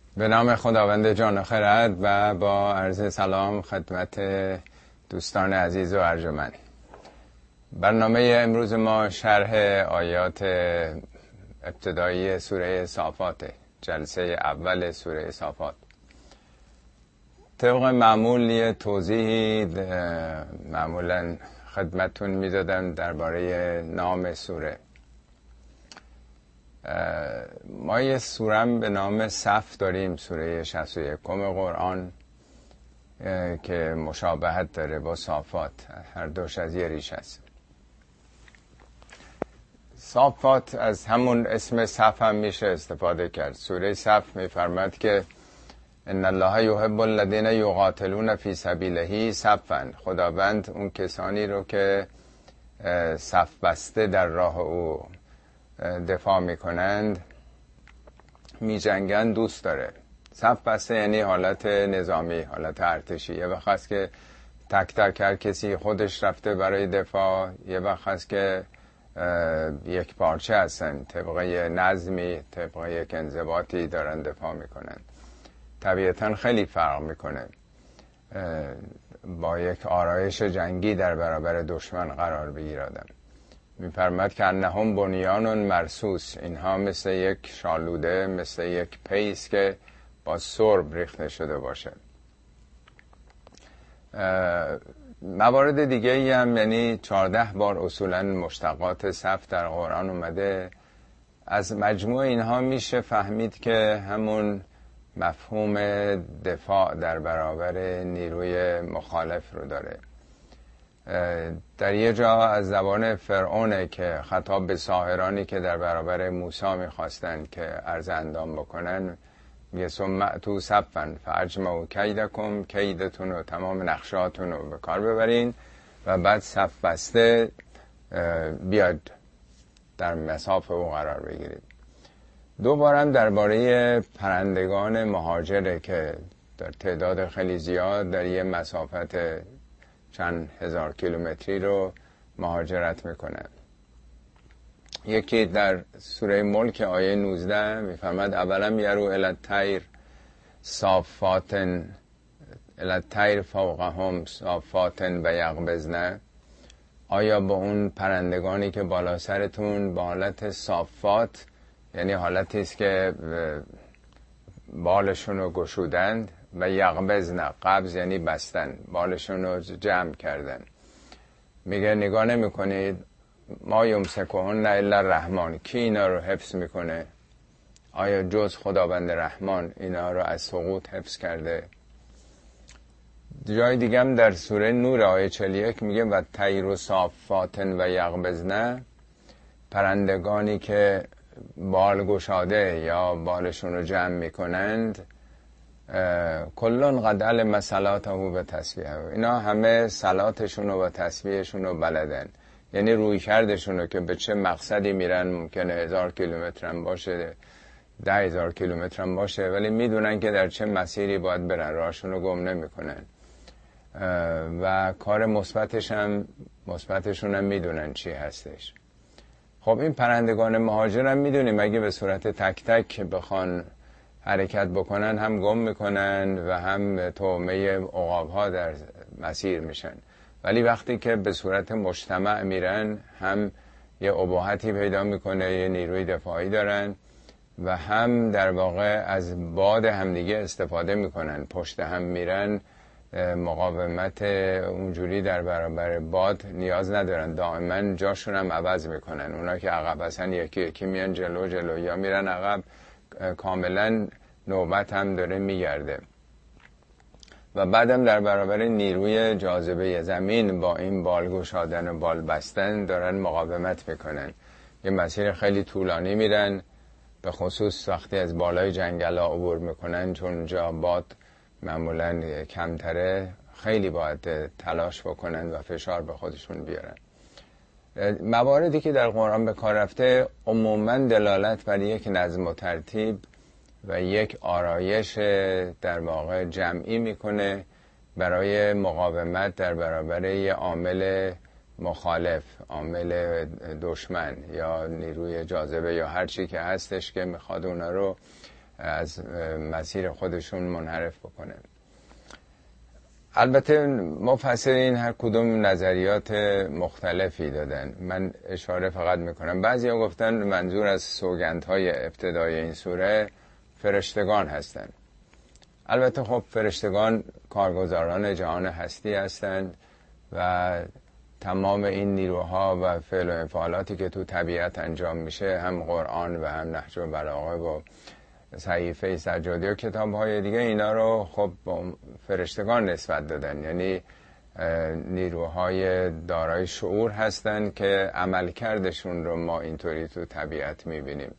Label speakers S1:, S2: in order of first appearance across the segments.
S1: به نام خداوند جان و خرد و با عرض سلام خدمت دوستان عزیز و ارجمند. برنامه امروز ما شرح آیات ابتدایی سوره صافات، جلسه اول سوره صافات. طبق معمول یه توضیحی معمولا خدمتتون میدادم درباره نام سوره. ما یه سورم به نام صف داریم، سوره 61 قرآن که مشابهت داره با صافات، هر دوش از یه ریش است. صافات از همون اسم صف هم میشه استفاده کرد. سوره صف میفرماد که ان الله یحب الذین یقاتلون فی سبیله صفا، خداوند اون کسانی رو که صف بسته در راه او دفاع میکنند، میجنگن، دوست داره. صف بسته یعنی حالت نظامی، حالت ارتشی. یه وقت هست که تک تک هر کسی خودش رفته برای دفاع، یه وقت هست که یک پارچه هستن، طبقه نظمی، طبقه یک انضباطی دارن دفاع میکنن. طبیعتا خیلی فرق میکنه با یک آرایش جنگی در برابر دشمن قرار بگیر آدم. می‌فرماد که انهم بنیان مرصوص، اینها مثل یک شالوده، مثل یک پیس که با سرب ریخته شده باشه. موارد دیگه ای هم، یعنی 14 بار اصولا مشتقات صف در قرآن اومده. از مجموع اینها میشه فهمید که همون مفهوم دفاع در برابر نیروی مخالف رو داره. در یه جا از زبان فرعونه که خطاب به ساحرانی که در برابر موسی میخواستن که عرض اندام بکنن، میگه ثم اتوا صفا فاجمعوا کیدکم، کیدتون و تمام نقشاتون رو به کار ببرین و بعد صف بسته بیاد در مصاف او قرار بگیرید. دوبارم درباره پرندگان مهاجره که در تعداد خیلی زیاد در یه مسافت چند هزار کیلومتری رو مهاجرت میکنه. یکی در سوره ملک آیه 19 میفرماد اولا یرو الی الطیر صافاتن الی الطیر فوقهم صافاتن و یقبضن، آیا با اون پرندگانی که بالا سرتون با حالت صافات، یعنی حالتی است که بالشون رو گشودند، و یقبضن، قبض یعنی بستن، بالشون رو جمع کردن. میگه نگاه نمی کنید ما یمسکهن الا الرحمن، کی اینا رو حفظ میکنه؟ آیا جز خداوند رحمان اینا رو از سقوط حفظ کرده؟ جای دیگه هم در سوره نور آیه 41 میگه و طیر صافاتن و یقبضن، پرندگانی که بال گشاده یا بالشون رو جمع میکنند، کلون قد علم صلاته و تسبیحه، اینا همه صلاتشون و تسبیحشون رو بلدن. یعنی روی کردشون رو که به چه مقصدی میرن، ممکنه 1000 کیلومتر هم باشه، 10,000 کیلومتر هم باشه، ولی میدونن که در چه مسیری باید برن، راهشون رو گم نمیکنن و کار مثبتشون هم میدونن چی هستش. خب این پرندگان مهاجر هم میدونیم اگه به صورت تک تک بخوان حرکت بکنن هم گم میکنن و هم طعمه عقاب‌ها در مسیر میشن، ولی وقتی که به صورت مجتمع میرن هم یه اباحتی پیدا میکنه، یه نیروی دفاعی دارن و هم در واقع از باد همدیگه استفاده میکنن، پشت هم میرن، مقاومت اونجوری در برابر باد نیاز ندارن، دائما جاشون هم عوض میکنن. اونا که عقب هستن یکی یکی میان جلو یا میرن عقب، کاملا نوبت هم داره میگرده. و بعدم در برابر نیروی جاذبه زمین با این بال گشادن و بال بستن دارن مقاومت میکنن. یه مسیر خیلی طولانی میرن، به خصوص وقتی از بالای جنگل ها عبور میکنن، چون جا باد معمولا کمتره، خیلی باید تلاش بکنن و فشار به خودشون بیارن. مواردی که در قرآن به کار رفته عموما دلالت بر یک نظم و ترتیب و یک آرایش در واقع جمعی میکنه برای مقاومت در برابر یه عامل مخالف، عامل دشمن یا نیروی جاذبه یا هر چی که هستش که میخواد اونا رو از مسیر خودشون منحرف بکنه. البته مفسرین هر کدوم نظریات مختلفی دادن. من اشاره فقط میکنم بعضی ها گفتن منظور از سوگندهای ابتدای این سوره فرشتگان هستند. البته خب فرشتگان کارگزاران جهان هستی هستند و تمام این نیروها و فعل و انفعالاتی که تو طبیعت انجام میشه، هم قرآن و هم نهج البلاغه و صحیفه سجادی و کتاب‌های دیگه، اینا رو خب با فرشتگان نسبت دادن، یعنی نیروهای دارای شعور هستن که عملکردشون رو ما اینطوری تو طبیعت میبینیم.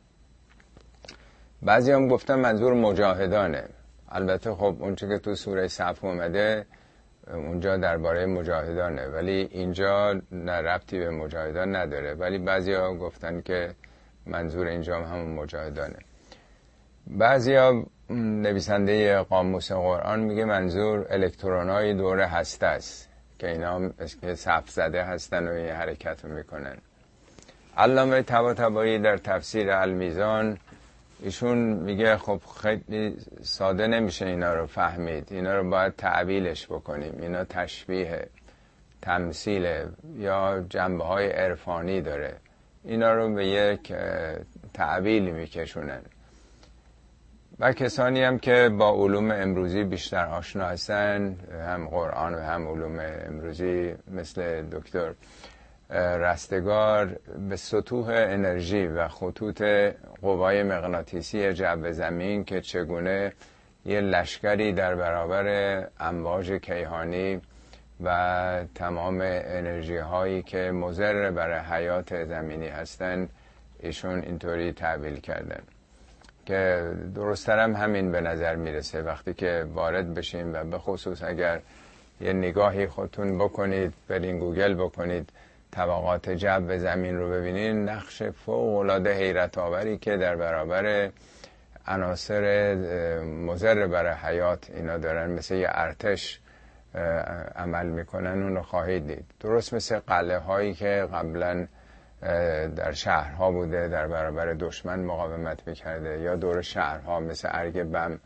S1: بعضی هم گفتن منظور مجاهدانه. البته خب اونچه که تو سوره صف اومده اونجا درباره مجاهدانه، ولی اینجا نه ربطی به مجاهدان نداره، ولی بعضی ها گفتن که منظور اینجا همون مجاهدانه. بعضیا نویسنده قاموس قرآن میگه منظور الکترونای دور هسته است که اینا که صف زده هستن و این حرکت میکنن. علامه طباطبایی در تفسیر المیزان ایشون میگه خب خیلی ساده نمیشه اینا رو فهمید، اینا رو باید تعبیلش بکنیم، اینا تشبیه، تمثیل یا جنبه های عرفانی داره، اینا رو به یک تعبیل میکشونن. و کسانی هم که با علوم امروزی بیشتر آشنا هستن، هم قرآن و هم علوم امروزی، مثل دکتر رستگار، به سطوح انرژی و خطوط قوای مغناطیسی جو زمین که چگونه یه لشکری در برابر امواج کیهانی و تمام انرژی هایی که مضر برای حیات زمینی هستن، ایشون اینطوری تعبیل کردن که درست‌تر هم همین به نظر میرسه. وقتی که وارد بشیم و به خصوص اگر یه نگاهی خودتون بکنید، برین گوگل بکنید، طبقات جو زمین رو ببینید، نقش فوق‌العاده حیرت آوری که در برابر عناصر مضر برای حیات اینا دارن، مثل یه ارتش عمل میکنن، اون رو خواهید دید. درست مثل قلعه هایی که قبلا در شهرها بوده، در برابر دشمن مقاومت میکرده، یا دور شهرها مثل ارگ بم،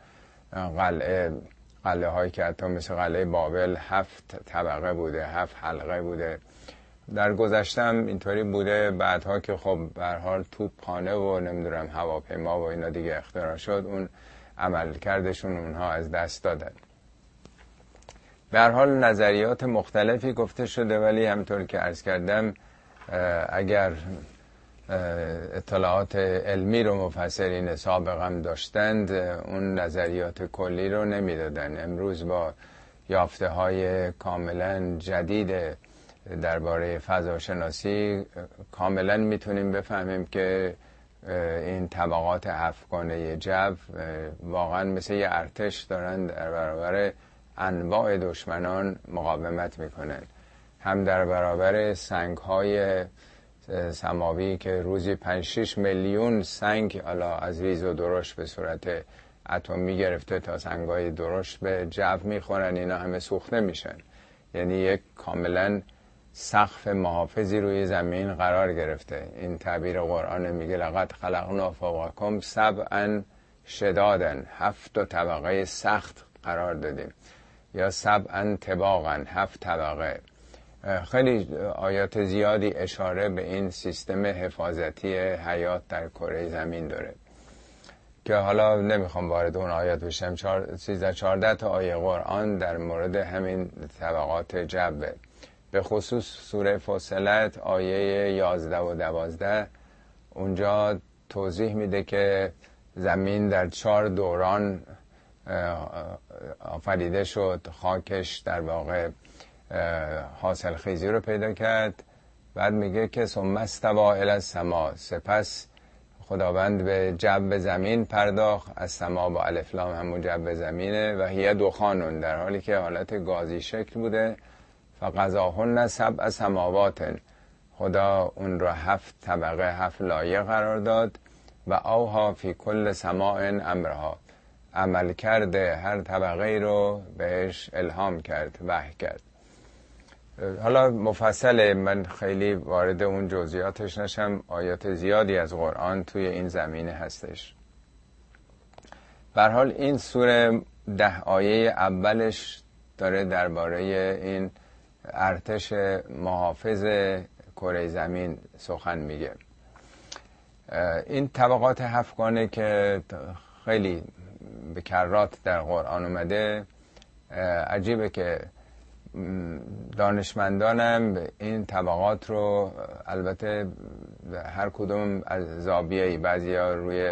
S1: قلعه هایی که حتی مثل قلعه بابل 7 طبقه بوده، 7 حلقه بوده. در گذشته هم اینطوری بوده، بعدها که خب به هر حال توپخانه و نمیدونم هواپیما و اینا دیگه اختراع شد، اون عملکردشون اونها از دست دادن. به هر حال نظریات مختلفی گفته شده، ولی همطور که عرض کردم اگر اطلاعات علمی رو مفسرین سابقا داشتند، اون نظریات کلی رو نمیدادن. امروز با یافته های کاملا جدید درباره فضاشناسی کاملا میتونیم بفهمیم که این طبقات هفتگانه جو واقعا مثل یه ارتش دارن در برابر انواع دشمنان مقاومت میکنن، هم در برابر سنگ های سماوی که روزی 5-6 میلیون سنگ از ریز و درشت به صورت اتمی گرفته تا سنگ‌های درشت به جو میخورن، اینا همه سوخته میشن. یعنی یک کاملا سقف محافظی روی زمین قرار گرفته. این تعبیر قرآن میگه لقد خلقنا فوقکم سبعا شدادا، 7 طبقه سخت قرار دادیم، یا سبعا طباقا، 7 طبقه. خیلی آیات زیادی اشاره به این سیستم حفاظتی حیات در کره زمین داره که حالا نمیخوام وارد اون آیات بشم. 13-14 تا آیه قرآن در مورد همین طبقات جبه، به خصوص سوره فصلت آیه 11 و 12 اونجا توضیح میده که زمین در 4 دوران آفریده شد، خاکش در واقع حاصل خیزی رو پیدا کرد. بعد میگه که ثم استوی الی السما، سپس خداوند به جو زمین پرداخت. از سما با الف لام همون جو زمینه. و هی دخانون، در حالی که حالت گازی شکل بوده. فقضاهن 7 سماوات، خدا اون رو 7 طبقه 7 لایه قرار داد. و اوها فی کل سماء امرها، عمل کرده هر طبقه رو بهش الهام کرد، وحی کرد. حالا مفصله، من خیلی وارد اون جزئیاتش نشم. آیات زیادی از قرآن توی این زمینه هستش. به هر حال این سوره 10 آیه اولش داره درباره این ارتش محافظ کره زمین سخن میگه. این طبقات 7 گانه که خیلی به کرات در قرآن اومده، عجیبه که دانشمندانم این طبقات رو البته هر کدوم از زاویه‌ای، بعضیا روی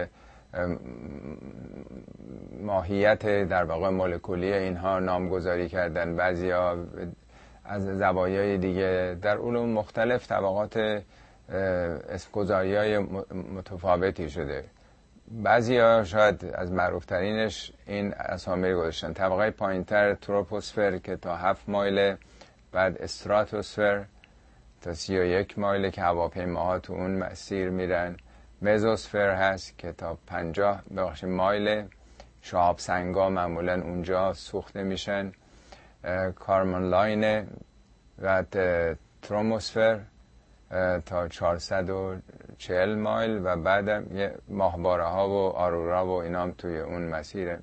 S1: ماهیت در واقع مولکولی اینها نامگذاری کردن، بعضیا از زوایای دیگه در علوم مختلف طبقات اسمگذاری‌های متفاوتی شده. بعضیا شاید از معروفترینش این اسامی گذاشتن. طبقه پایینتر تروپوسفر که تا 7 مایل، بعد استراتوسفر تا 31 مایل که هواپیماها تو اون مسیر میرن، مزوسفر هست که تا 50 مایل، شهاب سنگا معمولا اونجا سوخته میشن، کارمن لاین، و تروموسفر تا 440 مایل، و بعدم یه ماهواره ها و آرورا و اینام توی اون مسیره.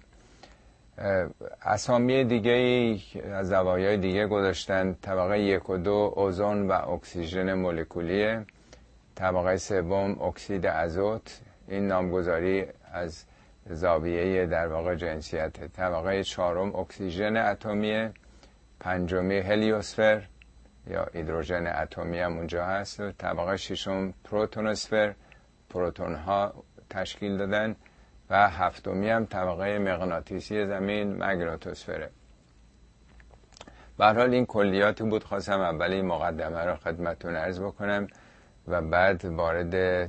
S1: اسامی دیگه ای از زوایای دیگه گذاشتن. طبقه 1 و 2 اوزون و اکسیژن مولکولیه. طبقه 3 اکسید ازوت، این نامگذاری از زاویه در واقع جنسیت. طبقه 4 اکسیژن اتمیه. 5 هلیوسفر یا هیدروژن اتمی هم اونجا هست. و طبقه 6 پروتونوسفر، پروتون ها تشکیل دادن. و 7 هم طبقه مغناطیسی زمین، مگنتوسفره. به هر حال این کلیاتی بود، خواستم اولی مقدمه رو خدمتتون عرض بکنم و بعد وارد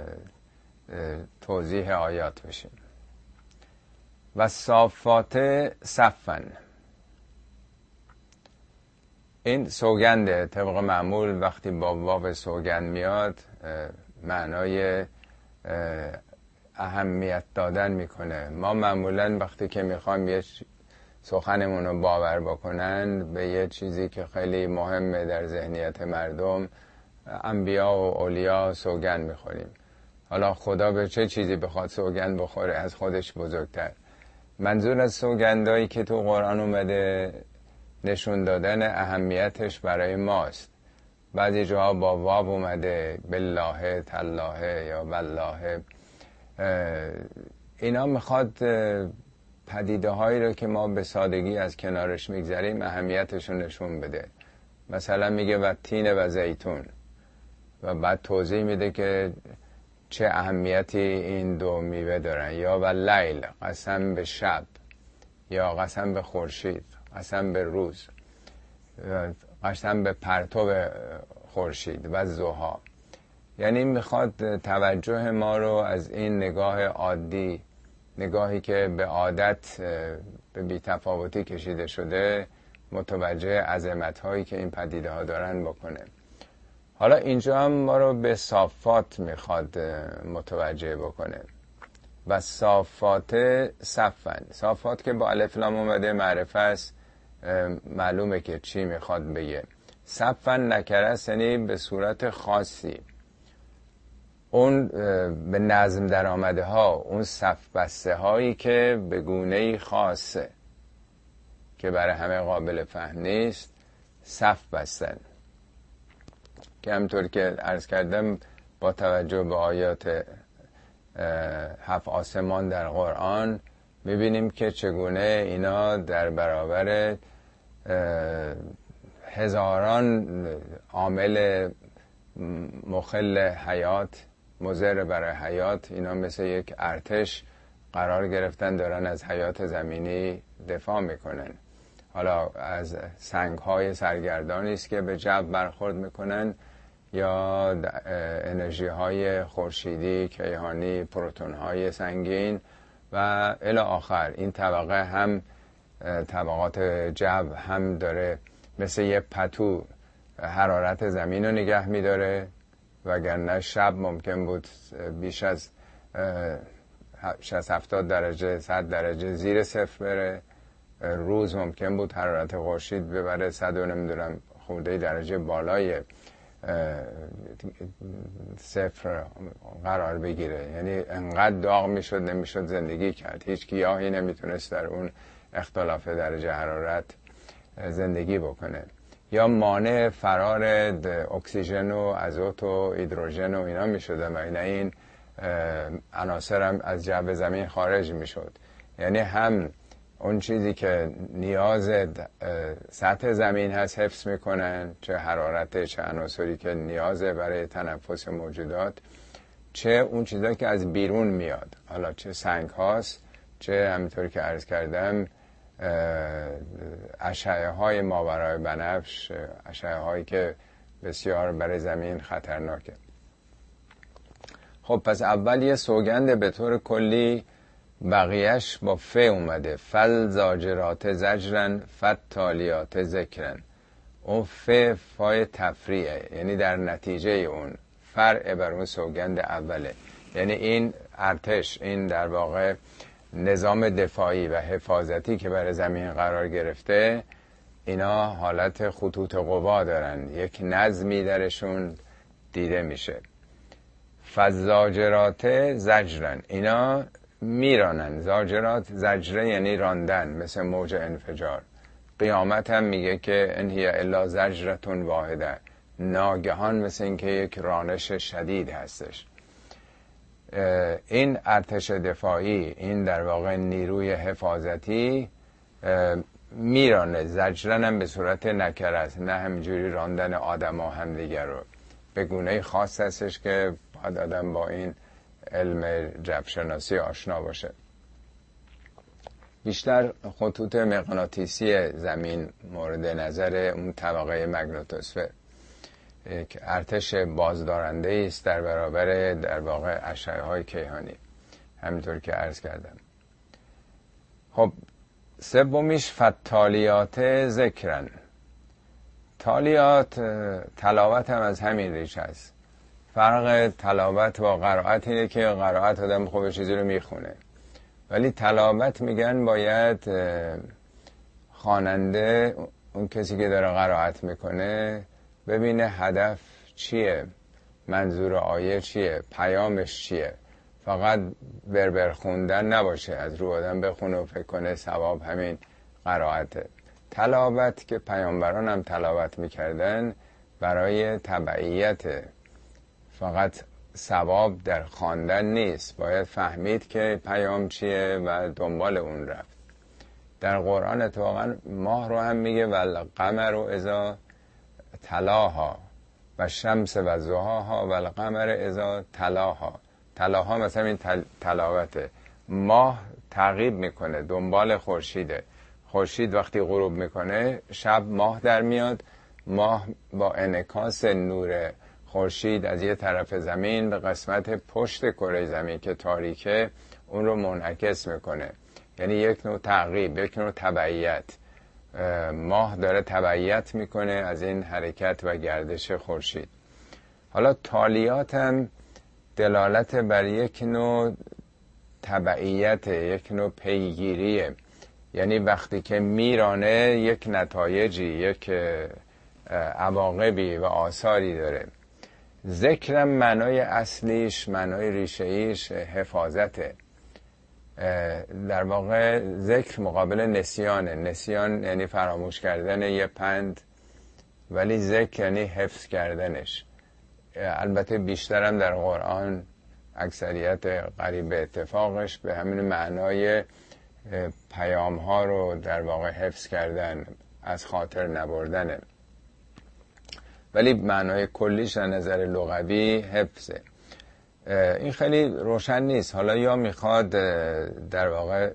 S1: توضیح آیات بشیم. و صافات صفا، این سوگنده. طبق معمول وقتی با واو سوگند میاد معنای اهمیت دادن میکنه. ما معمولا وقتی که میخوایم یه سخنمون رو باور بکنن به یه چیزی که خیلی مهمه در ذهنیت مردم، انبیا و اولیا سوگند میخوریم. حالا خدا به چه چیزی بخواد سوگند بخوره از خودش بزرگتر؟ منظور از سوگندایی که تو قرآن اومده نشون دادن اهمیتش برای ماست. بعضی جاها با واو اومده، بالله، تالله یا والله. اینا میخواد پدیده هایی رو که ما به سادگی از کنارش میگذریم اهمیتش رو نشون بده. مثلا میگه و تین و زیتون، و بعد توضیح میده که چه اهمیتی این دو میوه دارن. یا و لیل، قسم به شب، یا قسم به خورشید، قسم به روز، قسم به پرتو خورشید و ضحی. یعنی میخواد توجه ما رو از این نگاه عادی، نگاهی که به عادت به بی‌تفاوتی کشیده شده، متوجه عظمت هایی که این پدیده ها دارن بکنه. حالا اینجا هم ما رو به صافات میخواد متوجه بکنه. و صافات صفا، صافات که با الف لام اومده معرفه است، معلومه که چی میخواد بگه. صفا نکره است، یعنی به صورت خاصی. اون به نظم در آمده ها، اون صف بسته هایی که به گونه خاصه که برای همه قابل فهم نیست، صف بستن. که همطور که عرض کردم با توجه به آیات 7 آسمان در قرآن میبینیم که چگونه اینا در برابر هزاران عامل مخل حیات، مضر برای حیات، اینا مثل یک ارتش قرار گرفتن، دارن از حیات زمینی دفاع میکنن. حالا از سنگ‌های سرگردانی است که به جو برخورد میکنن، یا انرژی‌های خورشیدی، کیهانی، پروتون‌های سنگین و الی آخر. این طبقه هم طبقات جو هم داره مثل یه پتو حرارت زمین رو نگه میداره، وگرنه شب ممکن بود بیش از 70 درجه 100 درجه زیر صفر بره. روز ممکن بود حرارت خورشید ببره 100 و نمیدونم خورده درجه بالای صفر قرار بگیره. یعنی انقدر داغ میشد نمیشد زندگی کرد، هیچ گیاهی نمیتونست در اون اختلاف درجه حرارت زندگی بکنه. یا مانع فرار اکسیژن و ازوت و هیدروژن و اینا میشده و این عناصر هم از جو زمین خارج میشد. یعنی هم اون چیزی که نیاز سطح زمین هست حفظ میکنن، چه حرارت چه عناصری که نیازه برای تنفس موجودات، چه اون چیزایی که از بیرون میاد، حالا چه سنگ هاست چه همینطوری که عرض کردم اشعه های ماورای بنفش، اشعه هایی که بسیار برای زمین خطرناکه. خب پس اول یه سوگند به طور کلی، بقیهش با ف اومده، فل زاجرات زجرن فتالیات ذکرن. اون فای تفریعه، یعنی در نتیجه اون فرع بر اون سوگند اوله. یعنی این ارتش، این در واقع نظام دفاعی و حفاظتی که برای زمین قرار گرفته، اینا حالت خطوط قوا دارن، یک نظمی درشون دیده میشه. فزاجرات زجرن، اینا میرانن. زاجرات زجره یعنی راندن، مثل موج انفجار. قیامت هم میگه که ان هی الا زجرتون واحده، ناگهان مثل اینکه یک رانش شدید هستش. این ارتش دفاعی، این در واقع نیروی حفاظتی میرانه. زجرن هم به صورت نکره است، نه همینجوری راندن آدم ها هم دیگر رو. به گونه خاص هستش که باید آدم با این علم جوشناسی آشنا باشه. بیشتر خطوط مغناطیسی زمین مورد نظر اون طبقه مگنتوسفر، یک ارتش بازدارنده است در برابر در واقع اشعه های کیهانی، همینطور که عرض کردم. خب سومیش فتالیات ذکرن. تالیات، تلاوت هم از همین ریشه است. فرق تلاوت با قرائت اینه که قرائت آدم خوب چیزی رو میخونه، ولی تلاوت میگن باید خواننده، اون کسی که داره قرائت میکنه، ببینه هدف چیه، منظور آیه چیه، پیامش چیه. فقط بربر خوندن نباشه، از رو آدم بخونه و فکر کنه ثواب همین قرائته. تلاوت که پیامبران هم تلاوت میکردن برای تبعیت، فقط ثواب در خواندن نیست، باید فهمید که پیام چیه و دنبال اون رفت. در قرآن اتفاقا ماه رو هم میگه والقمر اذا تلاها و شمس و ضحاها و القمر اذا تلاها. تلاها مثلا این تلاوته. ماه تعقیب میکنه، دنبال خورشیده. خورشید وقتی غروب میکنه شب ماه در میاد، ماه با انعکاس نور خورشید از یه طرف زمین به قسمت پشت کره زمین که تاریکه اون رو منعکس میکنه. یعنی یک نوع تعقیب، یک نوع تبعیت. ماه داره تبعیت میکنه از این حرکت و گردش خورشید. حالا تالیات هم دلالت بر یک نوع تبعیت، یک نوع پیگیریه. یعنی وقتی که میرانه یک نتایجی، یک عواقبی و آثاری داره. ذکرم معنای اصلیش، معنای ریشه‌ایش حفاظته. در واقع ذکر مقابل نسیانه. نسیان یعنی فراموش کردن یه پند، ولی ذکر یعنی حفظ کردنش. البته بیشترم در قرآن اکثریت قریب اتفاقش به همین معنای پیام ها رو در واقع حفظ کردن، از خاطر نبردنه، ولی معنای کلیش از نظر لغوی حفظه. این خیلی روشن نیست. حالا یا میخواد در واقع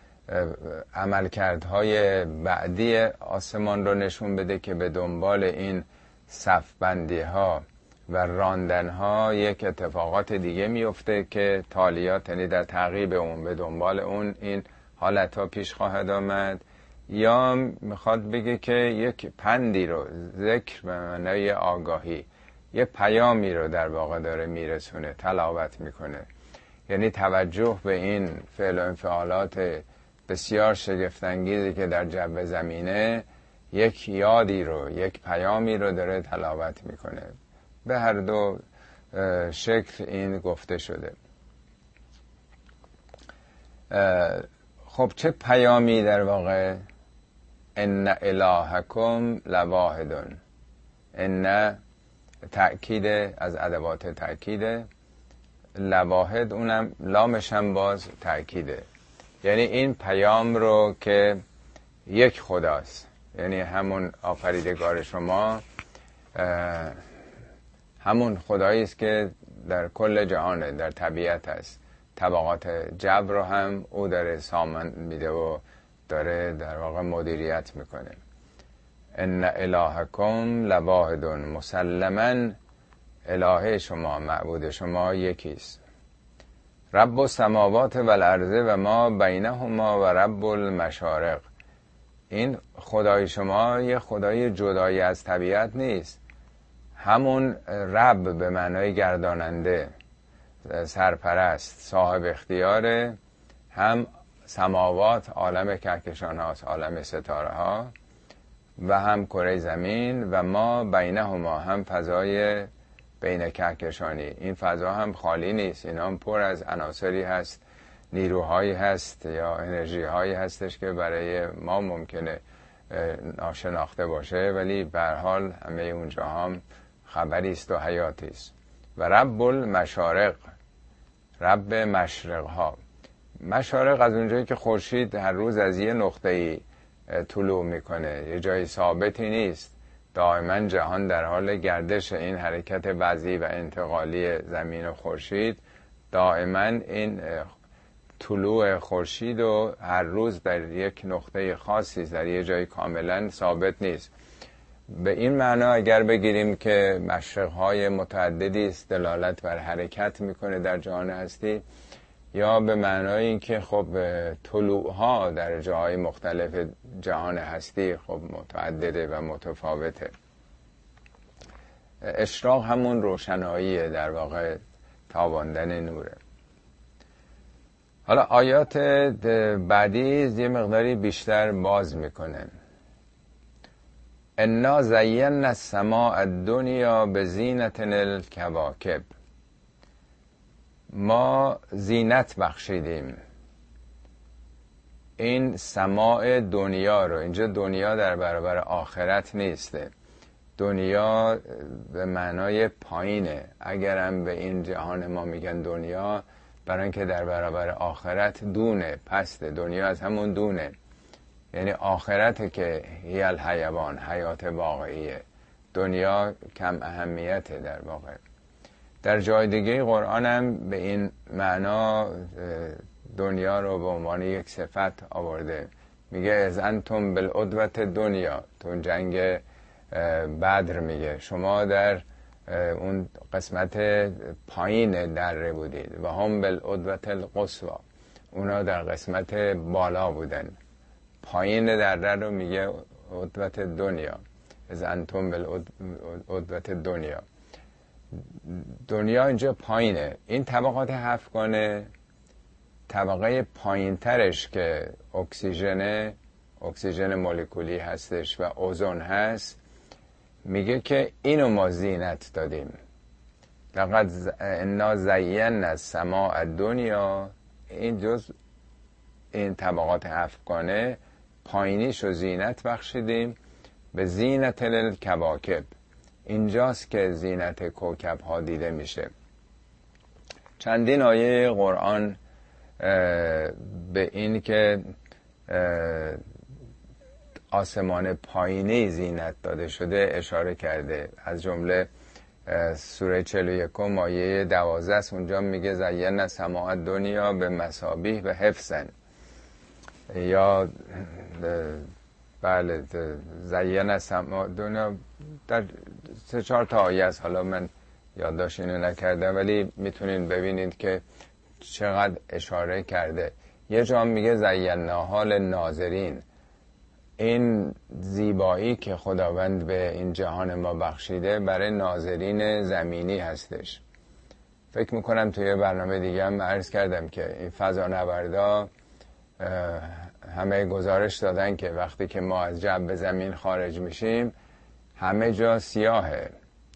S1: عملکردهای بعدی آسمان رو نشون بده که به دنبال این صفبندی ها و راندن ها یک اتفاقات دیگه میفته که تالیات، یعنی در تعقیب اون به دنبال اون این حالت ها پیش خواهد آمد. یا میخواد بگه که یک پندی رو، ذکر به معنای آگاهی، یه پیامی رو در واقع داره میرسونه، تلاوت میکنه. یعنی توجه به این فعل و انفعالات بسیار شگفت‌انگیزی که در جو زمینه، یک یادی رو، یک پیامی رو داره تلاوت میکنه. به هر دو شکل این گفته شده. خب چه پیامی در واقع ان الهکم لواحدون، ان تأکید از ادوات تأکیده، لواحد اونم لامش هم باز تأکیده، یعنی این پیام رو که یک خداست، یعنی همون آفریدگار شما همون خدایی است که در کل جهانه، در طبیعت هست، طبقات جو رو هم او داره سامان میده و داره در واقع مدیریت میکنه. ان الهکم لواحد، مسلما اله شما، معبود شما یکیست. رب السماوات و الارض و ما بینهما و رب المشارق. این خدای شما یه خدای جدایی از طبیعت نیست، همون رب به معنای گرداننده، سرپرست، صاحب اختیاره، هم سماوات عالم کهکشان هاست، عالم ستاره ها، و هم کره زمین، و ما بینهما هم فضای بین کهکشانی. این فضا هم خالی نیست، اینا هم پر از عناصری هست، نیروهایی هست یا انرژی هایی هستش که برای ما ممکنه ناشناخته باشه، ولی به هر حال همه اونجا هم خبری است و حیاتی است. و رب المشارق، رب مشرق ها. مشارق از اونجایی که خورشید هر روز از یه نقطه‌ای طلوع میکنه، یه جای ثابتی نیست، دائما جهان در حال گردش، این حرکت وضعی و انتقالی زمین و خورشید، دائما این طلوع خورشید و هر روز در یک نقطه خاصی، در یه جای کاملا ثابت نیست. به این معنا اگر بگیریم که مشرق‌های متعددی است، دلالت بر حرکت میکنه در جهان هستی، یا به معنای اینکه خب طلوع‌ها در جاهای مختلف جهان هستی خب متعدده و متفاوته. اشراق همون روشناییه، در واقع تاباندن نوره. حالا آیات بعدی یه مقداری بیشتر باز میکنن. انا زینا السماء الدنیا بزینة الکواکب. ما زینت بخشیدیم این سماع دنیا رو. اینجا دنیا در برابر آخرت نیسته، دنیا به معنای پایینه. اگرم به این جهان ما میگن دنیا، برای اینکه در برابر آخرت دونه، پسته. دنیا از همون دونه، یعنی آخرته که هی الحیوان، حیات واقعیه. دنیا کم اهمیته در واقع. در جای دیگه قرآن هم به این معنا دنیا رو به عنوان یک صفت آورده، میگه از انتم بالعدوة دنیا، تو جنگ بدر میگه شما در اون قسمت پایین دره بودید، و هم بالعدوة القصوى، اونا در قسمت بالا بودن. پایین دره رو میگه عدوة دنیا، از انتم بالعدوة دنیا. دنیا اینجا پایینه. این طبقات هفتگانه، طبقه پایین ترش که اکسیژن مولکولی هستش و اوزون هست، میگه که اینو ما زینت دادیم. لقد انا زینا السماء الدنیا. این جز این طبقات هفتگانه پایینیشو زینت بخشیدیم به زینة الکواکب. اینجاست که زینت کوکب ها دیده میشه. چندین آیه قرآن به این که آسمان پایینی زینت داده شده اشاره کرده، از جمله سوره 41 آیه 12 است. اونجا میگه زینا السماء الدنیا به مصابیح و حفظا، یا بله زینا السماء الدنیا در 3-4 تا آیه است. حالا من یادداشت اینو نکردم، ولی میتونین ببینید که چقدر اشاره کرده. یه جا میگه زیناها للناظرین. این زیبایی که خداوند به این جهان ما بخشیده برای ناظرین زمینی هستش. فکر میکنم توی برنامه دیگه هم عرض کردم که این فضانوردا همه گزارش دادن که وقتی که ما از جو زمین خارج میشیم همه جا سیاهه،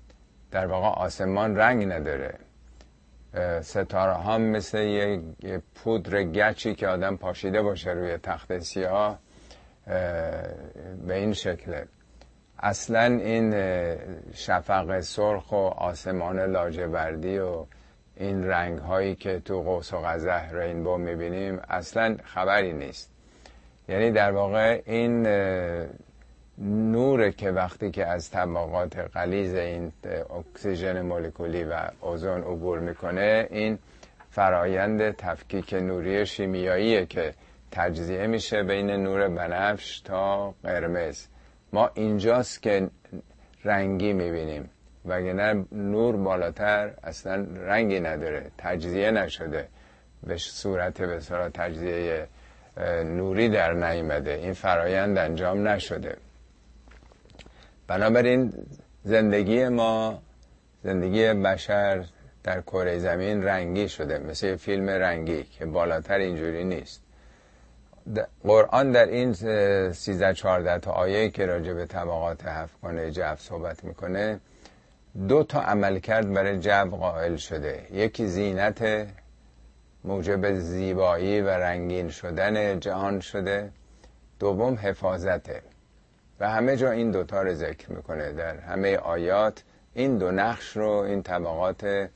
S1: در واقع آسمان رنگ نداره. ستاره ها مثل یک پودر گچی که آدم پاشیده باشه روی تخت سیاه، به این شکله. اصلا این شفق سرخ و آسمان لاجوردی و این رنگ هایی که تو قوس و قزح رینبو میبینیم اصلا خبری نیست. یعنی در واقع این نوره که وقتی که از طبقات غلیظ این اکسیژن مولکولی و اوزون عبور میکنه، این فرایند تفکیک نوری شیمیاییه که تجزیه میشه بین نور بنفش تا قرمز. ما اینجاست که رنگی میبینیم، وگرنه نور بالاتر اصلا رنگی نداره، تجزیه نشده، به صورت تجزیه نوری در نیامده، این فرایند انجام نشده. بنابراین زندگی ما، زندگی بشر در کره زمین رنگی شده، مثل فیلم رنگی که بالاتر اینجوری نیست. قرآن در این 13-14 تا آیه که راجع به طبقات هفتگانه جو صحبت میکنه، 2 تا عملکرد برای جو قائل شده. یکی زینت موجب زیبایی و رنگین شدن جهان شده، دوم حفاظته. و همه جا این 2 تا رو ذکر میکنه، در همه آیات این 2 نقش رو این طبقات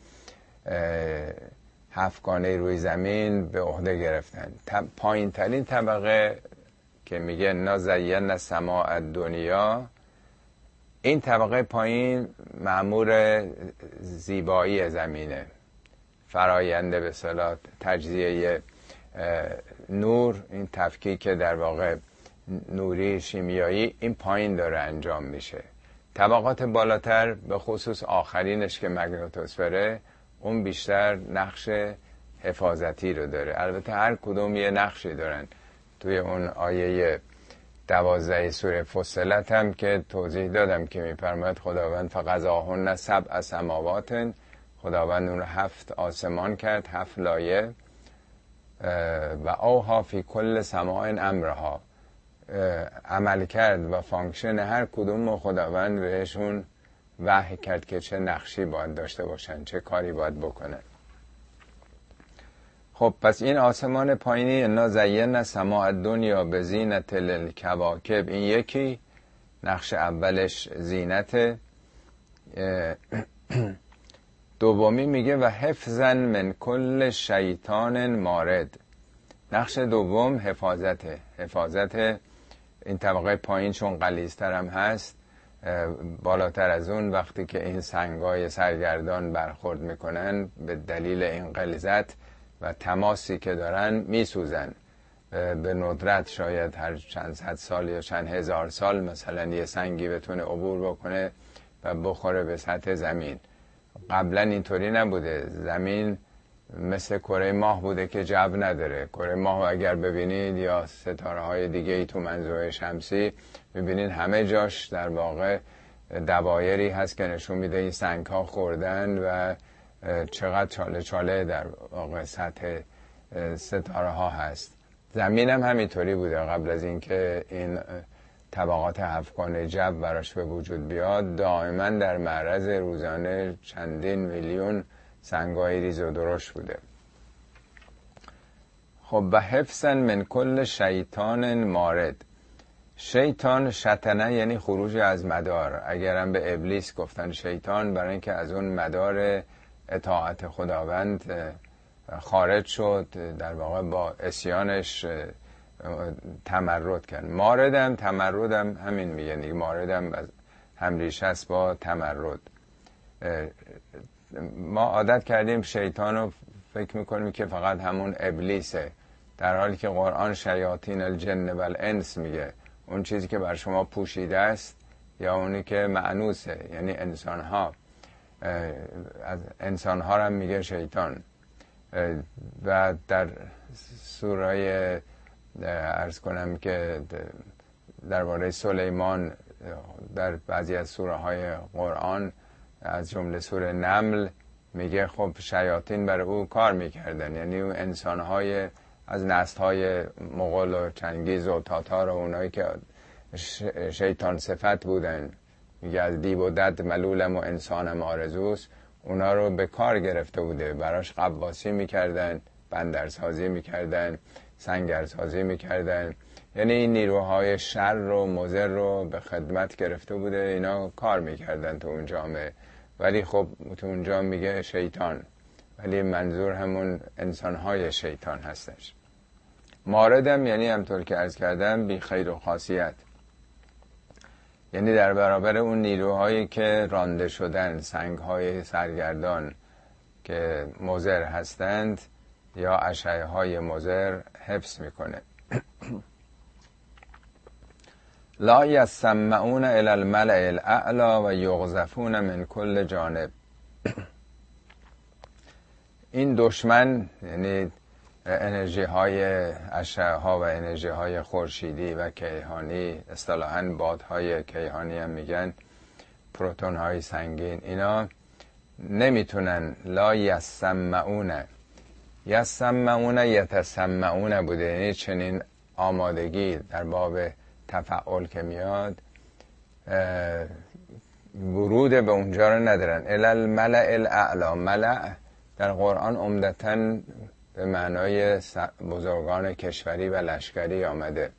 S1: هفتگانه روی زمین به عهده گرفتن. پایین ترین طبقه که میگه نازین سماع الدنیا، این طبقه پایین مأمور زیبایی زمینه، فراینده به اصطلاح تجزیه نور، این تفکیک در واقع نوری شیمیایی، این پایین داره انجام میشه. طبقات بالاتر به خصوص آخرینش که مگنتوسفره، اون بیشتر نقش حفاظتی رو داره. البته هر کدوم یه نقشی دارن. توی اون آیه 12 سوره فصلت هم که توضیح دادم که می‌فرماید خداوند فقضاهن 7 سماوات، خداوند اون رو 7 آسمان کرد، 7 لایه، و اوها فی کل سماع امرها، عمل کرد و فانکشن هر کدوم خداوند بهشون وحی کرد که چه نقشی باید داشته باشن، چه کاری باید بکنن. خب پس این آسمان پایینی انا زینا سماع الدنیا به زینت الکواکب، این یکی نقش اولش زینت. دومی میگه و حفظا من کل شیطان مارد، نقش دوم حفاظت این طبقه پایین چون غلیظتر هم هست، بالاتر از اون وقتی که این سنگای سرگردان برخورد میکنن به دلیل این غلیظت و تماسی که دارن میسوزن، به ندرت شاید هر چند صد سال یا چند هزار سال مثلا یه سنگی بتونه عبور بکنه و بخوره به سطح زمین. قبلا اینطوری نبوده، زمین مثل کره ماه بوده که جو نداره. کره ماه اگر ببینید یا ستاره های دیگه ای تو منظومه شمسی ببینید همه جاش در واقع دوایری هست که نشون میده این سنگ ها خوردن و چقدر چاله چاله در واقع سطح ستاره ها هست. زمین هم همینطوری بوده قبل از اینکه این طبقات هفتگانه جو براش به وجود بیاد، دائما در معرض روزانه چندین میلیون سنگای ریز و درشت بوده. خب و حفظا من کل شیطان مارد، شیطان شطنه یعنی خروج از مدار. اگرم به ابلیس گفتن شیطان برای اینکه از اون مدار اطاعت خداوند خارج شد، در واقع با عصیانش تمرد کرد. ماردم تمردم همین میگه دیگه، ماردم هم ریشه است با تمرد. ما عادت کردیم شیطان رو فکر میکنیم که فقط همون ابلیسه، در حالی که قرآن شیاطین الجن و الانس میگه اون چیزی که بر شما پوشیده است یا اونی که مأنوسه، یعنی انسان ها. از انسان ها هم میگه شیطان. و در سوره عرض کنم که درباره سلیمان در بعضی از سوره های قرآن از جمله سوره نمل میگه خب شیاطین برای او کار میکردن، یعنی اون انسان های از نسل های مغول و چنگیز و تاتار و اونایی که شیطان صفت بودن میگه از دیو و دد ملولم و انسانم آرزوست، اونا رو به کار گرفته بوده، براش غواصی میکردن، بندرسازی میکردن، سنگرسازی میکردن، یعنی این نیروهای شر و مضر رو به خدمت گرفته بوده، اینا کار میکردن تو اون جامعه. ولی خب تو اونجا میگه شیطان، ولی منظور همون انسانهای شیطان هستش. ماردم یعنی همطور که عرض کردم بی خیر و خاصیت، یعنی در برابر اون نیروهایی که رانده شدن، سنگهای سرگردان که مضر هستند یا اشعه های مضر حفظ میکنه. لا یسمعون الی الملأ الاعلی و یقذفون من کل جانب. این دشمن یعنی انرژی های اشعه ها و انرژی های خورشیدی و کیهانی، اصطلاحاً بادهای کیهانی هم میگن، پروتون های سنگین، اینا نمیتونن. لا یسمعون، یسمعون یتسمعون بوده، یعنی چنین آمادگی در باب تفعول که میاد ورود به اونجا رو ندارن. الی الملأ الاعلی، ملأ در قرآن عمدتاً به معنای بزرگان کشوری و لشکری آمده،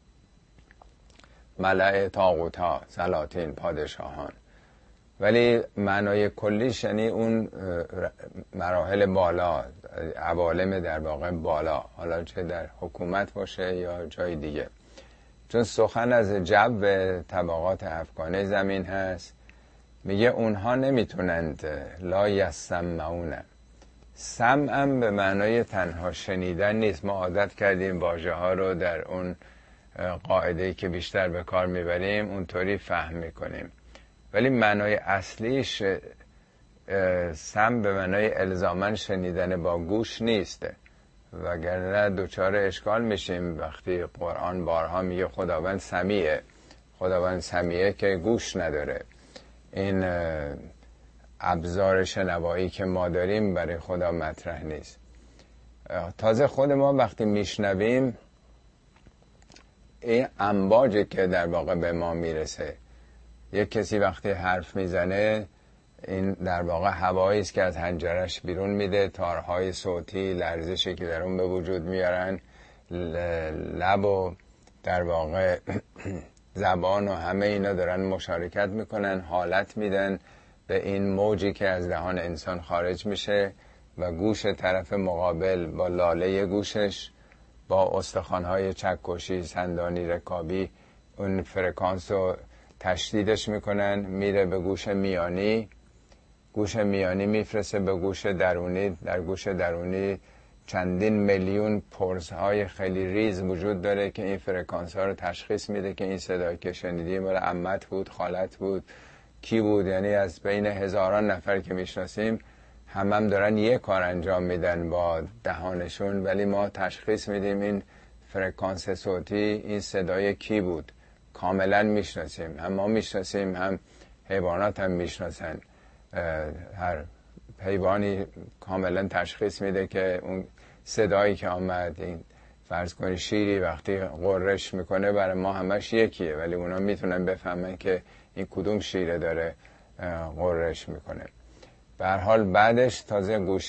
S1: ملأ طاغوت‌ها، سلاطین، پادشاهان، ولی معنای کلیش یعنی اون مراحل بالا، عوالم در واقع بالا، حالا چه در حکومت باشه یا جای دیگه. چون سخن از جو طبقات افغانه زمین هست، میگه اونها نمیتونند. لا یسمعون، سمعم به معنای تنها شنیدن نیست. ما عادت کردیم واژه ها رو در اون قاعده‌ای که بیشتر به کار میبریم اونطوری فهم میکنیم، ولی معنای اصلیش سمع به معنای الزاماً شنیدن با گوش نیست، وگرنه دوچار اشکال میشیم وقتی قرآن بارها میگه خداوند سمیعه. خداوند سمیعه که گوش نداره. این ابزار شنوایی که ما داریم برای خدا مطرح نیست. تازه خود ما وقتی میشنویم این امواجی که در واقع به ما میرسه، یک کسی وقتی حرف میزنه این در واقع هوایی است که از حنجرش بیرون میده، تارهای صوتی، لرزشی که در اون به وجود میارن، لب و در واقع زبان و همه اینا دارن مشارکت میکنن، حالت میدن به این موجی که از دهان انسان خارج میشه و گوش طرف مقابل با لاله گوشش، با استخوان‌های چکشی، سندانی، رکابی اون فرکانس رو تشدیدش میکنن، میره به گوش میانی، گوش میانی میفرسته به گوش درونی، در گوش درونی چندین میلیون پرس‌های خیلی ریز وجود داره که این فرکانس ها رو تشخیص میده که این صدایی که شنیدیم مال عمت بود، خالت بود، کی بود. یعنی از بین هزاران نفر که میشناسیم هم دارن یک کار انجام میدن با دهانشون، ولی ما تشخیص میدیم این فرکانس صوتی، این صدای کی بود. کاملا میشناسیم، هم ما میشناسیم، هم حیوانات هم میشناسن. هر حیوانی کاملا تشخیص میده که اون صدایی که آمد، این فرض کنید شیری وقتی غرش میکنه برای ما همش یکیه، ولی اونا میتونن بفهمن که این کدوم شیره داره غرش میکنه. به هر حال بعدش تازه گوش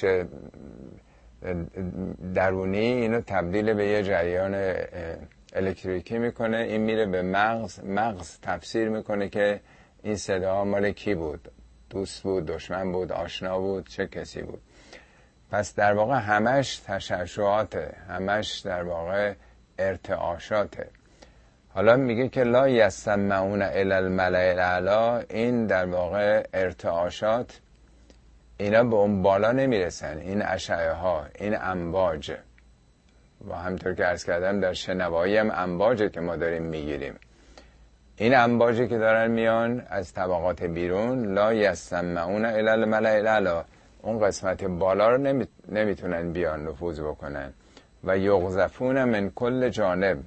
S1: درونی اینو تبدیل به یه جریان الکتریکی میکنه، این میره به مغز تفسیر میکنه که این صدا مال کی بود، دوست بود، دشمن بود، آشنا بود، چه کسی بود. پس در واقع همش تشعشعاته، همش در واقع ارتعاشاته. حالا میگه که لا یسمعون الی الملأ الاعلی، این در واقع ارتعاشات اینا به اون بالا نمیرسن، این اشعه ها، این امواج، و همطور که عرض کردم در شنوایی هم امواجه که ما داریم میگیریم. این امواجی که دارن میان از طبقات بیرون، لا یسمعون الی الملأ الاعلی، اون قسمت بالا رو نمیتونن بیان نفوذ بکنن. و یقذفون من کل جانب،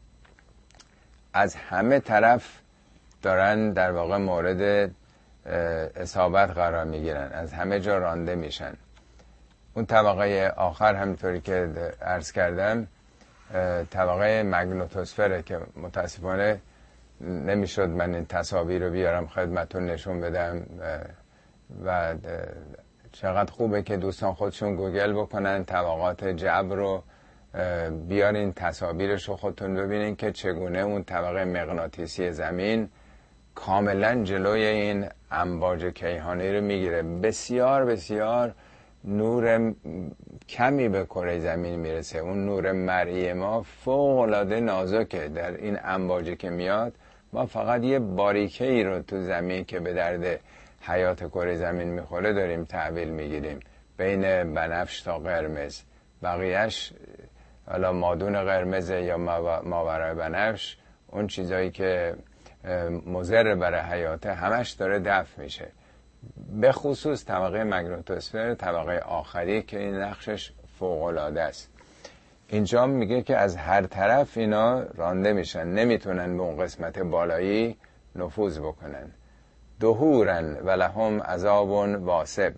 S1: از همه طرف دارن در واقع مورد اصابت قرار میگیرن، از همه جا رانده میشن. اون طبقه آخر همونطوری که عرض کردم طبقه مگنتوسفره که متاسفانه نمیشد من این تصاویر رو بیارم خدمتون نشون بدم و چقدر خوبه که دوستان خودشون گوگل بکنن طبقات جبر رو بیارین تصاویرش رو خودتون ببینین که چگونه اون طبقه مغناطیسی زمین کاملا جلوی این امواج کیهانی رو میگیره. بسیار بسیار نور کمی به کره زمین میرسه. اون نور مرئی ما فوق العاده نازکه. در این امواجی که میاد ما فقط یه باریکه ای رو تو زمین که به درد حیات کره زمین میخوره داریم تحویل میگیریم، بین بنفش تا قرمز. بقیهش حالا مادون قرمز یا ماورای بنفش، اون چیزایی که مضر برای حیاته همش داره دفع میشه. به خصوص طبقه مگنتوسفر، طبقه آخری که این نقشش فوق العاده است. اینجا میگه که از هر طرف اینا رانده میشن، نمیتونن به اون قسمت بالایی نفوذ بکنن. دهورن و لهم عذاب واصب.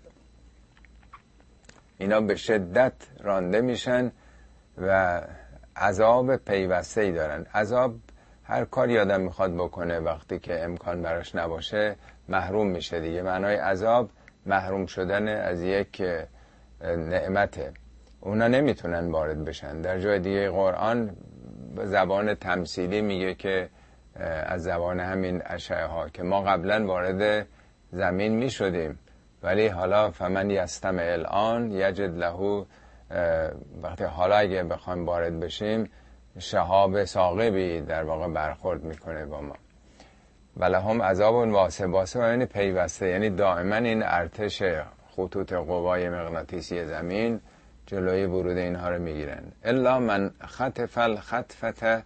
S1: اینا به شدت رانده میشن و عذاب پیوسته‌ای دارن. عذاب هر کاری آدم میخواد بکنه وقتی که امکان براش نباشه محروم میشه دیگه. معنای عذاب محروم شدن از یک نعمته. اونا نمیتونن وارد بشن. در جای دیگه قرآن به زبان تمثیلی میگه که از زبان همین اشعه ها که ما قبلا وارد زمین میشدیم ولی حالا فمن یستمع الان یجد له، وقتی حالا اگه بخوایم وارد بشیم شهاب ثاقبی در واقع برخورد میکنه با ما. ولهم عذاب واصب یعنی پیوسته، یعنی دائما این ارتش خطوط قوای مغناطیسی زمین جلوی ورود اینها رو میگیرن. الا من خطف الخطفه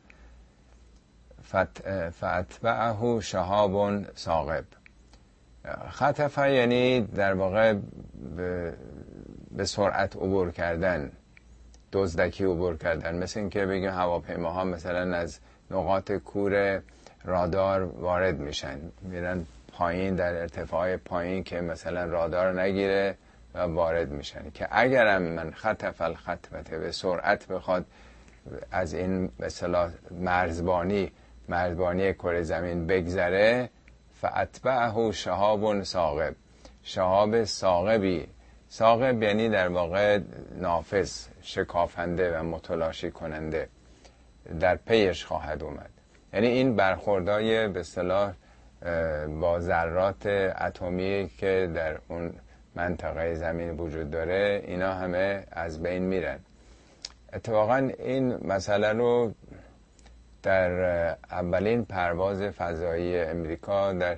S1: فاتبعه شهاب ثاقب. خطفه یعنی در واقع به سرعت عبور کردن، دزدکی عبور کردن. مثل این که بگیم هواپیماها مثلا از نقاط کور رادار وارد میشن، میرن پایین در ارتفاع پایین که مثلا رادار نگیره و وارد میشن. که اگرم من خطف الخطفه به سرعت بخواد از این مثلا مرزبانی کره زمین بگذره، فاتبعه شهاب ثاقب. شهاب ثاقبی، ثاقب یعنی در واقع نافذ، شکافنده و متلاشی کننده، در پیش خواهد اومد. یعنی این برخوردای به اصطلاح با ذرات اتمی که در اون منطقه زمین وجود داره اینا همه از بین میرن. اتفاقا این مسئله رو در اولین پرواز فضایی امریکا در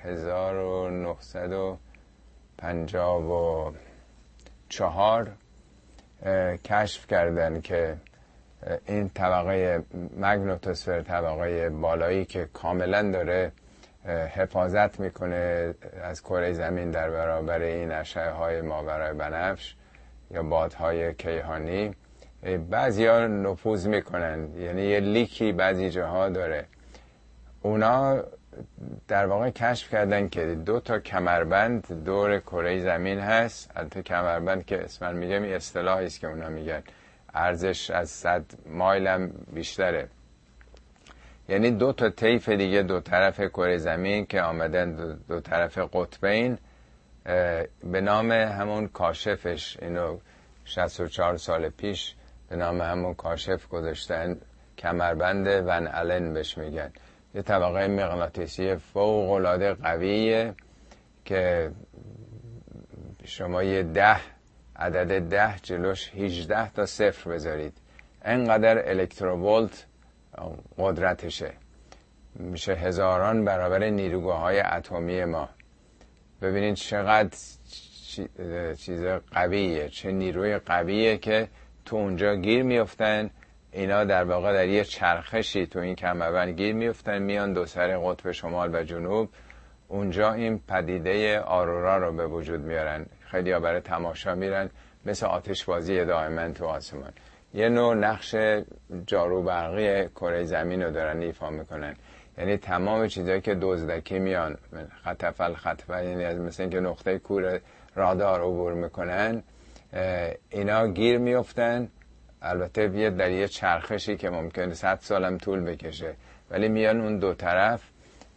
S1: 1954 کشف کردن که این طبقه مگنتوسفر، طبقه بالایی که کاملا داره حفاظت میکنه از کره زمین در برابر این اشعه های ماورای بنفش یا بادهای کیهانی، بعضی ها نفوذ میکنن، یعنی یه لیکی بعضی جاها داره. اونا در واقع کشف کردن که 2 تا کمربند دور کره زمین هست. البته کمربند که اسمن میگم این اصطلاحی است که اونا میگن، ارزش از 100 مایل هم بیشتره. یعنی 2 تا طیف دیگه دو طرف کره زمین که آمدن دو طرف قطبین، به نام همون کاشفش، اینو 64 سال پیش به نام همون کاشف گذاشتن، کمربند ون آلن بهش میگن. یه طبقه مغناطیسی فوق العاده قویه که شما یه عدد 10 جلوش 18 تا صفر بذارید، انقدر الکتروولت قدرتشه، میشه هزاران برابر نیروگاه‌های اتمی ما. ببینید چقدر چیز قویه، چه نیروی قویه که تو اونجا گیر میفتن. اینا در واقع در یه چرخشی تو این کمربند گیر میفتن، میان دو سر قطب شمال و جنوب. اونجا این پدیده آرورا رو به وجود میارن. خیلی ها برای تماشا میرن، مثل آتشبازی دائما تو آسمان. یه نوع نقش جارو برقی کره زمین رو دارن ایفا میکنن. یعنی تمام چیزایی که دزدکی میان، خطف الخطفه، یعنی از مثل اینکه نقطه کور رادار عبور میکنن، اینا گیر میفتن. البته در یه چرخشی که ممکنه 100 سالم طول بکشه، ولی میان اون دو طرف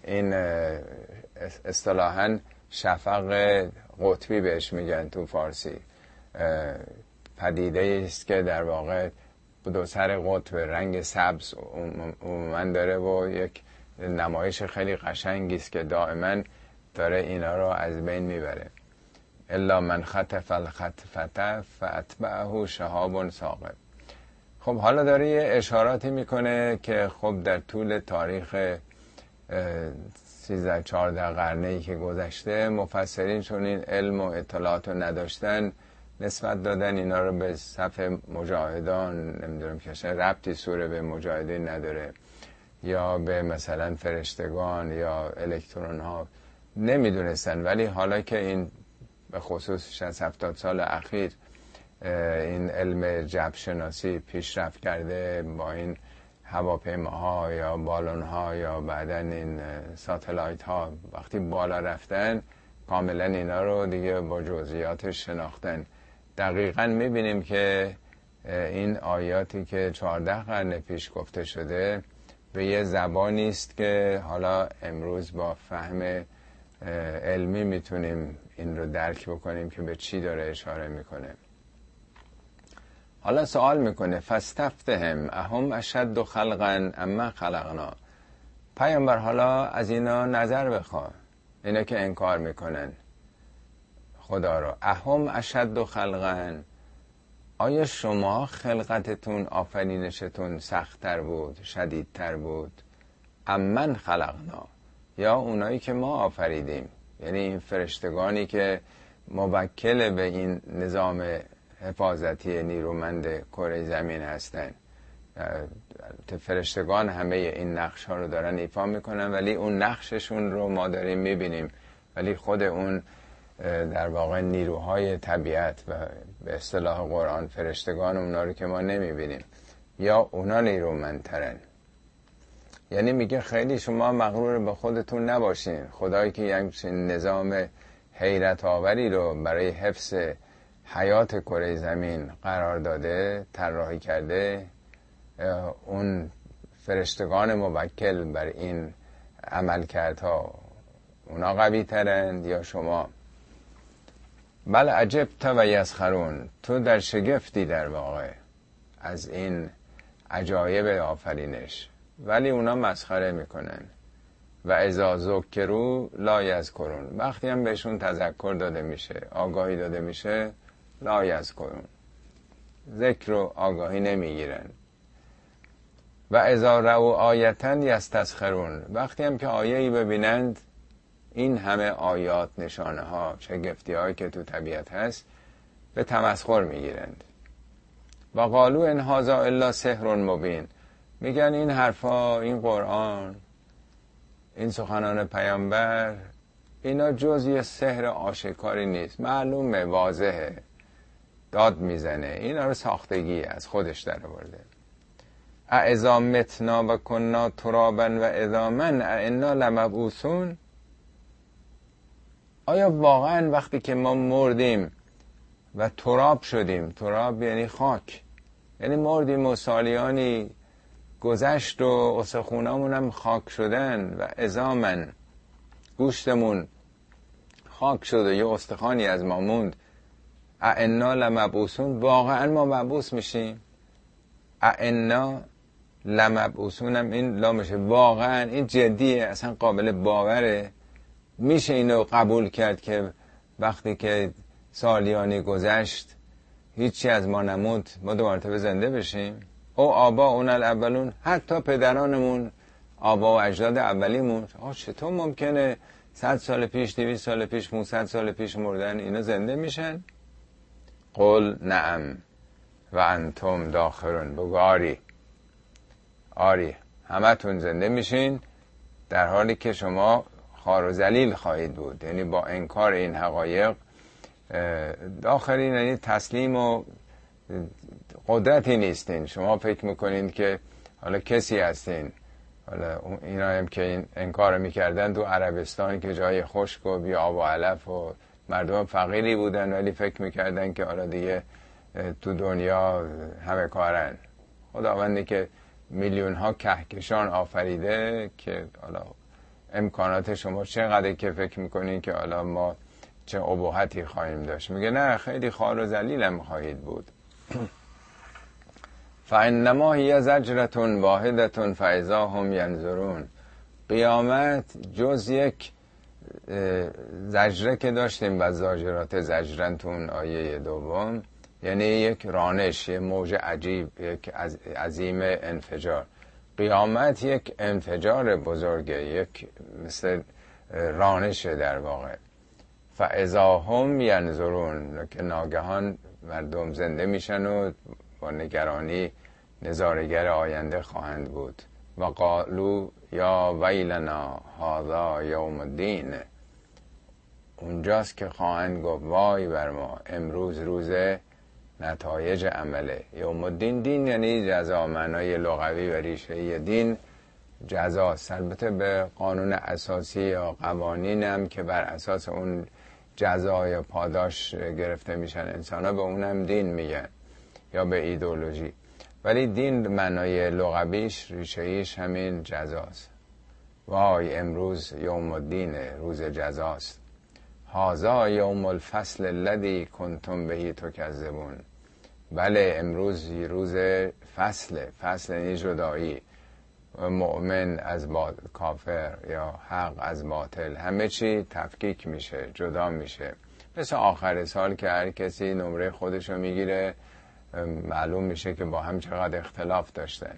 S1: این اصطلاحاً شفق قطبی بهش میگن تو فارسی. پدیده است که در واقع دو سر قطب رنگ سبز عموما داره و یک نمایش خیلی قشنگی است که دائما داره اینا رو از بین میبره. الا من خطف الخطفه فاتبعه شهاب ثاقب. خب حالا داره یه اشاراتی میکنه که خب در طول تاریخ 13-14 قرنه‌ای که گذشته مفسرین چون این علم و اطلاعات رو نداشتن نسبت دادن اینا رو به صف مجاهدان. نمیدونم که ربطی سوره به مجاهدین نداره یا به مثلا فرشتگان یا الکترون ها، نمیدونستن. ولی حالا که این به خصوص 60-70 سال اخیر این علم جو شناسی پیشرفت کرده با این هواپیماها یا بالون ها یا بعدن این ساتلایت ها وقتی بالا رفتن کاملا اینا رو دیگه با جزئیاتش شناختن. دقیقاً میبینیم که این آیاتی که 14 قرن پیش گفته شده به یه زبانی است که حالا امروز با فهم علمی میتونیم این رو درک بکنیم که به چی داره اشاره میکنه. حالا سوال میکنه فاستفتهم اهم اشد خلقا اما خلقنا. پیامبر حالا از اینا نظر بخواه، اینا که انکار میکنن خدا رو. اهم اشد خلقا، آیا شما خلقتتون آفرینشتون سخت‌تر بود، شدیدتر بود؟ امن خلقنا، یا اونایی که ما آفریدیم، یعنی این فرشتگانی که موکل به این نظام حفاظتی نیرومند کره زمین هستن. فرشتگان همه این نقش ها رو دارن ایفا میکنن ولی اون نقششون رو ما داریم میبینیم، ولی خود اون در واقع نیروهای طبیعت و به اصطلاح قرآن فرشتگان اونا رو که ما نمیبینیم، یا اونا نیرومندترن. یعنی میگه خیلی شما مغرور به خودتون نباشین. خدایی که یک نظام حیرت آوری رو برای حفظ حیات کره زمین قرار داده، طراحی کرده، اون فرشتگان موکل بر این عملکردها اونا قوی ترند یا شما؟ بل عجبت و یسخرون، تو در شگفتی در واقع از این عجایب آفرینش، ولی اونا مسخره میکنن. و اذا ذکروا لا یذکرون، وقتی هم بهشون تذکر داده میشه، آگاهی داده میشه، لا یذکرون، ذکر و آگاهی نمیگیرن. و اذا رأوا آیة یستسخرون، وقتی هم که آیه‌ای ببینند، این همه آیات، نشانه ها، شگفتی هایی که تو طبیعت هست، به تمسخر میگیرند. و قالوا ان هذا الا سحر مبین، میگن این حرفا، این قرآن، این سخنان پیامبر، اینا جز یه سحر آشکاری نیست، معلومه، واضحه، داد میزنه، اینا رو ساختگی از خودش در آورده. اذا متنا و کنا ترابا و عظاما انا لمبعوثون، آیا واقعا وقتی که ما مردیم و تراب شدیم، تراب یعنی خاک، یعنی مردیم و سالیانی گذشت و استخونامون هم خاک شدن و عظاما گوشتمون خاک شد و یه استخوانی از ما موند، انا لمبعوثون، واقعا ما مبعوث میشیم؟ انا لمبعوثون هم این لامشه، واقعا این جدیه، اصلا قابل باوره؟ میشه اینو قبول کرد که وقتی که سالیانی گذشت هیچی از ما نموند ما دو مرتبه زنده بشیم؟ او آبا اون الاولون، حتی پدرانمون، آبا و اجداد اولیمون، چطور ممکنه 100 سال پیش، 200 سال پیش، 500 سال پیش مردن، اینا زنده میشن؟ قل نعم و انتم داخرون، بگو آری همه تون زنده میشین در حالی که شما خوار و ذلیل خواهید بود. یعنی با انکار این حقایق داخرین، یعنی تسلیم و قدرتی نیستین. شما فکر میکنین که حالا کسی هستین. حالا اینا هم که این انکار میکردن تو عربستان که جای خشک و بی آب و علف و مردم فقیری بودن، ولی فکر میکردن که حالا دیگه تو دنیا همه کارن. خداوندی که میلیون ها کهکشان آفریده که حالا امکانات شما چقدر که فکر میکنین که حالا ما چه ابهتی خواهیم داشت؟ میگه نه، خیلی خوار و ذلیلم خواهید بود. فانما هی زجرة واحدة فاذا هم ینظرون. قیامت جز یک زجره که داشتیم و زاجرات زجرن تو اون آیه دوم، یعنی یک رانش، یک موج عجیب، یک عظیم انفجار. قیامت یک انفجار بزرگه، یک مثل رانشه در واقع. فاذا هم ینظرون، که ناگهان مردم زنده میشن و با نگرانی نظارگر آینده خواهند بود. و قالوا یا ویلنا هذا یوم الدین. اونجاست که خواهند گفت وای بر ما، امروز روز نتایج عمله. یوم الدین، دین یعنی جزا، معنای لغوی و ریشه دین جزاست. البته به قانون اساسی یا قوانین هم که بر اساس اون جزا یا پاداش گرفته میشن انسان ها، به اونم دین میگن یا به ایدئولوژی. ولی دین معنای لغویش ریشه‌ایش همین جزاست. وای امروز یوم الدین، روز جزاست. هذا یوم الفصل الذی کنتم به تکذبون. بله امروز روز فصل یعنی جدایی، مؤمن از کافر یا حق از باطل، همه چی تفکیک میشه، جدا میشه. مثل آخر سال که هر کسی نمره خودشو میگیره، معلوم میشه که با هم چقدر اختلاف داشتن.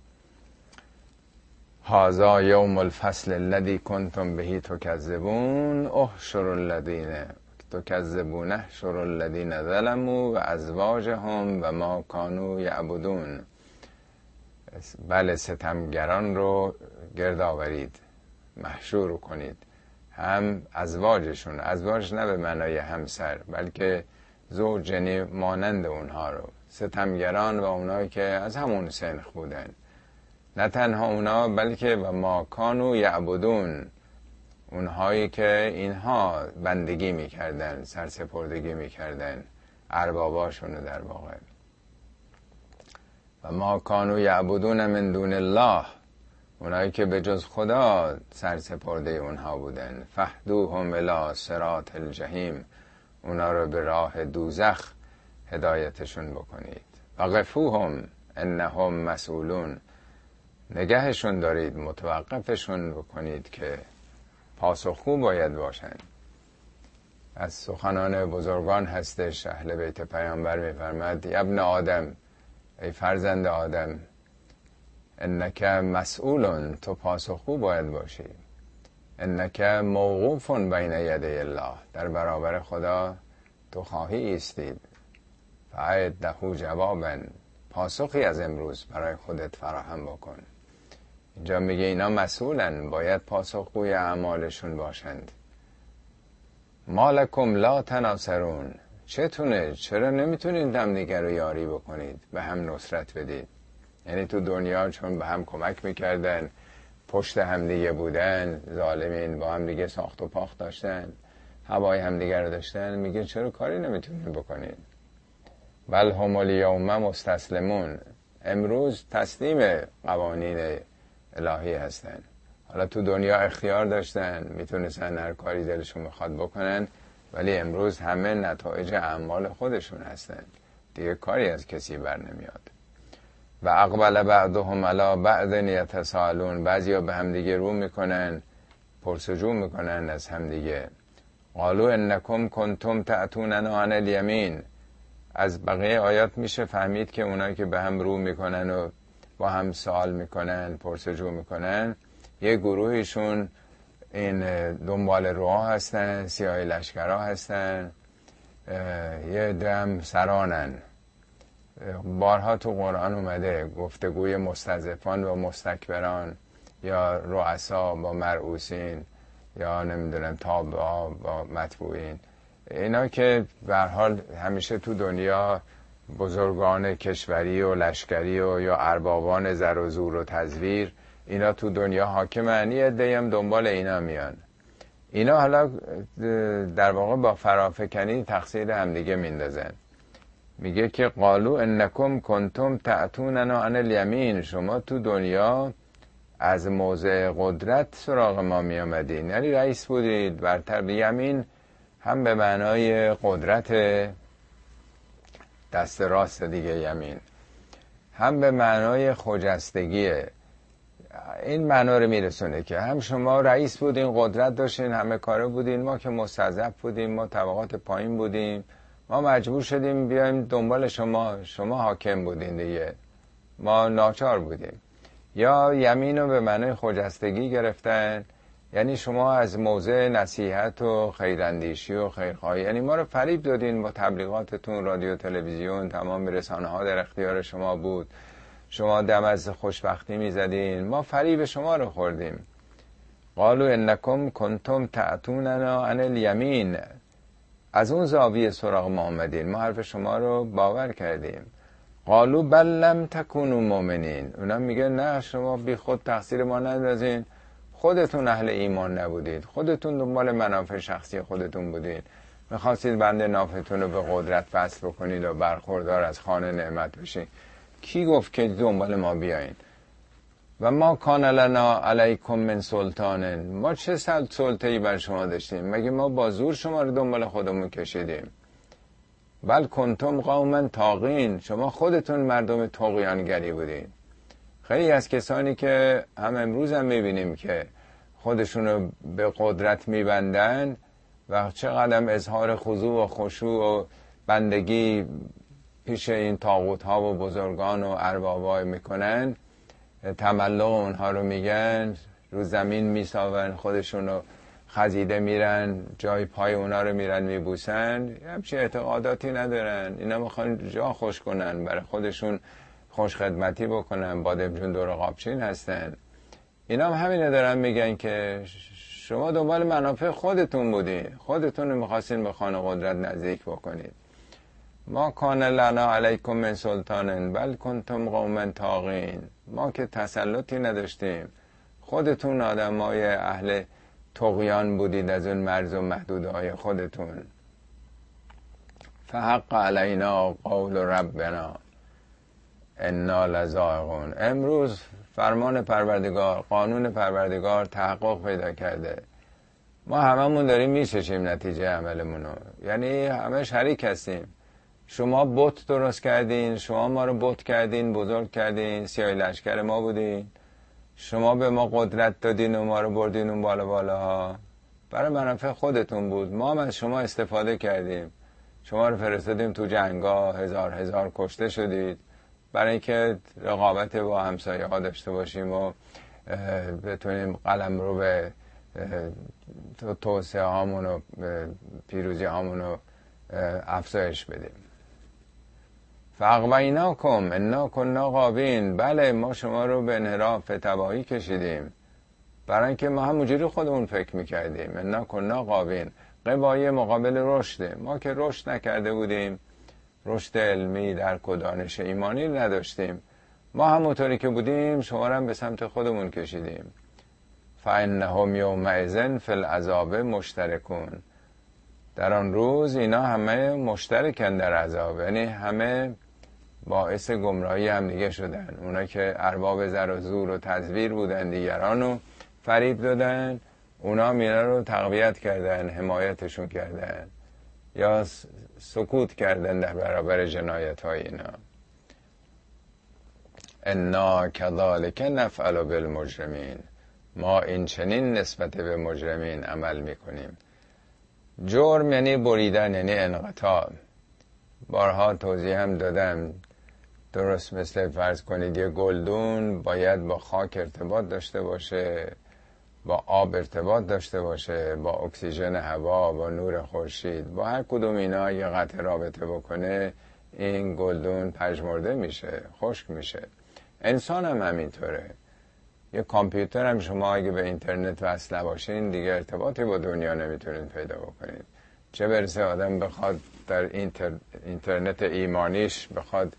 S1: هذا یوم الفصل الذی کنتم به تکذبون احشروا الذین تکذبون احشروا الذین ظلموا و ازواجهم و ما کانوا یعبدون. بله ستمگران رو گرد آورید، محشور کنید، هم ازواجشون، ازواج نه به معنای همسر بلکه زوج، یعنی مانند اونها رو، ستمگران و اونایی که از همون سنخ بودن. نه تنها اونا بلکه و ما کانوا یعبدون، اونهایی که اینها بندگی میکردن، سرسپردگی میکردن، ارباباشونو در واقع. و ما کانوا یعبدون من دون الله، اونایی که به جز خدا سرسپرده اونها بودن. فهدوهم الی صراط الجحیم، اونا رو به راه دوزخ هدایتشون بکنید. وقفوهم انهم مسئولون، نگهشون دارید، متوقفشون بکنید که پاسخگو باید باشن. از سخنان بزرگان هستش، اهل بیت پیامبر میفرماد ابن آدم، ای فرزند آدم، انک مسئولون، تو پاسخگو باید باشی. انک موقوف بین یدی الله، در برابر خدا تو خواهی ایستید. فاعد له جوابا، پاسخی از امروز برای خودت فراهم بکن. اینجا میگه اینا مسئولن، باید پاسخگوی اعمالشون باشند. مالکم لا تناصرون، چتونه، چرا نمیتونید همدیگر رو یاری بکنید، به هم نصرت بدید؟ یعنی تو دنیا چون به هم کمک میکردن، پشت همدیگه بودن، ظالمین با همدیگه ساخت و پاخت داشتن، هوای همدیگه رو داشتن، میگه چرا کاری نمیتونید بکنید؟ بل هم الیوم مستسلمون، امروز تسلیم قوانین الهی هستن. حالا تو دنیا اختیار داشتن، میتونستن هر کاری دلشون میخواد بکنن، ولی امروز همه نتایج اعمال خودشون هستن، دیگه کاری از کسی بر نمیاد. و اقبل بعضهم علی بعض یتساءلون، بعضیا به همدیگه رو میکنن، پرسجو میکنن از همدیگه. قالوا انکم کنتم تأتوننا عن الیمین. از بقیه آیات میشه فهمید که اونایی که به هم رو میکنن و با هم سوال میکنن، پرسجو میکنن، یه گروهیشون این دنبال روها هستن، سیاه لشکرها هستن، یه دم سرانن. بارها تو قرآن اومده گفتگوی مستضعفان و مستکبران، یا رؤسا با مرئوسین، یا نمیدونم تابعا با متبوعین. اینا که به هر حال همیشه تو دنیا بزرگان کشوری و لشکری و یا اربابان زر و زور و تزویر، اینا تو دنیا حاکمن، یه عده‌ای دنبال اینا میان. اینا حالا در واقع با فرافکنی تقصیر همدیگه میندازن. میگه که قالوا انکم کنتم تأتوننا عن الیمین، شما تو دنیا از موضع قدرت سراغ ما می آمدین، یعنی رئیس بودید برتر. یمین هم به معنای قدرت دست راست دیگه یمین، هم به معنای خجستگیه. این معنا رو میرسونه که هم شما رئیس بودین، قدرت داشتین، همه کاره بودین، ما که مستضعف بودیم، ما طبقات پایین بودیم، ما مجبور شدیم بیایم دنبال شما حاکم بودین دیگه، ما ناچار بودیم. یا یمین رو به معنای خجستگی گرفتن، یعنی شما از موضع نصیحت و خیراندیشی و خیرخواهی، یعنی ما رو فریب دادین با تبلیغاتتون، رادیو تلویزیون، تمام رسانه ها در اختیار شما بود، شما دم از خوشبختی میزدین، ما فریب شما رو خوردیم. قالوا انکم کنتم تعتوننا عن الیمین، از اون زاویه سراغ ما آمدین، ما حرف شما رو باور کردیم. قالوا بل لم تکونوا مؤمنین، اونا میگه نه شما بی خود تقصیر ما ندازین، خودتون اهل ایمان نبودید، خودتون دنبال منافع شخصی خودتون بودید، میخواستید بنده نافتون رو به قدرت وصل بکنید و برخوردار از خوان نعمت بشید. کی گفت که دنبال ما بیاین؟ و ما کان لنا علیکم من سلطان، ما چه سلطه‌ای بر شما داشتیم؟ مگه ما با زور شما رو دنبال خودمون کشیدیم؟ بل کنتم قوما طاغین، شما خودتون مردم طغیانگری بودین. خیلی از کسانی که هم امروز هم میبینیم که خودشونو به قدرت میبندن و چقدر اظهار خضوع و خشوع و بندگی پیش این طاغوت ها و بزرگان و اربابای میکنن، تملق اونها رو میگن، رو زمین میساون، خودشونو خزیده میرن، جای پای اونا رو میرن میبوسن، همچین اعتقاداتی ندارن. اینا میخوان جا خوش کنن، برای خودشون خوش خدمتی بکنن، بادم جون دور قابچین هستن. اینا هم همینه دارن میگن که شما دنبال منافع خودتون بودین، خودتون رو میخواستین به خانه قدرت نزدیک بکنید. ما کان لنا علیکم من سلطان بل کنتم قوما طاغین، ما که تسلطی نداشتیم، خودتون آدمای اهل طغیان بودید از اون مرز و محدودهای خودتون. فحق علینا قول ربنا انا لذائقون، امروز فرمان پروردگار، قانون پروردگار تحقق پیدا کرده، ما هممون داریم میچشیم نتیجه عملمونو، یعنی همه شریک هستیم. شما بت درست کردین، شما ما رو بت کردین، بزرگ کردین، سیاه لشکر ما بودین، شما به ما قدرت دادین و ما رو بردین اون بالاها، برای منافع خودتون بود. ما هم از شما استفاده کردیم، شما رو فرستادیم تو جنگا، هزار کشته شدید، برای اینکه رقابت با همسایه ها داشته باشیم و بتونیم قلم رو به توسعه هامون و پیروزی هامون رو افزایش بدیم. فاغویناکم انا کنا غاوین، بله ما شما رو به انحراف تباهی کشیدیم، برای اینکه ما همونجوری خودمون فکر میکردیم. انا کنا غاوین، غوایه مقابل رشده، ما که رشد نکرده بودیم، رشد علمی درک و دانش ایمانی نداشتیم، ما همونطوری که بودیم شما رو هم به سمت خودمون کشیدیم. فانهم یومئذ فی العذاب مشترکون، در آن روز اینا همه مشترکن در عذاب، یعنی همه باعث گمراهی هم دیگه شدن. اونا که ارباب زر و زور و تزویر بودن، دیگرانو فریب دادن، اونا اینا رو تقویت کردن، حمایتشون کردن یا سکوت کردن در برابر جنایت های اینا. انا کذالک نفعل بالمجرمین، ما این چنین نسبت به مجرمین عمل میکنیم. جرم یعنی بریدن، یعنی انقطاع. بارها توضیح هم دادم، درست مثل فرض کنید یه گلدون باید با خاک ارتباط داشته باشه، با آب ارتباط داشته باشه، با اکسیژن هوا، با نور خورشید، با هر کدوم اینا یه قطع رابطه بکنه، این گلدون پژمرده میشه، خشک میشه. انسان هم همینطوره. یه کامپیوتر هم شما اگه به اینترنت وصل نباشین دیگه ارتباطی با دنیا نمیتونید پیدا بکنید، چه برسه آدم بخواد در اینترنت ایمانیش بخواد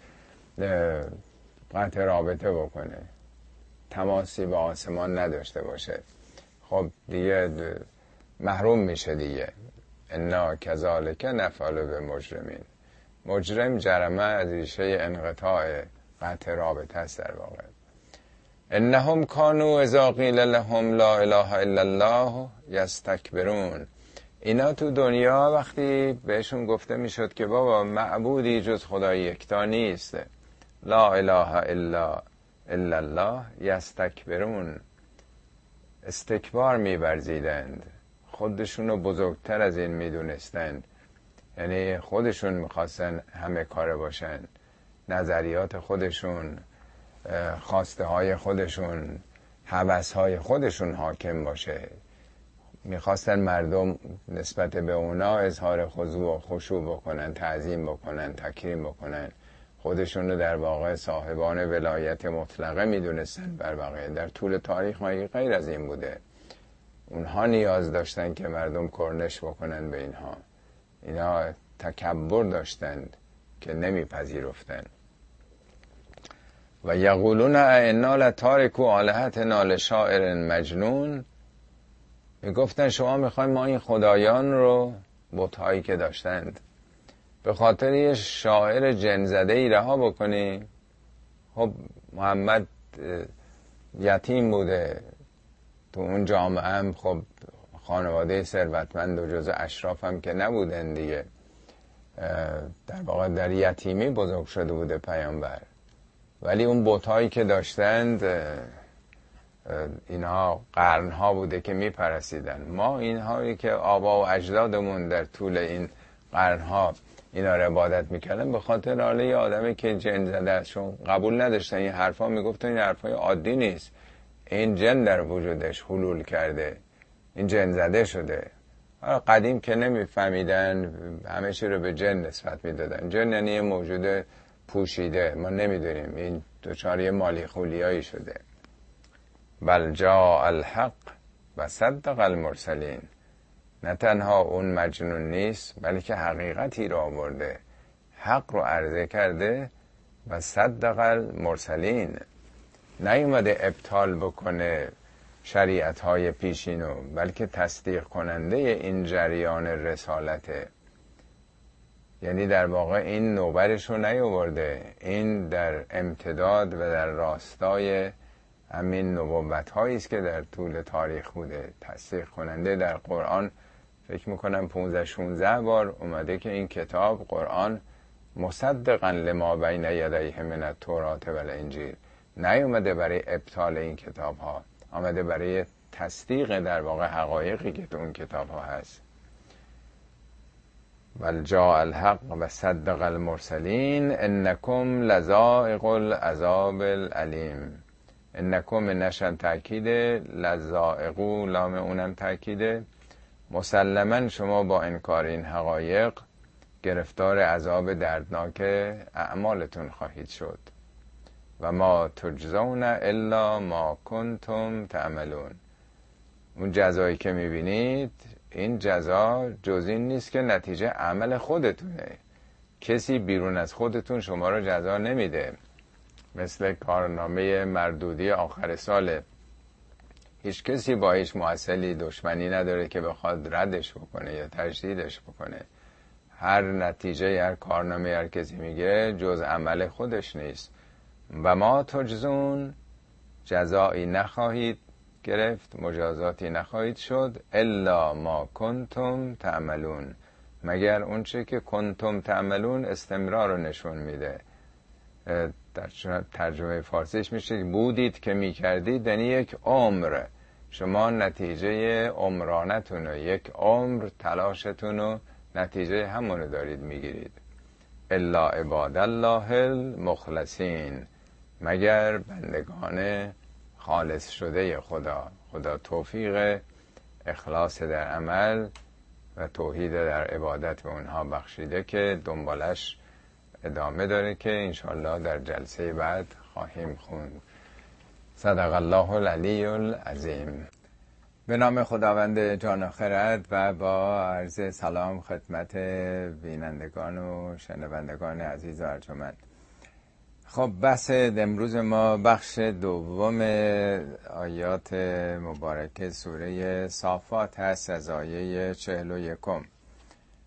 S1: قطع رابطه بکنه، تماسی با آسمان نداشته باشه، خب دیگه محروم میشه دیگه. انا کذالک نفعل بالمجرمین، مجرم جرمه از ریشه انقطاع قطع رابطه است در واقع. انهم کانوا اذا قیل لهم لا اله الا الله یستکبرون. اینا تو دنیا وقتی بهشون گفته میشد که بابا معبودی جز خدای یکتا نیست، لا اله الا الله یستکبرون، استکبار می‌ورزیدند، خودشونو بزرگتر از این میدونستند، یعنی خودشون میخواستن همه کاره باشن، نظریات خودشون، خواسته های خودشون، هوس های خودشون حاکم باشه، میخواستن مردم نسبت به اونا اظهار خضوع و خشوع بکنن، تعظیم بکنن، تکریم بکنن، خودشون رو در واقع صاحبان ولایت مطلقه میدونستن بر بقیه. در طول تاریخ مگه غیر از این بوده؟ اونها نیاز داشتن که مردم کرنش بکنن به اینها، اینا تکبر داشتند که نمیپذیرفتن. و یقولون ائنا لتارکو آلهتنا لشاعر مجنون، میگفتن شما میخواین ما این خدایان رو، بت‌هایی که داشتند، به خاطر یه شاعر جن زده ای رها بکنی؟ خب محمد یتیم بوده، تو اون جامعه هم خب خانواده ثروتمند و جز اشراف هم که نبودن دیگه، در واقع در یتیمی بزرگ شده بوده پیامبر، ولی اون بت‌هایی که داشتند اینها قرنها بوده که میپرسیدن. ما اینهایی که آبا و اجدادمون در طول این قرنها اینا رو عبادت میکردن، به خاطر حالا یه آدمی که جن زده است، چون قبول نداشتن این حرفا، میگفتن این حرفای عادی نیست، این جن در وجودش حلول کرده، این جن زده شده. قدیم که نمیفهمیدن، همه چی رو به جن نسبت میدادن. جن یعنی یه موجود پوشیده، ما نمیدونیم، این دوچار یه مالی خولیایی شده. بل جاء الحق و صدق المرسلین، نه تنها اون مجنون نیست بلکه حقیقتی رو آورده، حق رو عرضه کرده، و صدق المرسلین، نیومده ابطال بکنه شریعت های پیشینو، بلکه تصدیق کننده این جریان رسالته. یعنی در واقع این نوبرش رو نیاورده، این در امتداد و در راستای همین نبوت هایی است که در طول تاریخ بوده. تصدیق کننده در قرآن فکر میکنم 15-16 بار اومده که این کتاب قرآن مصدقا لما بین یدیه من التوراة و الانجیل، نیومده برای ابطال این کتاب ها، آمده برای تصدیق در واقع حقایقی که تو اون کتاب ها هست. بل جاء الحق و صدق المرسلین انکم لذائق العذاب العلیم. انکم نشن تأکیده، لذائقو لام اونم تأکیده، مسلما شما با انکار این حقایق گرفتار عذاب دردناک اعمالتون خواهید شد. و ما تجزون الا ما کنتم تعملون. اون جزایی که میبینید، این جزا جز این نیست که نتیجه عمل خودتونه. کسی بیرون از خودتون شما رو جزا نمیده. مثل کارنامه مردودی آخر ساله، هیچ کسی با هیچ محصلی دشمنی نداره که بخواد ردش بکنه یا تجدیدش بکنه. هر نتیجه، هر کارنامه هر کسی میگه جز عمل خودش نیست. و ما تجزون، جزایی نخواهید گرفت، مجازاتی نخواهید شد، الا ما کنتم تعملون، مگر اون چه که کنتم تعملون استمرار رو نشون میده. در ترجمه فارسیش میشه بودید که میکردید، یعنی یک عمر شما نتیجه عمرانتون رو، یک عمر تلاشتون رو، نتیجه همونو دارید میگیرید. الا عباد الله المخلصین، مگر بندگان خالص شده خدا توفیق اخلاص در عمل و توحید در عبادت به اونها بخشیده که دنبالش ادامه داره که انشالله در جلسه بعد خواهیم خوند. صدق الله العلی العظیم. به نام خداوند جان و خرد و با عرض سلام خدمت بینندگان و شنوندگان عزیز و ارجمند. خب بحث امروز ما بخش دوم آیات مبارکه سوره صافات هست از آیه 41.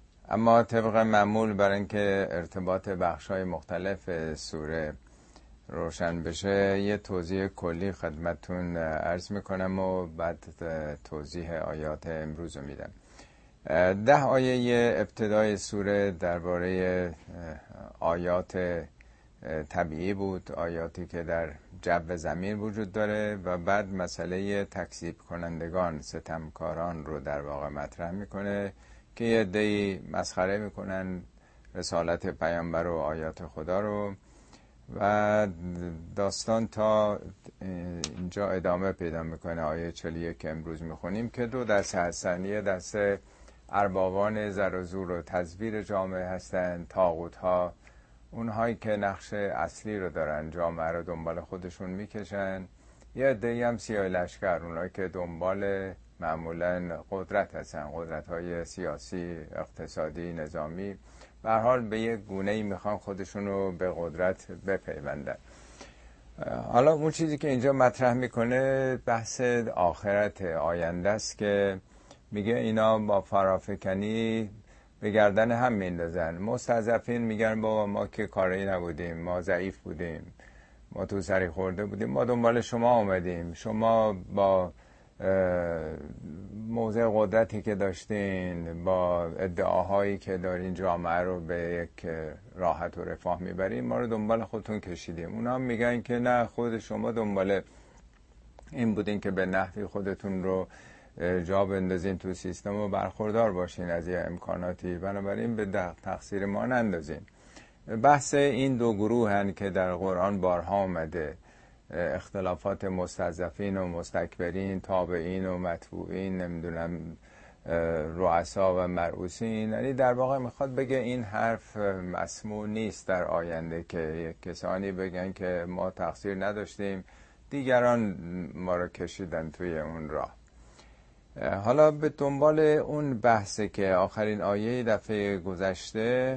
S1: اما طبق معمول برای اینکه ارتباط بخش‌های مختلف سوره روشن بشه یه توضیح کلی خدمتتون عرض میکنم و بعد توضیح آیات امروز رو میدم. 10 آیه ابتدای سوره درباره آیات طبیعی بود، آیاتی که در جو زمین وجود داره، و بعد مسئله تکذیب کنندگان، ستمکاران رو در واقع مطرح میکنه که یه عده‌ای مسخره میکنن رسالت پیامبر و آیات خدا رو، و داستان تا اینجا ادامه پیدا میکنه. آیه 41 که امروز میخونیم که 2 دسته هستن. یه دسته اربابان زر و زور و تزویر جامعه هستن، طاغوت ها، اونهایی که نقش اصلی رو دارن، جامعه رو دنبال خودشون میکشن. یه عده‌ای هم سیاه لشکر، اونهایی که دنبال معمولا قدرت هستن، قدرت های سیاسی، اقتصادی، نظامی، به هر حال به یک گونه‌ای میخوان خودشون رو به قدرت بپیوندن. حالا اون چیزی که اینجا مطرح میکنه بحث آخرت آینده است که میگه اینا با فرافکنی به گردن هم میندازن. مستضعفین میگن بابا ما که کاری نبودیم، ما ضعیف بودیم، ما تو سری خورده بودیم، ما دنبال شما اومدیم، شما با موضع قدرتی که داشتین، با ادعاهایی که دارین جامعه رو به یک راحت و رفاه میبرین، ما رو دنبال خودتون کشیدیم. اونا هم میگن که نه، خود شما دنبال این بودین که به نحوی خودتون رو جا بندازین تو سیستم و برخوردار باشین از یه امکاناتی، بنابراین به تقصیر ما نندازین. بحث این 2 گروه هن که در قرآن بارها اومده، اختلافات مستضعفین و مستکبرین، تابعین و متبوعین، نمیدونم رؤسا و مرؤوسین. یعنی در واقع میخواد بگه این حرف مسموع نیست در آینده که یک کسانی بگن که ما تقصیر نداشتیم، دیگران ما رو کشیدن توی اون راه. حالا به دنبال اون بحثه که آخرین آیه دفعه گذشته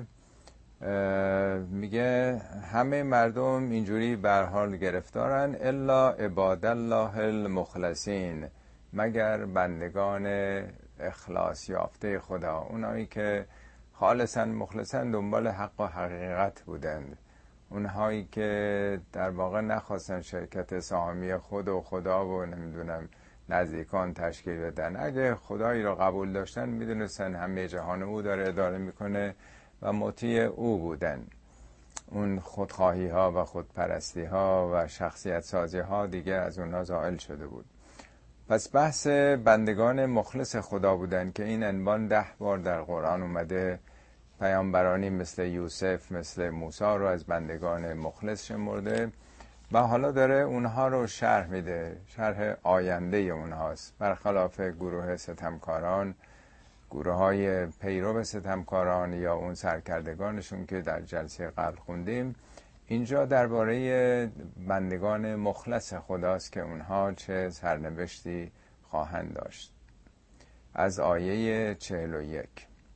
S1: میگه همه مردم اینجوری به هر حال گرفتارن الا عباد الله المخلصین، مگر بندگان اخلاص یافته خدا، اونایی که خالصا مخلصا دنبال حق و حقیقت بودند، اونهایی که در واقع نخواستن شرکت سهامی خود و خدا و نمیدونم نزدیکان تشکیل بدن. اگه خدایی را قبول داشتن میدونستن همه جهان او داره اداره میکنه و مطیع او بودن. اون خودخواهی ها و خودپرستی ها و شخصیت سازی ها دیگه از اونها زائل شده بود. پس بحث بندگان مخلص خدا بودن که این عنوان 10 بار در قرآن اومده. پیامبرانی مثل یوسف، مثل موسی رو از بندگان مخلص شمرده و حالا داره اونها رو شرح میده. شرح آینده اونهاست، برخلاف گروه ستمکاران، گروه های پیرو ستمکاران یا اون سرکردگانشون که در جلسه قبل خوندیم. اینجا درباره بندگان مخلص خداست که اونها چه سرنوشتی خواهند داشت. از آیه 41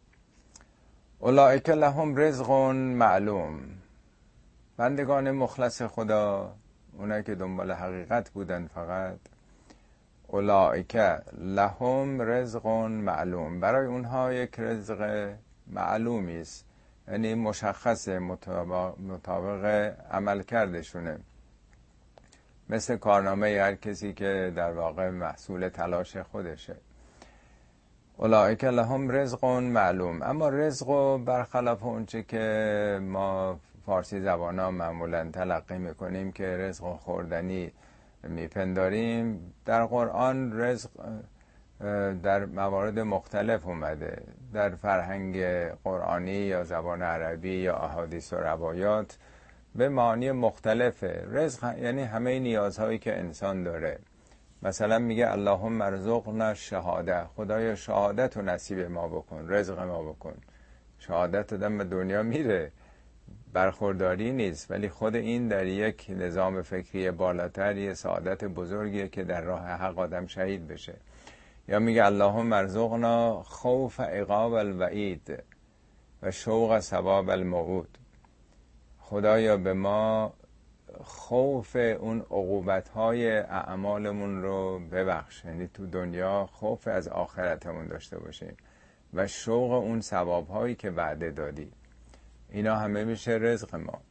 S1: اولئک لهم رزق معلوم، بندگان مخلص خدا، اونایی که دنبال حقیقت بودن فقط، اولئک لهم رزق معلوم، برای اونها یک رزق معلومی است، یعنی مشخص، مطابق عمل کردشونه، مثل کارنامه هر کسی که در واقع محصول تلاش خودشه. اولئک لهم رزق معلوم. اما رزق برخلاف اونچه که ما فارسی زبانا معمولا تلقی میکنیم که رزق خوردنی میپنداریم، در قرآن رزق در موارد مختلف اومده. در فرهنگ قرآنی یا زبان عربی یا احادیث و روایات به معانی مختلفه. رزق یعنی همه نیازهایی که انسان داره. مثلا میگه اللهم ارزقنا الشهاده، خدایا شهادت رو نصیب ما بکن، رزق ما بکن. شهادت آدم به دنیا میره، برخورداری نیست، ولی خود این در یک نظام فکری بالاتر یه سعادت بزرگیه که در راه حق آدم شهید بشه. یا میگه اللهم ارزقنا خوف عقاب الوعید و شوق ثواب الموعود، خدایا به ما خوف اون عقوبت‌های اعمالمون رو ببخش، یعنی تو دنیا خوف از آخرتمون داشته باشیم و شوق اون ثواب‌هایی که وعده دادی. اینا همه میشه رزق ما.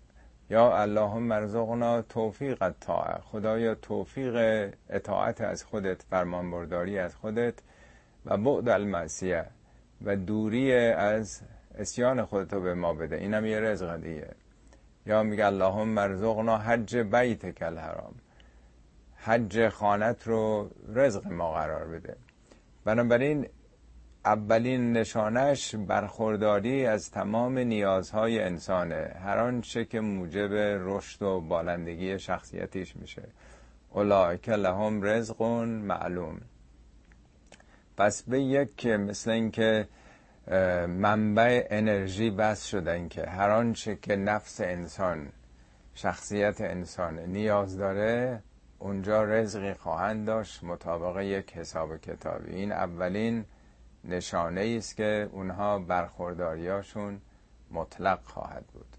S1: یا اللهم ارزقنا توفیق الطاعه، خدایا توفیق اطاعت از خودت، فرمانبرداری از خودت، و بعد المعصیه، و دوری از عصیان خودتو به ما بده. اینم یه رزق دیگه. یا میگه اللهم ارزقنا حج بیتک الحرام، حج خانت رو رزق ما قرار بده. بنابراین اولین نشانش برخورداری از تمام نیازهای انسانه، هر آنچه که موجب رشد و بالندگی شخصیتیش میشه. اولئک لهم رزق معلوم. پس به یک مثل این که منبع انرژی بس شدن که هر آنچه که نفس انسان، شخصیت انسان نیاز داره، اونجا رزقی خواهند داشت مطابق یک حساب کتابی. این اولین نشانه است که اونها برخورداریاشون مطلق خواهد بود.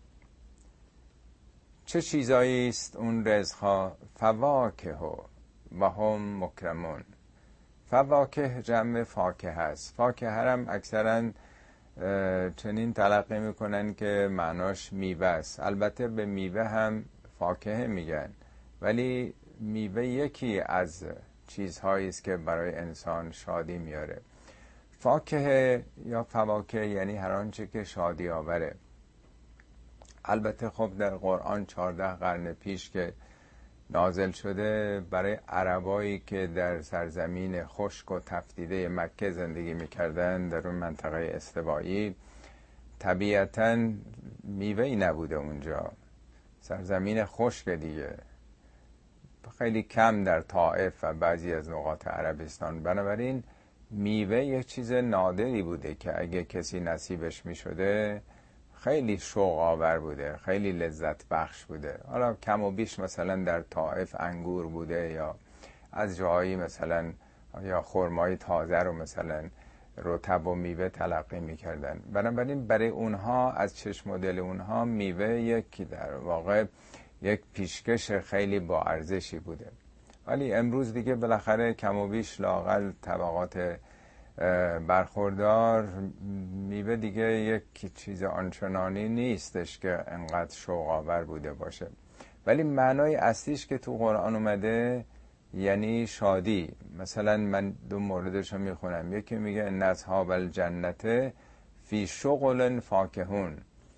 S1: چه چیزایی است اون رزقها؟ فواکه و هم مکرمون. فواکه جمع فاکه هست. فاکه هم اکثرا چنین تلقی میکنن که معناش میوه است. البته به میوه هم فاکه میگن، ولی میوه یکی از چیزهایی است که برای انسان شادی میاره. فاکه یا فواکه یعنی هر آنچه که شادی آوره. البته خب در قرآن 14 قرن پیش که نازل شده، برای عربایی که در سرزمین خشک و تفتیده مکه زندگی میکردن، در اون منطقه استوایی، طبیعتاً میوه‌ای نبوده اونجا، سرزمین خشک دیگه، خیلی کم در طائف و بعضی از نقاط عربستان. بنابراین میوه یک چیز نادری بوده که اگه کسی نصیبش میشده خیلی شوق آور بوده، خیلی لذت بخش بوده. حالا کم و بیش مثلا در طائف انگور بوده، یا از جایی مثلا یا خرمای تازه رو مثلا رطب و میوه تلقی میکردن. بنابراین برای اونها از چشم و دل اونها میوه یک در واقع یک پیشکش خیلی با ارزشی بوده. ولی امروز دیگه بالاخره کم و بیش لااقل طبقات برخوردار میوه دیگه یک چیز آنچنانی نیستش که انقدر شوق آور بوده باشه. ولی معنای اصلیش که تو قرآن اومده یعنی شادی. مثلا من دو موردش رو میخونم. یکی میگه ان اصحاب الجنت فی شغل فاکهون،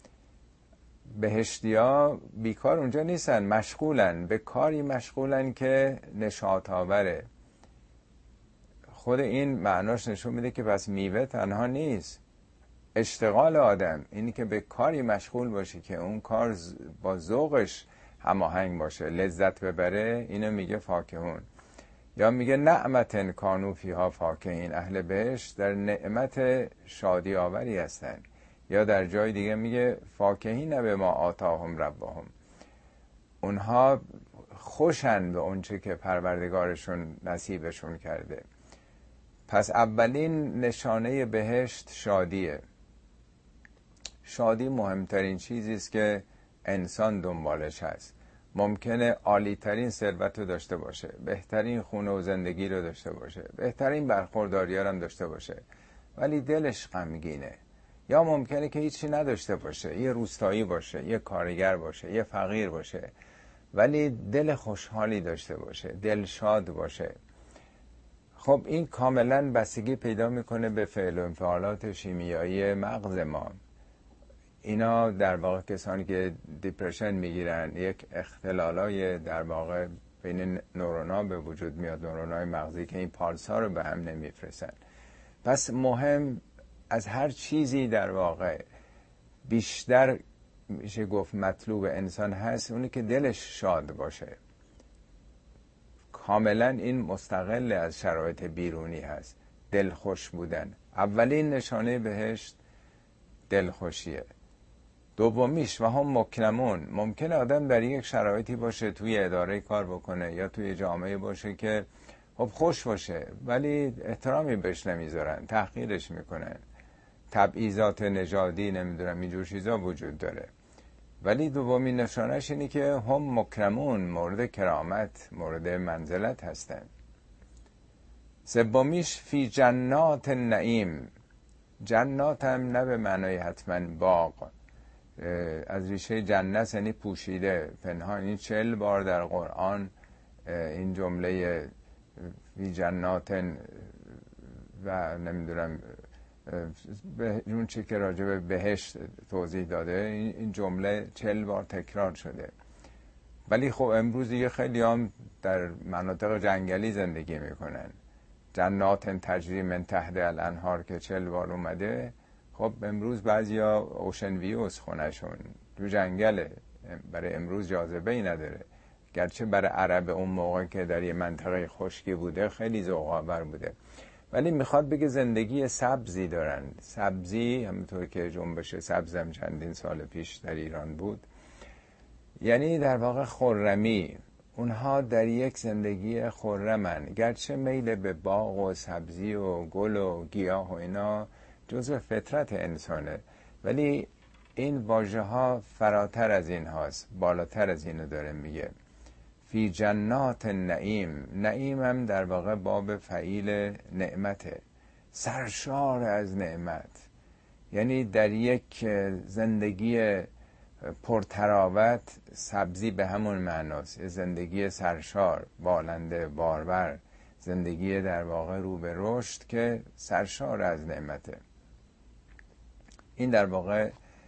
S1: بهشتیا بیکار اونجا نیستن، مشغولن، به کاری مشغولن که نشاط آوره. خود این معناش نشون میده که پس میوه تنها نیست، اشتغال آدم، اینی که به کاری مشغول باشه که اون کار با ذوقش هماهنگ باشه، لذت ببره، اینو میگه فاکهون. یا میگه نعمت کانوا فیها فاکهین، اهل بهشت در نعمت شادی آوری هستن. یا در جای دیگه میگه فاکهین به ما آتاهم ربهم، اونها خوشن به اونچه که پروردگارشون نصیبشون کرده. پس اولین نشانه بهشت شادیه. شادی مهمترین چیزی است که انسان دنبالش هست. ممکنه عالی ترین ثروت رو داشته باشه، بهترین خونه و زندگی رو داشته باشه، بهترین برخورداری هم داشته باشه، ولی دلش غمگینه. یا ممکنه که هیچی نداشته باشه، یه روستایی باشه، یه کارگر باشه، یه فقیر باشه، ولی دل خوشحالی داشته باشه، دل شاد باشه. خب این کاملا بستگی پیدا میکنه به فعل و انفعالات شیمیایی مغز ما. اینا در واقع کسانی که دیپرشن میگیرن، یک اختلالای در واقع بین نورونا به وجود میاد، نورونای مغزی که این پالسا رو به هم نمیفرستن. پس مهم از هر چیزی در واقع بیشتر میشه گفت مطلوب انسان هست اونی که دلش شاد باشه. کاملا این مستقل از شرایط بیرونی هست، دلخوش بودن. اولین نشانه بهشت دلخوشیه. دومیش و هم مکرمون، ممکنه آدم در یک شرایطی باشه، توی اداره کار بکنه یا توی جامعه باشه که خب خوش باشه، ولی احترامی بهش نمیذارن، تحقیرش میکنن، تبعیضات نژادی نمیدونم اینجور چیزا وجود داره. ولی دومین نشانش اینه که هم مکرمون، مورد کرامت، مورد منزلت هستن. سومیش فی جنات النعیم. جنات هم نه به معنای حتما باغ، از ریشه جنت یعنی پوشیده پنهان. این 40 بار در قرآن این جمله فی جنات و نمیدونم اون چی که راجع به بهشت توضیح داده، این جمله 40 بار تکرار شده. ولی خب امروز دیگه خیلی هم در مناطق جنگلی زندگی میکنن. جنات تجری من تحت الانهار که 40 بار اومده، خب امروز بعضیا اوشن ویوز خونهشون تو جنگله، برای امروز جاذبه ای نداره. گرچه برای عرب اون موقع که در یه منطقه خشکی بوده خیلی ذوق آور بوده، ولی میخواد بگه زندگی سبزی دارن. سبزی همونطور که جنبش سبزم چندین سال پیش در ایران بود، یعنی در واقع خرمی. اونها در یک زندگی خرمن، گرچه میل به باغ و سبزی و گل و گیاه و اینا جزء فطرت انسانه، ولی این واژه ها فراتر از این هاست، بالاتر از اینو داره میگه. فی جنات نعیم. نعیم هم در واقع باب فعیل نعمته، سرشار از نعمت. یعنی در یک زندگی پرتراوت، سبزی به همون معناست، زندگی سرشار، بالنده، بارور، زندگی در واقع رو به رشد که سرشار از نعمته. این در واقع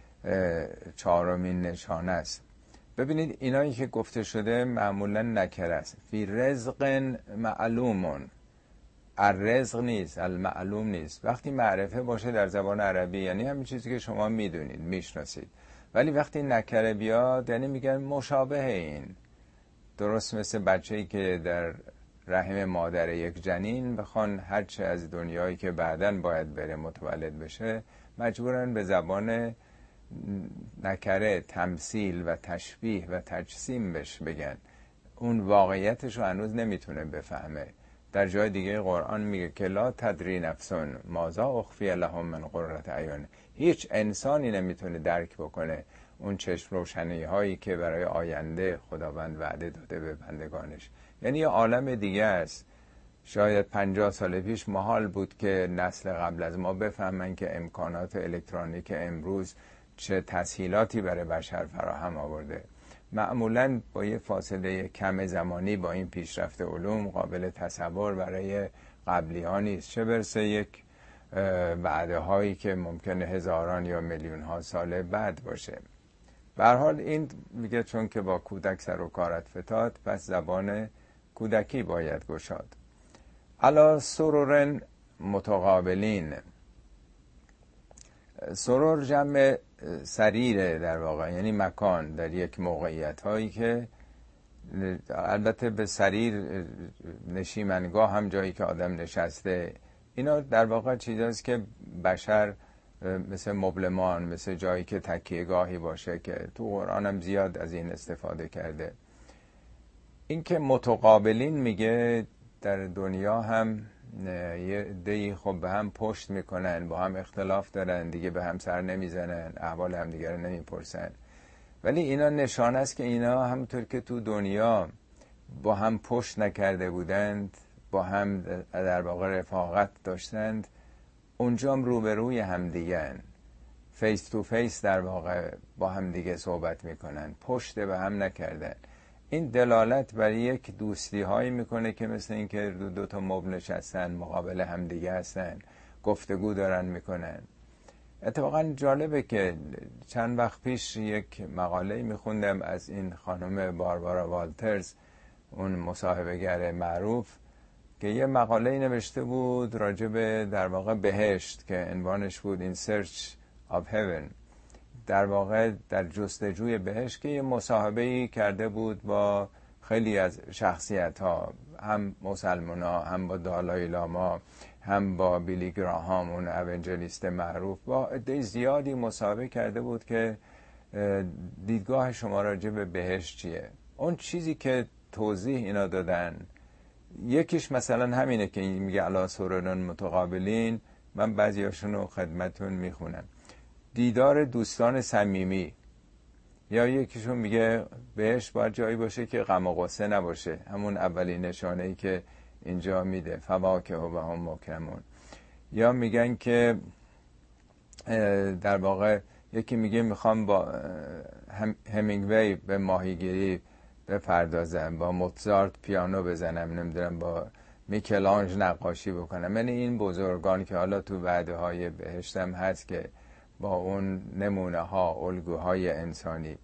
S1: 4مین نشانه است. ببینید اینایی که گفته شده معمولا نکره است. فی رزق معلومون، الرزق نیست، المعلوم نیست. وقتی معرفه باشه در زبان عربی یعنی همین چیزی که شما میدونید، میشناسید، ولی وقتی نکره بیاد یعنی میگن مشابه این. درست مثل بچه‌ای که در رحم مادر یک جنین بخوان هرچه از دنیایی که بعداً باید بره متولد بشه، مجبورن به زبان نکره تمثیل و تشبیه و تجسیم بهش بگن. اون واقعیتش رو هنوز نمیتونه بفهمه. در جای دیگه قرآن میگه که لا تدری نفسون ماذا اخفی لهم من قرة اعین. هیچ انسانی نمیتونه درک بکنه اون چشم روشنی هایی که برای آینده خداوند وعده داده به بندگانش. یعنی یه عالم دیگه است. شاید 50 سال پیش محال بود که نسل قبل از ما بفهمن که امکانات الکترونیک امروز چه تسهیلاتی برای بشر فراهم آورده. معمولاً با یه فاصله کم زمانی با این پیشرفت علوم قابل تصور برای قبلی ها نیست، چه برسه یک وعده هایی که ممکنه هزاران یا میلیون ها سال بعد باشه. به هر حال این میگه چون که با کودک سر و کارت فتاد، پس زبان کودکی باید گشاد. علی سرر متقابلین. سرور جمع سریره در واقع، یعنی مکان در یک موقعیت هایی که البته به سریر نشیمنگاه هم جایی که آدم نشسته، اینا در واقع چیزاست که بشر مثل مبلمان، مثل جایی که تکیهگاهی باشه که تو قرآن هم زیاد از این استفاده کرده. این که متقابلین میگه در دنیا هم یه دی خب به هم پشت میکنن، با هم اختلاف دارن دیگه، به هم سر نمیزنن، احوال هم دیگر نمیپرسن، ولی اینا نشانه است که اینا همونطور که تو دنیا با هم پشت نکرده بودند، با هم در واقع رفاقت داشتند، اونجا هم روبروی هم دیگن، فیس تو فیس در واقع با هم دیگه صحبت میکنن، پشت به هم نکردن. این دلالت بر یک دوستی هایی میکنه که مثل این که دو تا مبل نشستن مقابل هم دیگه هستن، گفتگو دارن میکنن. اتفاقا جالبه که چند وقت پیش یک مقاله میخوندم از این خانم باربارا والترز، اون مصاحبه‌گر معروف، که یه مقاله نوشته بود راجع به در واقع بهشت که عنوانش بود In Search of Heaven، در واقع در جستجوی بهشت، که یه مصاحبه‌ای کرده بود با خیلی از شخصیت‌ها، هم مسلمان‌ها، هم با دالای لاما، هم با بیلی گراهام اون اونجلیست معروف، با عده زیادی مصاحبه کرده بود که دیدگاه شما راجع به بهشت چیه. اون چیزی که توضیح اینا دادن، یکیش مثلا همینه که میگه علی سرر متقابلین. من بعضیاشون رو خدمتون میخونم. دیدار دوستان صمیمی. یا یکیشون میگه بهشت باید جایی باشه که غم و غصه نباشه، همون اولین نشانه‌ای که اینجا میده، فواکه و هم مکرمون. یا میگن که در واقع یکی میگه میخوام با همینگوی به ماهیگیری بپردازم، با موزارت پیانو بزنم، نمیدونم با میکلانج نقاشی بکنم. یعنی این بزرگان که حالا تو وعده های بهشتم هست که با اون نمونه ها، الگوهای انسانی،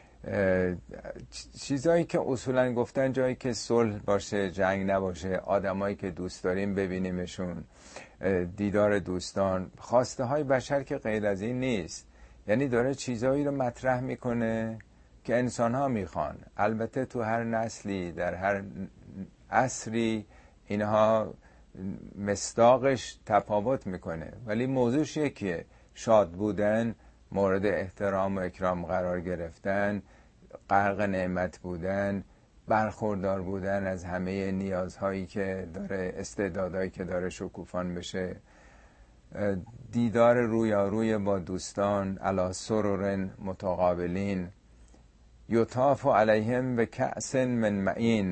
S1: چیزایی که اصولا گفتن جایی که صلح باشه، جنگ نباشه، آدمایی که دوست داریم ببینیمشون، دیدار دوستان، خواسته های بشر که غیر از این نیست. یعنی داره چیزایی رو مطرح میکنه که انسان ها میخوان. البته تو هر نسلی، در هر عصری اینها مصداقش تفاوت میکنه، ولی موضوعش یکیه: شاد بودن، مورد احترام و اکرام قرار گرفتن، غرق نعمت بودن، برخوردار بودن از همه نیازهایی که داره، استعدادهایی که داره شکوفان بشه، دیدار رویاروی با دوستان، علی سرر متقابلین، یطاف علیهم به کأس من معین.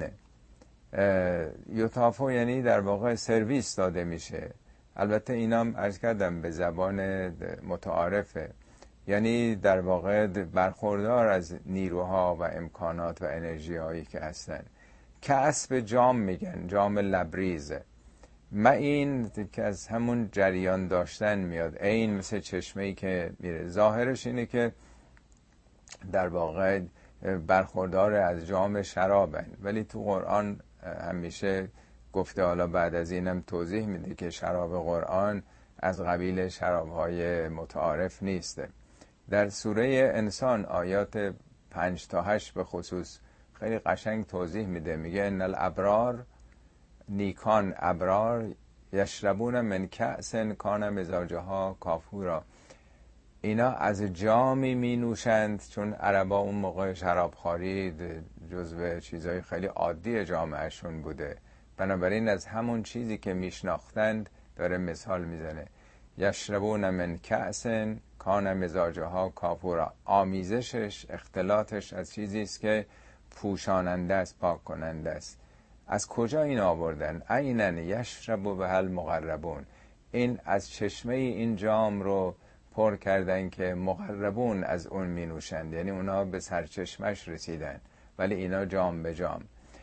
S1: یطاف یعنی در واقع سرویس داده میشه. البته اینام عرض کردم به زبان متعارفه، یعنی در واقع برخوردار از نیروها و امکانات و انرژی هایی که هستن. کأس به جام میگن، جام لبریز. معین که از همون جریان داشتن میاد. عین مثل چشمه‌ای که میره. ظاهرش اینه که در واقع برخوردار از جام شرابن، ولی تو قرآن همیشه گفته، حالا بعد از اینم توضیح میده که شراب قرآن از قبیل شرابهای متعارف نیسته. در سوره انسان آیات 5 تا 8 به خصوص خیلی قشنگ توضیح میده. میگه ان الابرار، نیکان ابرار، یشربون من کأس کان مزاجها کافورا. اینا از جامی می نوشند، چون عربا اون موقع شرابخواری جزو چیزای خیلی عادی جامعهشون بوده، بنابراین از همون چیزی که میشناختند داره مثال میزنه. یشربون من کأس کان مزاجها کافورا. آمیزشش، اختلاطش از چیزی است که پوشاننده است، پاک کننده است. از کجا این آوردن؟ عینن یشرب بها المقربون. این از چشمه این جام رو پر کردن که مقربون از اون می نوشند، یعنی اونا به سرچشمش رسیدن، ولی اینا جام به جام.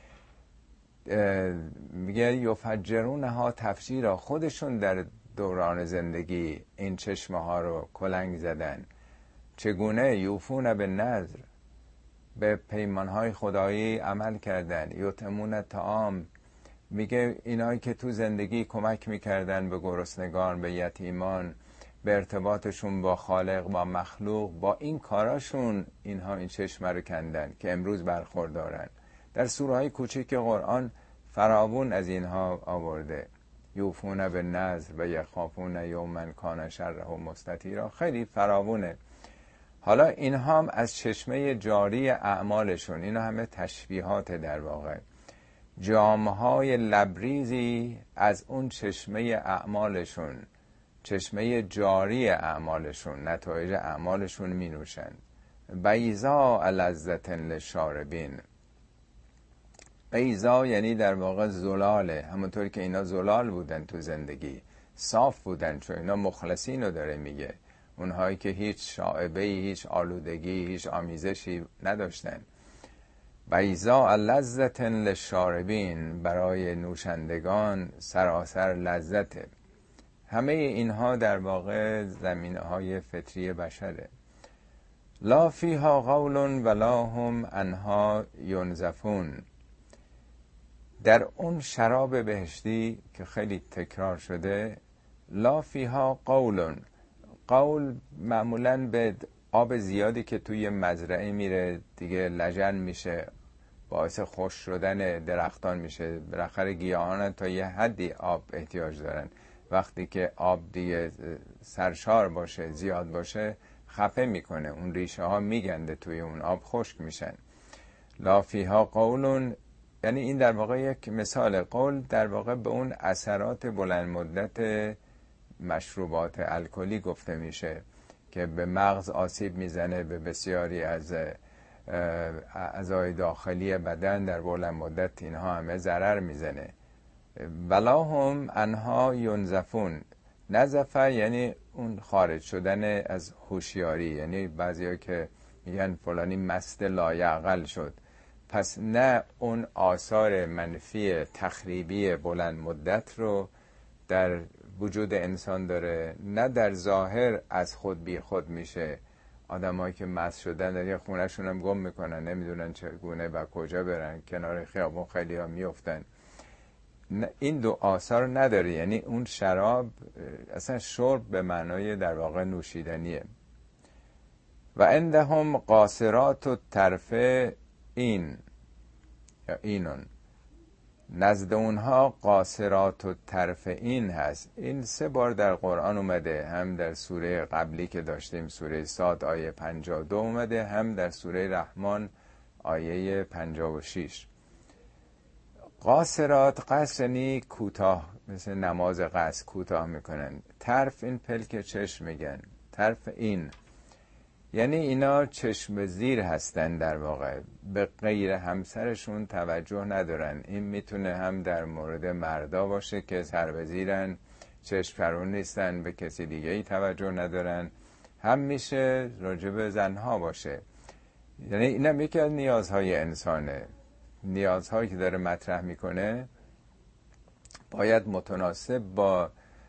S1: میگه یفجرونها تفجیرا. خودشون در دوران زندگی این چشمه ها رو کلنگ زدن. چگونه؟ یوفون به نذر، به پیمانهای خدایی عمل کردن. یتمون طعام، میگه اینایی که تو زندگی کمک میکردن به گرسنگان، به یتیمان، به ارتباطشون با خالق، با مخلوق، با این کاراشون اینها این چشمه رو کندن که امروز برخوردارن. در سوره های کوچیک قرآن فراوون از اینها آورده. یوفون به نذر و یخافون یوما کان شره مستطیرا. خیلی فراوونه. حالا اینها هم از چشمه جاری اعمالشون، اینا همه تشبیهات در واقع، جامهای لبریزی از اون چشمه اعمالشون، چشمه جاری اعمالشون، نتایج اعمالشون می نوشند. بیضاء لذة للشاربین. بیضاء یعنی در واقع زلاله، همونطور که اینا زلال بودن تو زندگی، صاف بودن، چون اینا مخلصین رو داره میگه، اونهایی که هیچ شائبه‌ای، هیچ آلودگی، هیچ آمیزشی نداشتن. بیضاء لذة للشاربین، برای نوشندگان سراسر لذته. همه اینها در واقع زمینه‌های فطری بشره. لا فیها قول ولا هم عنها ینزفون. در اون شراب بهشتی که خیلی تکرار شده، لا فیها قول. قول معمولاً به آب زیادی که توی مزرعه میره دیگه لجن میشه، باعث خشک شدن درختان میشه. بالاخره گیاهان تا یه حدی آب احتیاج دارن. وقتی که آب دیگه سرشار باشه، زیاد باشه، خفه میکنه، اون ریشه ها میگنده توی اون آب، خشک میشن. لا فیها قولون، یعنی این در واقع یک مثال. قول در واقع به اون اثرات بلند مدت مشروبات الکلی گفته میشه که به مغز آسیب میزنه، به بسیاری از اعضای داخلی بدن در بلند مدت اینها همه ضرر میزنه. ولا هم عنها ینزفون. نزفه یعنی اون خارج شدن از هوشیاری، یعنی بعضیا که میگن فلانی مست لایعقل شد، پس نه اون آثار منفی تخریبی بلند مدت رو در وجود انسان داره، نه در ظاهر از خود بی خود میشه. آدمایی که مست شدن در یه خونه‌شون هم گم میکنن، نمیدونن چگونه و کجا برن، کنار خیابون خیلی ها میفتن. این دو آثار نداره، یعنی اون شراب اصلا شرب به معنای در واقع نوشیدنیه. و عندهم قاصرات الطرف این یا اینون، نزد اونها قاصرات الطرف این هست. این 3 بار در قرآن اومده، هم در سوره قبلی که داشتیم سوره صاد آیه 52 اومده، هم در سوره رحمان آیه 56. قاصرات، قصر یعنی کوتاه، مثل نماز قصر کوتاه میکنن. طرف این پلک چشم میگن، طرف این یعنی اینا چشم زیر هستن، در واقع به غیر همسرشون توجه ندارن. این میتونه هم در مورد مردا باشه که سر به زیرن، چشم فرون نیستن، به کسی دیگه ای توجه ندارن، هم میشه راجع به زنها باشه. یعنی اینم یکی از نیازهای انسانه. نیازهایی که داره مطرح میکنه باید متناسب با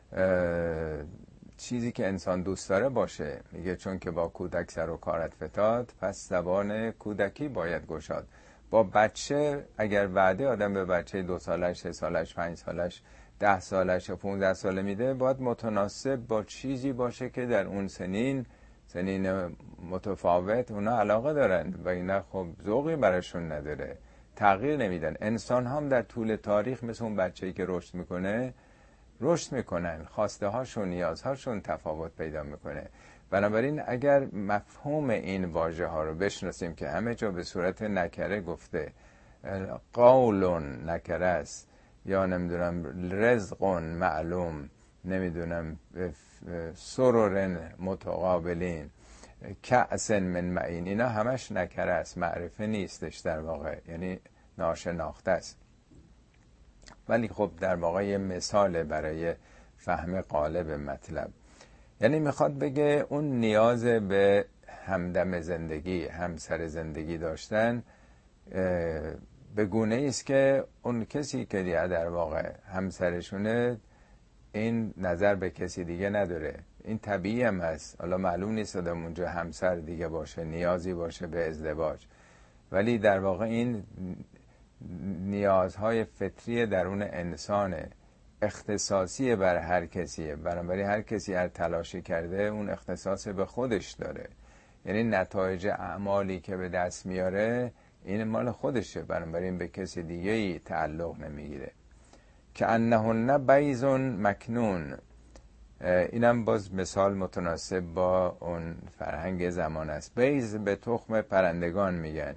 S1: چیزی که انسان دوست داره باشه. میگه چون که با کودک سر و کارت فتاد، پس زبان کودکی باید گشاد. با بچه اگر وعده آدم به بچه 2 سالش، 3 سالش، 5 سالش، 10 سالش و 15 ساله میده، باید متناسب با چیزی باشه که در اون سنین متفاوت اونا علاقه دارن و اینا خب ذوقی براشون نداره، تغییر نمیدن. انسان هم در طول تاریخ مثل اون بچه‌ای که رشد میکنه رشد میکنن، خواسته هاشون، نیازهاشون تفاوت پیدا میکنه. بنابراین اگر مفهوم این واژه ها رو بشناسیم که همه جا به صورت نکره گفته، قولون نکره است، یا نمیدونم رزقون معلوم، نمیدونم سرورن متقابلین، کأسن من معین، اینا همش نکره است، معرفه نیستش در واقع، یعنی ناشناخته است. ولی خب در واقع یه مثال برای فهم قالب مطلب. یعنی میخواد بگه اون نیاز به همدم زندگی، همسر زندگی داشتن به گونه است که اون کسی که در واقع همسرشونه این نظر به کسی دیگه نداره. این طبیعی هم هست. حالا معلوم نیست آدم اونجا همسر دیگه باشه، نیازی باشه به ازدواج، ولی در واقع این نیازهای فطری درون انسانه، اختصاصی بر هر کسیه. بنابراین هر کسی هر تلاشی کرده اون اختصاص به خودش داره، یعنی نتایج اعمالی که به دست میاره این مال خودشه، بنابراین به کسی دیگه ای تعلق نمیگیره. که انهن بیض مکنون، اینم باز مثال متناسب با اون فرهنگ زمان است. بیض به تخم پرندگان میگن،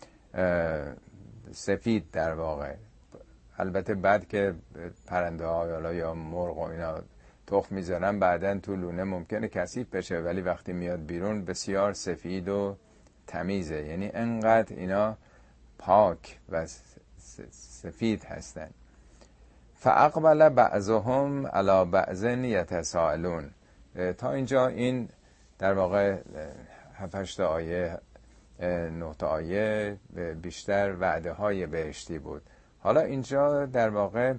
S1: سفید در واقع. البته بعد که پرنده ها یا مرغ و اینا تخم میذارن بعدن تو لونه ممکنه کثیف بشه، ولی وقتی میاد بیرون بسیار سفید و تمیزه، یعنی انقدر اینا پاک و سفید هستن. فاقبل بعضهم علی بعض یتساءلون. تا اینجا این در واقع 7-8 آیه 9 آیه بیشتر وعده های بهشتی بود. حالا اینجا در واقع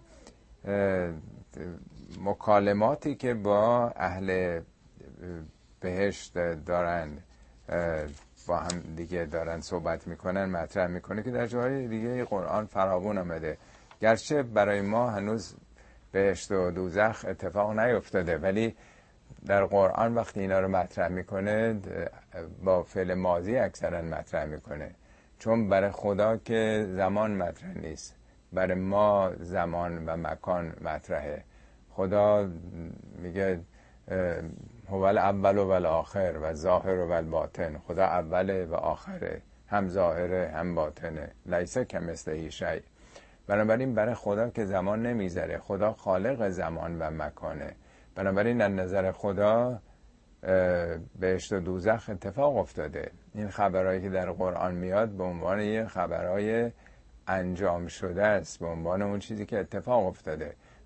S1: مکالماتی که با اهل بهشت دارن، با هم دیگه دارن صحبت میکنن، مطرح میکنه که در جاهای دیگه قرآن فراوون آمده. گرچه برای ما هنوز بهشت و دوزخ اتفاق نیفتاده، ولی در قرآن وقتی اینا رو مطرح میکنه با فعل ماضی اکثرا مطرح میکنه، چون برای خدا که زمان مطرح نیست، برای ما زمان و مکان مطرحه. خدا میگه هو الاول و الاخر و ظاهر و الباطن، خدا اوله و آخره، هم ظاهره هم باطنه، لیس کمثله شیء. بنابراین برای خدا که زمان نمیذاره، خدا خالق زمان و مکانه. بنابراین از نظر خدا بهشت و دوزخ اتفاق افتاده. این خبرهایی که در قرآن میاد به عنوان یه خبرهای انجام شده است، به عنوان اون چیزی که اتفاق افتاده.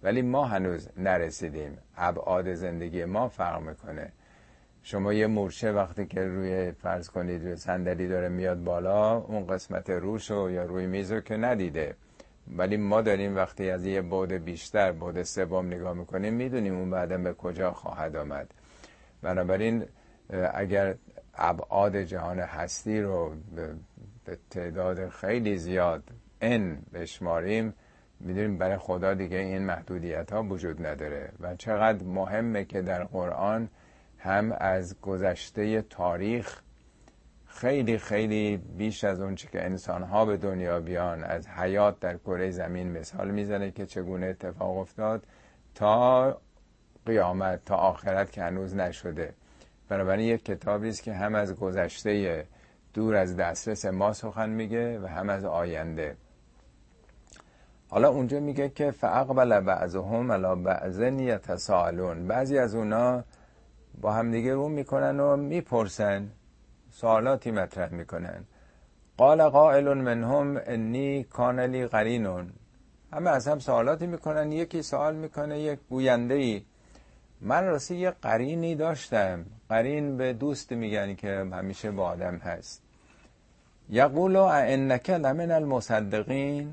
S1: ولی ما هنوز نرسیدیم. ابعاد زندگی ما فرق میکنه. شما یه مورچه وقتی که روی فرض کنید روی صندلی داره میاد بالا، اون قسمت روشو یا روی میزو که ندیده، ولی ما داریم وقتی از یه بعد بیشتر، بعد سوم نگاه میکنیم، میدونیم اون بعدم به کجا خواهد آمد. بنابراین اگر ابعاد جهان هستی رو به تعداد خیلی زیاد ان بشماریم، میدونیم برای خدا دیگه این محدودیت ها وجود نداره. و چقدر مهمه که در قرآن هم از گذشته تاریخ خیلی خیلی بیش از اون چه که انسان ها به دنیا بیان، از حیات در کره زمین مثال میزنه که چگونه اتفاق افتاد، تا قیامت، تا آخرت که هنوز نشده. بنابراین یک کتابی است که هم از گذشته دور از دسترس ما سخن میگه و هم از آینده. حالا اونجا میگه که فاقبل بعضهم علی بعض یتساءلون، بعضی از اونا با هم دیگه رو میکنن و میپرسن، سوالاتی مطرح میکنن. قال قائل منهم انی کان لی قرین، همه از هم سوالاتی میکنن. یکی سوال میکنه، یک گوینده‌ای، من راستی یه قرینی داشتم. قرین به دوست میگن که همیشه با آدم هست. یقول ائنک لمن المصدقین،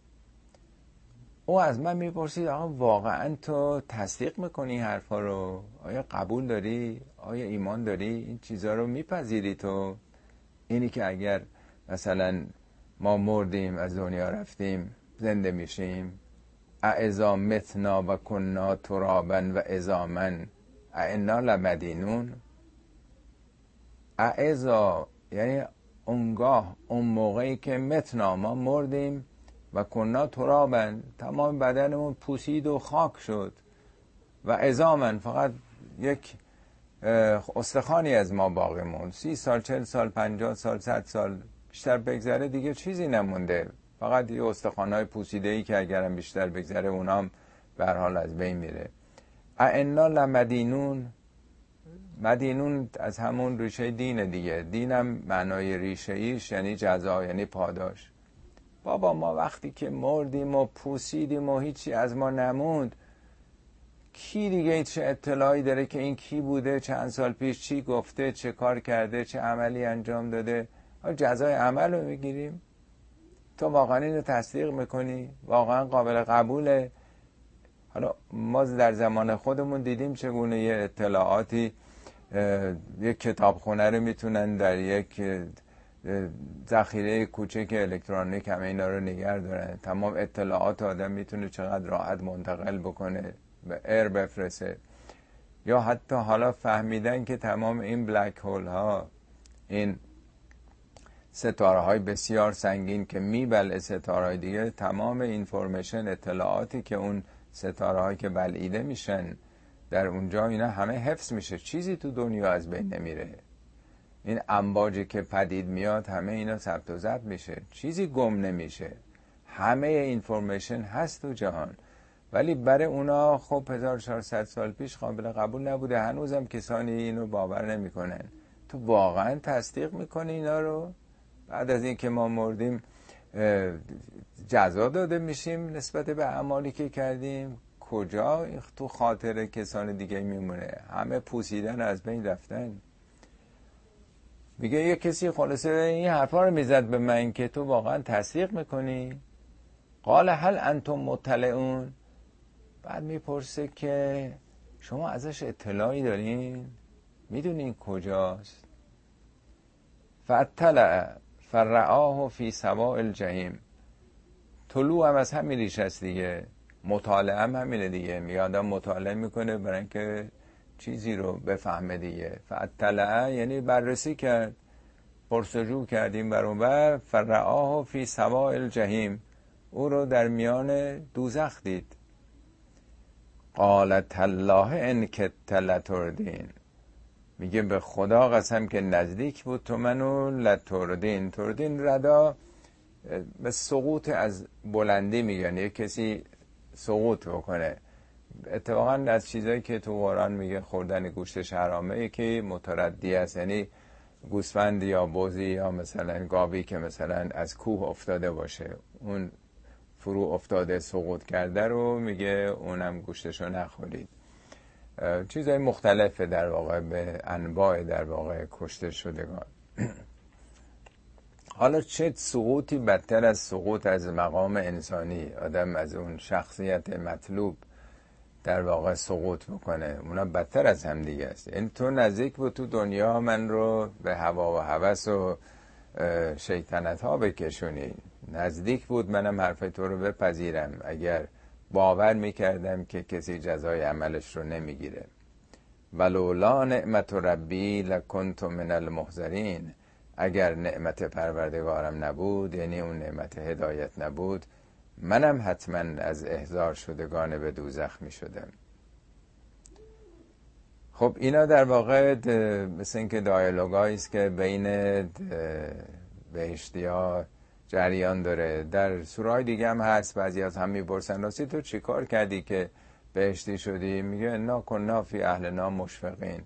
S1: او از من میپرسید آقا واقعا تو تصدیق میکنی حرفا رو؟ آیا قبول داری؟ آیا ایمان داری؟ این چیزا رو میپذیری تو؟ اینی که اگر مثلا ما مردیم، از دنیا رفتیم، زنده میشیم، اذا متنا و کنا ترابا و عظاما ائنا لمدینون. اذا یعنی اونگاه، اون موقعی که متنا، ما مردیم، و کنا ترابا، تمام بدنمون پوسید و خاک شد، و عظاما فقط یک استخوانی از ما باقی موند. 30 سال، 40 سال، 50 سال، 100 سال بیشتر بگذره دیگه چیزی نمونده، فقط یه استخوان‌های پوسیده‌ای که اگرم بیشتر بگذره اونام به هر حال از بین میره. ائنا لمدینون، مدینون از همون ریشه دین دیگه. دینم معنای ریشه ایش یعنی جزا، یعنی پاداش. بابا ما وقتی که مردیم و پوسیدیم و هیچی از ما نموند، کی دیگه چه اطلاعی داره که این کی بوده، چند سال پیش چی گفته، چه کار کرده، چه عملی انجام داده؟ جزای عمل رو میگیریم. تو واقعا اینو تصدیق میکنی؟ واقعا قابل قبوله؟ حالا ما در زمان خودمون دیدیم چگونه یه اطلاعاتی، یک کتابخونه رو میتونن در یک ذخیره کوچک الکترونیک همه اینا رو نگه دارن. تمام اطلاعات آدم میتونه چقدر راحت منتقل بکنه، به ایر بفرسته. یا حتی حالا فهمیدن که تمام این بلک هول ها، این ستاره های بسیار سنگین که میبلعه ستاره های دیگه، تمام اینفورمیشن، اطلاعاتی که اون ستاره هایی که بلعیده میشن در اونجا، اینا همه حفظ میشه، چیزی تو دنیا از بین نمیره. این امواجی که پدید میاد همه اینا ثبت و ضبط میشه، چیزی گم نمیشه، همه اینفورمیشن هست تو جهان. ولی برای اونا خب 1400 سال پیش قابل قبول نبوده، هنوزم کسانی اینو باور نمیکنن. تو واقعا تصدیق میکنی اینا رو؟ بعد از این که ما مردیم جزا داده میشیم نسبت به اعمالی که کردیم؟ کجا تو خاطر کسان دیگه میمونه؟ همه پوسیدن، از بین رفتن. میگه یه کسی خلاصه این حرفا رو میزد به من که تو واقعا تصدیق میکنی؟ قال هل انتم مطلعون، بعد میپرسه که شما ازش اطلاعی دارین؟ میدونین کجاست؟ فاطلع فرعاه فی سواء الجحیم. طلوع هم از همین ریشه است دیگه، مطالعه هم همینه دیگه. میگه آدم مطالعه میکنه برای اینکه چیزی رو بفهمه دیگه. فاطلع یعنی بررسی کرد، پرسجو کردیم بر اون، و فرعاه فی سواء الجحیم، او رو در میان دوزخ دید. قال تالله ان کدت لتردین، میگه به خدا قسم که نزدیک بود تو منو لتردین. تردین ردا به سقوط از بلندی میگن، یک کسی سقوط بکنه. اتفاقا از چیزایی که تو قرآن میگه خوردن گوشتش حرامه، یکی متردی است، یعنی گوسفند یا بزی یا مثلا گاوی که مثلا از کوه افتاده باشه، اون فرو افتاده سقوط کرده رو میگه اونم گوشتشو نخورید. چیزهای مختلفه در واقع، به انواع در واقع کشته شدگان. حالا چه سقوطی بدتر از سقوط از مقام انسانی، آدم از اون شخصیت مطلوب در واقع سقوط بکنه، اونا بدتر از هم دیگه است. این تو نزدیک بود تو دنیا من رو به هوا و هوس و شیطنت ها بکشونی، نزدیک بود منم حرف تو رو بپذیرم اگر باور میکردم که کسی جزای عملش رو نمیگیره. ولولا نعمت ربی لکنت من المحضرین، اگر نعمت پروردگارم نبود، یعنی اون نعمت هدایت نبود، منم حتما از احضار شدگان به دوزخ می شدم. خب اینا در واقع مثل اینکه دایالوگایی است که بین بهشتی ها جریان داره. در سورهای دیگه هم هست، بعضی از هم میپرسن راستی تو چی کار کردی که بهشتی شدی؟ میگه انا کنا فی اهلنا مشفقین.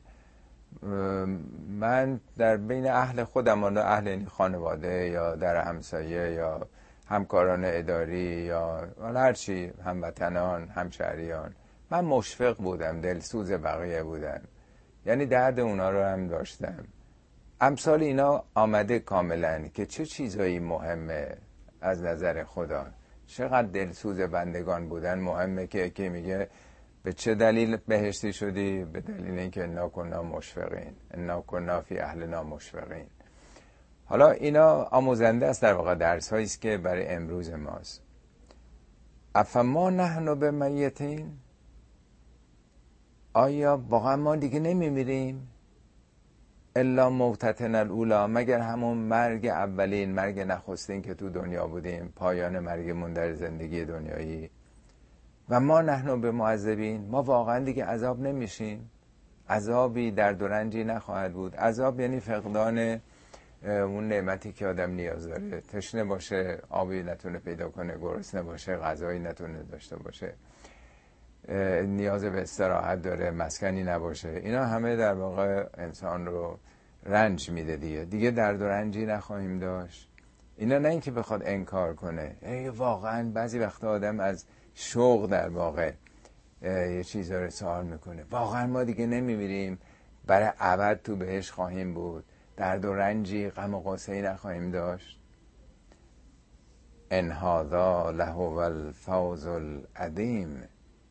S1: من در بین اهل خودم، اهل خانواده یا در همسایه یا همکاران اداری یا هر چی، هموطنان، همشهریان، من مشفق بودم، دلسوز بقیه بودم، یعنی درد اونا رو هم داشتم. امثال اینا آمده کاملا که چه چیزایی مهمه از نظر خدا. چقدر دلسوز بندگان بودن مهمه که میگه به چه دلیل بهشتی شدی؟ به دلیل اینکه انا کنا مشفقین، انا کنا فی اهلنا مشفقین. حالا اینا آموزنده است، در واقع درس هایی است که برای امروز ماست. افما نحن بمیتین، آیا واقعا ما دیگه نمیمیریم؟ الا موتتنا الاولی، مگر همون مرگ اولین، مرگ نخستین که تو دنیا بودیم، پایان مرگمون در زندگی دنیایی. و ما نحن بمعذبین، ما واقعا دیگه عذاب نمیشیم، عذابی درد و رنجی نخواهد بود. عذاب یعنی فقدان اون نعمتی که آدم نیاز داره، تشنه باشه آبی نتونه پیدا کنه، گرسنه باشه غذایی نتونه داشته باشه، نیاز به استراحت داره، مسکنی نباشه. اینا همه در واقع انسان رو رنج میده دیگه درد و رنجی نخواهیم داشت. اینا نه اینکه بخواد انکار کنه، واقعا بعضی وقتا آدم از شوق در واقع یه چیزا رو سوال میکنه، واقعا ما دیگه نمیمیریم، برای ابد تو بهش خواهیم بود، درد و رنجی غم و غصه‌ای نخواهیم داشت. ان هذا لهو الفوز العظیم،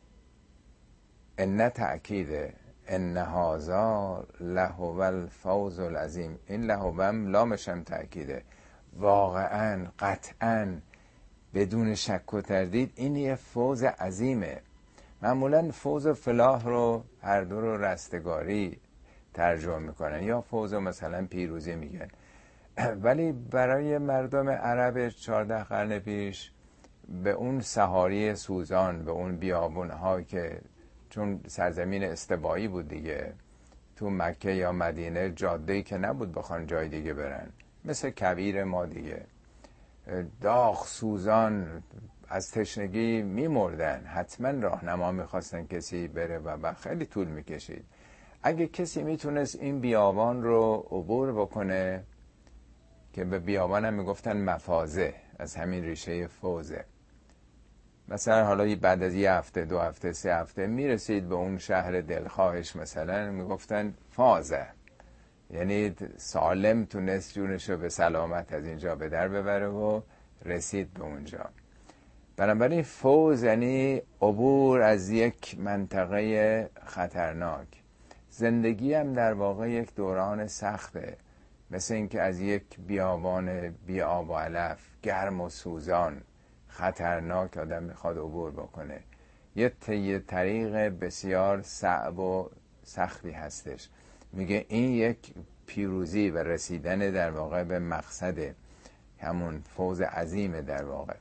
S1: ان تأکیده، ان هذا لهو الفوز العظیم. این لهوم لامش هم تأکیده، واقعا قطعا بدون شک و تردید این یه فوز عظیمه. معمولا فوز و فلاح رو هر دو رو رستگاری ترجمه میکنن، یا فوز و مثلا پیروزی میگن، ولی برای مردم عرب 14 قرن پیش به اون سحاری سوزان، به اون بیابونها که چون سرزمین استوایی بود دیگه، تو مکه یا مدینه جاده‌ای که نبود بخوان جای دیگه برن، مثل کویر ما دیگه، داغ سوزان از تشنگی میمردن، حتما راهنما میخواستن کسی بره و خیلی طول میکشید. اگه کسی میتونست این بیابان رو عبور بکنه، که به بیابان هم میگفتن مفازه، از همین ریشه فوزه، مثلا حالا بعد از 1 هفته 2 هفته 3 هفته میرسید به اون شهر دلخواهش، مثلا میگفتن فازه، یعنی سالم تونست جونشو به سلامت از اینجا به در ببره و رسید به اونجا. بنابراین فوز یعنی عبور از یک منطقه خطرناک. زندگی هم در واقع یک دوران سخته، مثل اینکه از یک بیابان بی آب و علف، گرم و سوزان، خطرناک آدم میخواد عبور بکنه. یه طریق بسیار صعب و سختی هستش. میگه این یک پیروزی و رسیدن در واقع به مقصد، همون فوز عظیمه در واقع.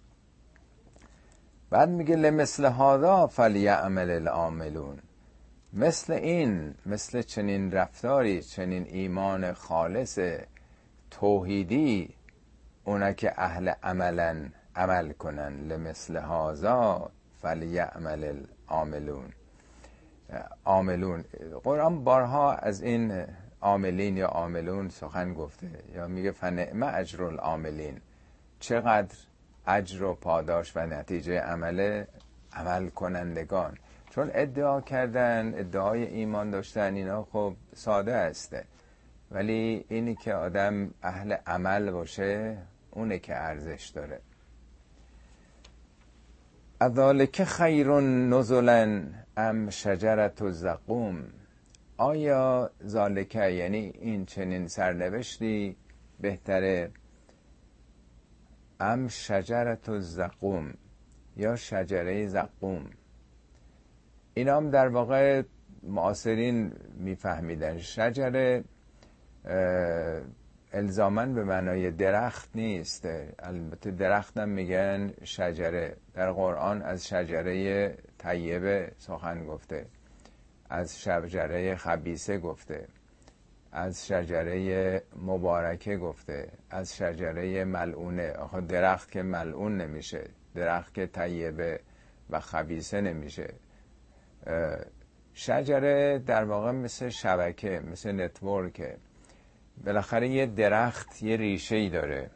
S1: بعد میگه لمثل هذا فلیعمل العاملون، مثل این، مثل چنین رفتاری، چنین ایمان خالص توحیدی، اونا که اهل عملن عمل کنن. لمثل هذا فلیعمل العاملون. عاملون، قرآن بارها از این عاملین یا عاملون سخن گفته، یا میگه فنعم اجر العاملین، چقدر اجر و پاداش و نتیجه عمل کنندگان. چون ادعا کردن، ادعای ایمان داشتن، اینا خب ساده است، ولی اینی که آدم اهل عمل باشه اونه که ارزش داره. اذالک خیر نزلا ام شجرة الزقوم. آیا ذالک یعنی این چنین سرنوشتی بهتره، ام شجرة الزقوم یا شجره زقوم؟ این هم در واقع معاصرین میفهمیدن شجره الزاماً به معنای درخت نیست. البته درخت هم میگن شجره. در قرآن از شجره طیبه سخن گفته، از شجره خبیثه گفته، از شجره مبارکه گفته، از شجره ملعونه. آخه درخت که ملعون نمیشه، درخت که طیبه و خبیثه نمیشه. شجره در واقع مثل شبکه، مثل نتورکه. بالاخره یه درخت یه ریشه‌ای داره،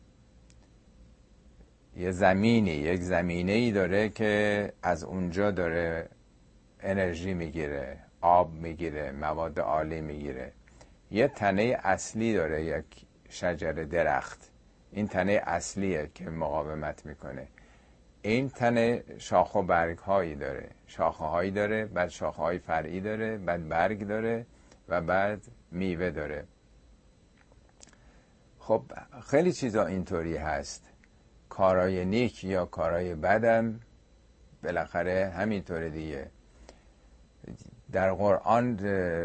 S1: یه زمینی، یک زمینه‌ای داره که از اونجا داره انرژی میگیره، آب میگیره، مواد عالی میگیره. یه تنه اصلی داره یک شجره درخت. این تنه اصلیه که مقاومت میکنه. این تنه شاخ و برگ هایی داره، شاخه هایی داره، بعد شاخه های فرعی داره، بعد برگ داره و بعد میوه داره. خب خیلی چیزا اینطوری هست. کارای نیک یا کارای بدم بالاخره همینطوره دیگه. در قرآن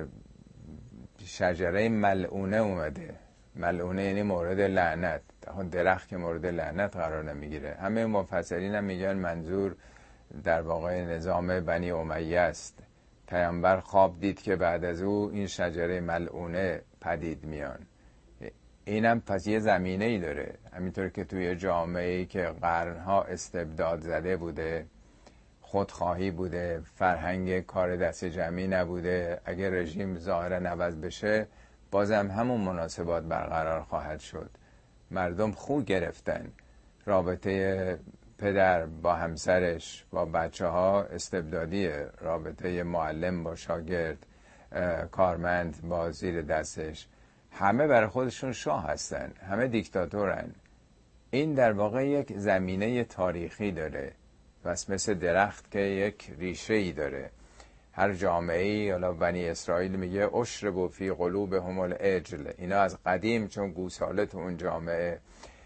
S1: شجره ملعونه اومده. ملعونه یعنی مورد لعنت. درخت که مورد لعنت قرار نمیگیره. همه مفسرین هم میگن منظور در واقع نظام بنی امیه است. پیامبر خواب دید که بعد از او این شجره ملعونه پدید میان. اینم پس یه زمینه‌ای داره. همینطور که توی جامعه‌ای که قرنها استبداد زده بوده، خودخواهی بوده، فرهنگ کار دست جمعی نبوده، اگر رژیم ظاهرا عوض بشه بازم همون مناسبات برقرار خواهد شد. مردم خو گرفتن. رابطه پدر با همسرش، با بچه ها استبدادیه. رابطه معلم با شاگرد، کارمند با زیر دستش، همه برای خودشون شاه هستن، همه دیکتاتورن. این در واقع یک زمینه تاریخی داره، پس مثل درخت که یک ریشه ای داره. هر جامعه‌ای، حالا بنی اسرائیل میگه اشربوا فی قلوبهم العجل، اینا از قدیم چون گوساله تو اون جامعه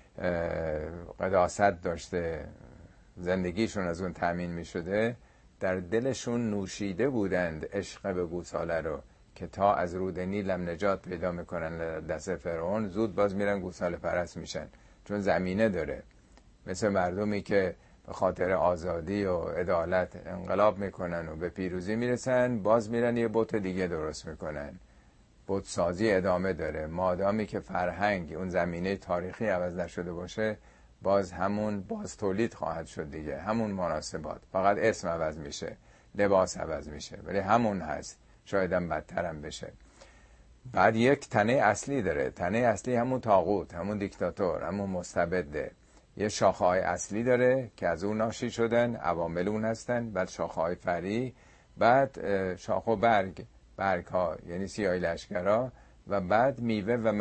S1: قداست داشته، زندگیشون از اون تامین میشده، در دلشون نوشیده بودند عشق به گوساله رو، که تا از رود نیل هم نجات پیدا میکنن دست فرعون، زود باز میرن گوساله پرست میشن، چون زمینه داره. مثل مردمی که به خاطر آزادی و عدالت انقلاب میکنن و به پیروزی میرسن، باز میرن یه بت دیگه درست میکنن. بت سازی ادامه داره. مادامی که فرهنگ، اون زمینه تاریخی عوض نشده باشه، باز همون باز تولید خواهد شد دیگه، همون مناسبات، فقط اسم عوض میشه، لباس عوض میشه، ولی همون هست، شاید هم بدتر هم بشه. بعد یک تنه اصلی داره. تنه اصلی همون طاغوت، همون دیکتاتور، همون مستبده. یه شاخه‌های اصلی داره که از اون ناشی شدن، عوامل اون هستن. بعد شاخه‌های فرعی، بعد شاخ و برگ ها یعنی سیاهی لشکرها، و بعد میوه و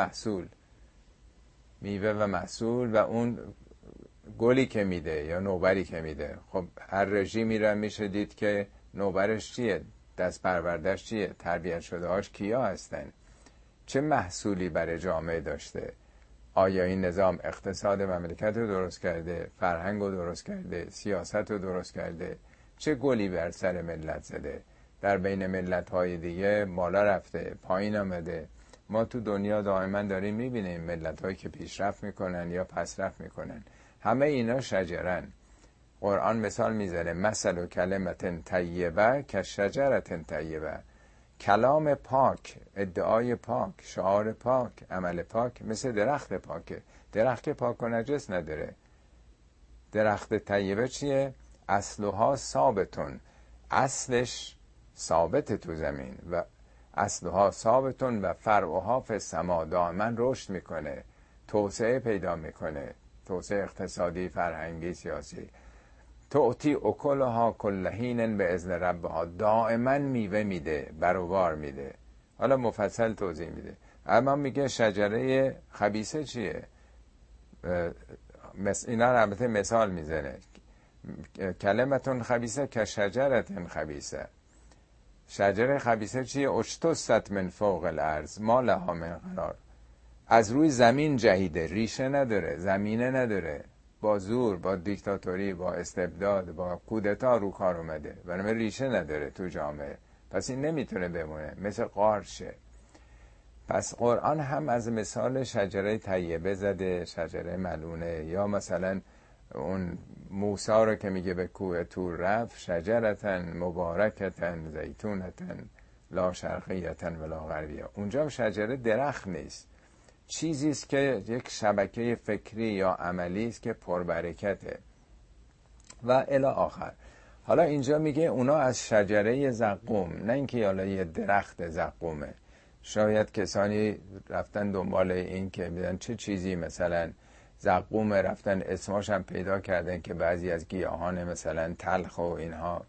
S1: محصول و اون گلی که میده یا نوبری که میده. خب هر رژیمی را میشه دید که نوبرش چیه، دست پروردهش چیه، تربیت شده هاش کیا هستن، چه محصولی برای جامعه داشته. آیا این نظام اقتصاد مملکت رو درست کرده، فرهنگ رو درست کرده، سیاست رو درست کرده، چه گلی بر سر ملت زده، در بین ملت های دیگه بالا رفته، پایین آمده. ما تو دنیا دائما داریم میبینیم ملت هایی که پیشرفت میکنن یا پسرفت میکنن، همه اینا شجرن. قرآن مثال میزنه مثل کلمت طیبه که شجرت طیبه. کلام پاک، ادعای پاک، شعار پاک، عمل پاک مثل درخت پاکه. درخت پاک و نجس نداره. درخت طیبه چیه؟ اصلها ثابتون، اصلش ثابت تو زمین، و اصلها ثابتون و فرعها فی السما، دائما رشد میکنه، توسعه پیدا میکنه، توسعه اقتصادی، فرهنگی، سیاسی. تؤتی اکلها کل حین به اذن ربها، دائما میوه میده، بروار میده. حالا مفصل توضیح میده. اما میگه شجره خبیثه چیه؟ اینا البته مثال میزنه. کلمتون خبیثه که شجرتون خبیثه. شجره خبیثه چیه؟ اجتثت من فوق الارض ما لها من قرار. از روی زمین جهیده، ریشه نداره، زمینه نداره، با زور، با دیکتاتوری، با استبداد، با کودتا رو کار اومده، بنابراین ریشه نداره تو جامعه، پس این نمیتونه بمونه، مثل قارشه. پس قرآن هم از مثال شجره طیبه زده، شجره ملعونه، یا مثلا اون موسی رو که میگه به کوه طور رفت، شجرتن مبارکتن زیتونتن لا شرقیتن ولا غربیه. اونجا شجره درخت نیست، چیزی است که یک شبکه فکری یا عملی است که پربرکته و الی آخر. حالا اینجا میگه اونا از شجره زقوم، نه اینکه حالا یه درخت زقومه. شاید کسانی رفتن دنبال این که میدن چه چیزی مثلا زقوم، رفتن اسماش هم پیدا کردن که بعضی از گیاهان مثلا تلخ و اینها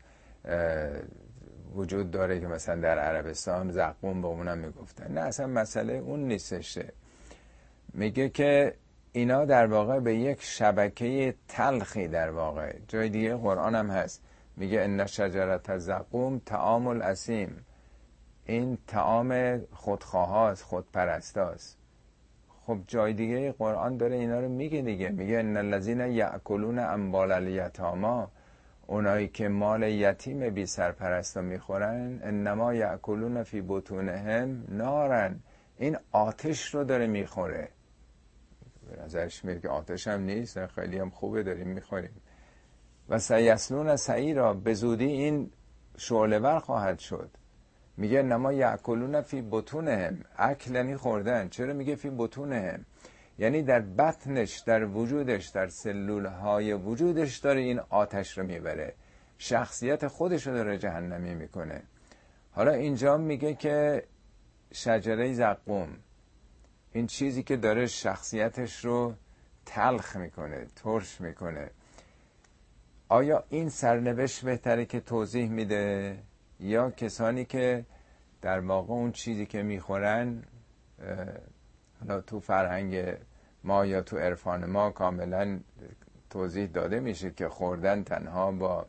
S1: وجود داره که مثلا در عربستان زقوم به اونم میگفتن. نه، اصلا مسئله اون نیستشه. میگه که اینا در واقع به یک شبکه تلخی، در واقع جای دیگه قرآن هم هست میگه ان شجرة الزقوم طعام الاثیم، این طعام خودخواهاست، خودپرستاست. خب جای دیگه قرآن داره اینا رو میگه دیگه، میگه ان الذین یأکلون اموال الیتامی، اونایی که مال یتیم بی سرپرستا میخورن، انما یأکلون فی بطونهم نارن، این آتش رو داره میخوره. به نظرش میگه که آتش هم نیست، خیلی هم خوبه داریم میخوریم. و سیصلون سعیرا، به زودی این شعله‌ور خواهد شد. میگه انما یأکلون فی بطونهم، اکل یعنی خوردن. چرا میگه فی بطونهم؟ یعنی در بطنش، در وجودش، در سلولهای وجودش داره این آتش رو میبره، شخصیت خودش رو داره جهنمی میکنه. حالا اینجا میگه که شجره زقوم، این چیزی که داره شخصیتش رو تلخ میکنه، ترش میکنه. آیا این سرنوشت بهتره که توضیح میده، یا کسانی که در واقع اون چیزی که میخورن، حالا تو فرهنگ ما یا تو عرفان ما کاملا توضیح داده میشه که خوردن تنها با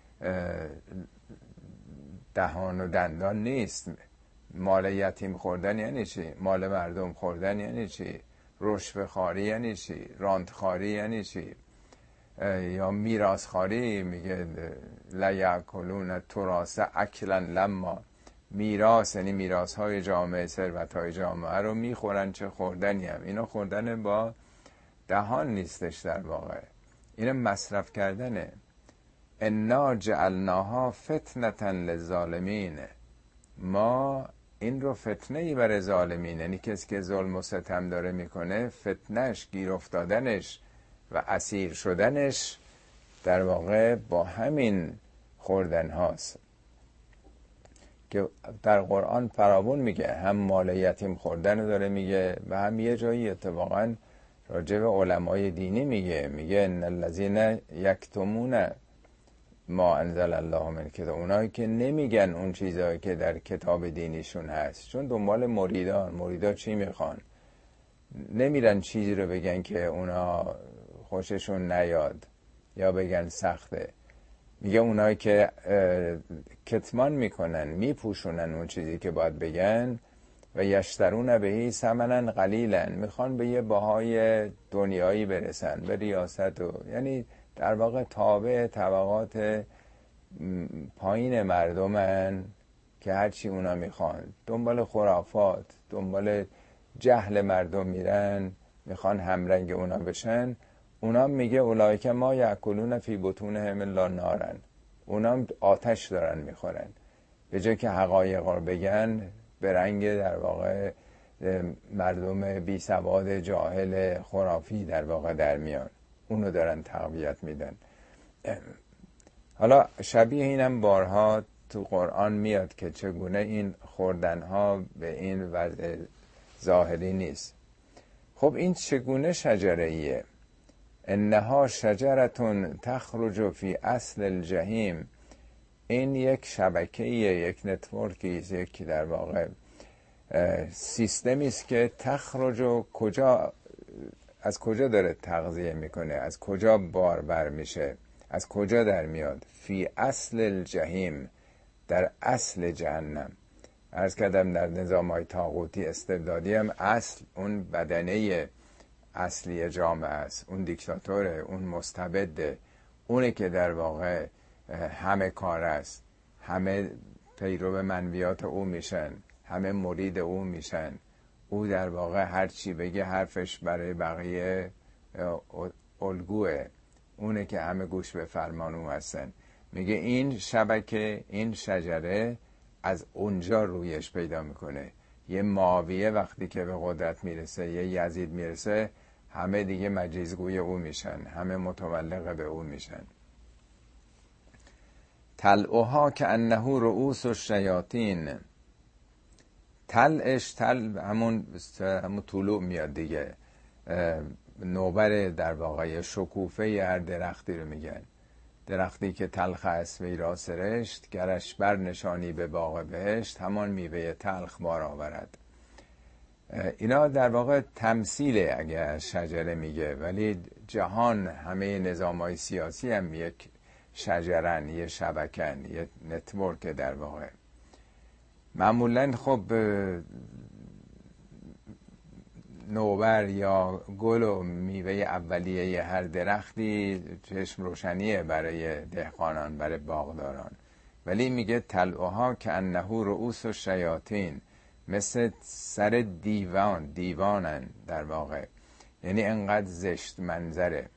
S1: دهان و دندان نیست. مال یتیم خوردن یعنی چی؟ مال مردم خوردن یعنی چی؟ رشوه خواری یعنی چی؟ راند خواری یعنی چی؟ یا میراث خواری، میگه لا یاکلون التراث اکلا لما، میراث یعنی میراث های جامعه، ثروت های جامعه رو میخورن، چه خوردنی هم. اینا خوردن با دهان نیستش، در واقع اینا مصرف کردنه. انا جعلناها فتنة للظالمین، ما این رو فتنه ای برای ظالمین، یعنی کسی که ظلم و ستم داره میکنه، فتنش، گیر افتادنش و اسیر شدنش در واقع با همین خوردن هاست که در قرآن فراوون میگه. هم مال یتیم خوردن رو داره میگه و هم یه جایی اتفاقا راجع به علمای دینی میگه ان الذین یکتمون ما انزل الله من کتاب، اونایی که نمیگن اون چیزایی که در کتاب دینیشون هست، چون دنبال مریدا چی میخوان، نمیرن چیزی رو بگن که اونا خوششون نیاد یا بگن سخته. میگه اونایی که کتمان میکنن، میپوشونن اون چیزی که باید بگن، و یشترون بهی ثمنا قلیلا، میخوان به یه بهای دنیایی برسن، به ریاست و یعنی در واقع تابع طبقات پایین مردمن که هرچی اونا میخوان، دنبال خرافات، دنبال جهل مردم میرن، میخوان همرنگ اونا بشن. اونا میگه اولئک ما یأکلون فی بطونهم الا نارن، اونا آتش دارن میخورن، به جای که حقایق رو بگن به رنگ در واقع مردم بی سواد جاهل خرافی در واقع در میان، اونو دارن تقویت میدن. حالا شبیه اینم بارها تو قرآن میاد که چگونه این خوردنها به این وضع ظاهری نیست. خب این چگونه شجره ایه؟ انها شجرتون تخرج فی اصل الجحیم. این یک شبکه‌ایه، یک نتورکی، یک در واقع سیستمی است که تخرج و از کجا داره تغذیه میکنه، از کجا بارور میشه، از کجا در میاد؟ فی اصل الجحیم، در اصل جهنم. عرض کردم در نظام‌های طاغوتی استبدادی هم اصل اون بدنه اصلی جامعه است، اون دیکتاتوره، اون مستبده، اونه که در واقع همه کار است، همه پیرو منویات او میشن، همه مرید او میشن، او در واقع هر چی بگه حرفش برای بقیه الگوه، اونه که همه گوش به فرمان او هستن. میگه این شبکه، این شجره از اونجا رویش پیدا میکنه. یه معاویه وقتی که به قدرت میرسه، یه یزید میرسه، همه دیگه مجیزگوی او میشن، همه متولق به او میشن. طلعها که انه رؤوس الشیاطین. طلعش، همون طلوع میاد دیگه، نوبر در واقع شکوفه هر درختی رو میگن. درختی که تلخ است وی را سرشت، گرش بر نشانی به باغ بهشت، همان میوه تلخ بار آورد. اینا در واقع تمثیله اگه شجره میگه، ولی جهان همه نظام‌های سیاسی هم یک شجرن، یه شبکن، یه نتورک در واقع. معمولا خب نوبر یا گل و میوه اولیه هر درختی چشم روشنیه برای دهقانان، برای باغداران، ولی میگه طلعها که انه رؤوس الشیاطین، مثل سر دیوانن در واقع، یعنی انقدر زشت منظره.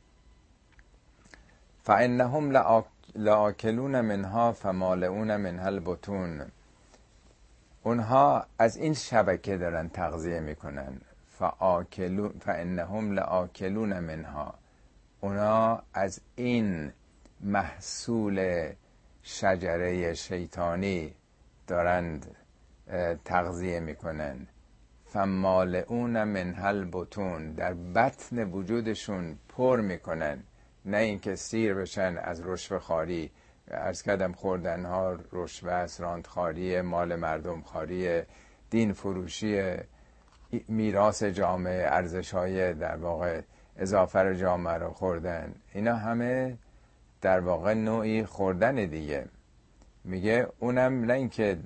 S1: فانهم لآکلون منها فمالئون منها البطون. اونها از این شبکه دارن تغذیه میکنن. فانهم لآکلون منها، اونا از این محصول شجره شیطانی دارند تغذیه میکنن. فمالئون منها البطون، در بطن وجودشون پر میکنن، نه اینکه سیر بشن از رشوه خواری. عرض کردم خوردنها رشوه است، راندخواری، مال مردم خواری، دین فروشی، میراث جامعه، ارزش‌های در واقع اضافه جامعه رو خوردن. اینا همه در واقع نوعی خوردن دیگه. میگه اونم نه اینکه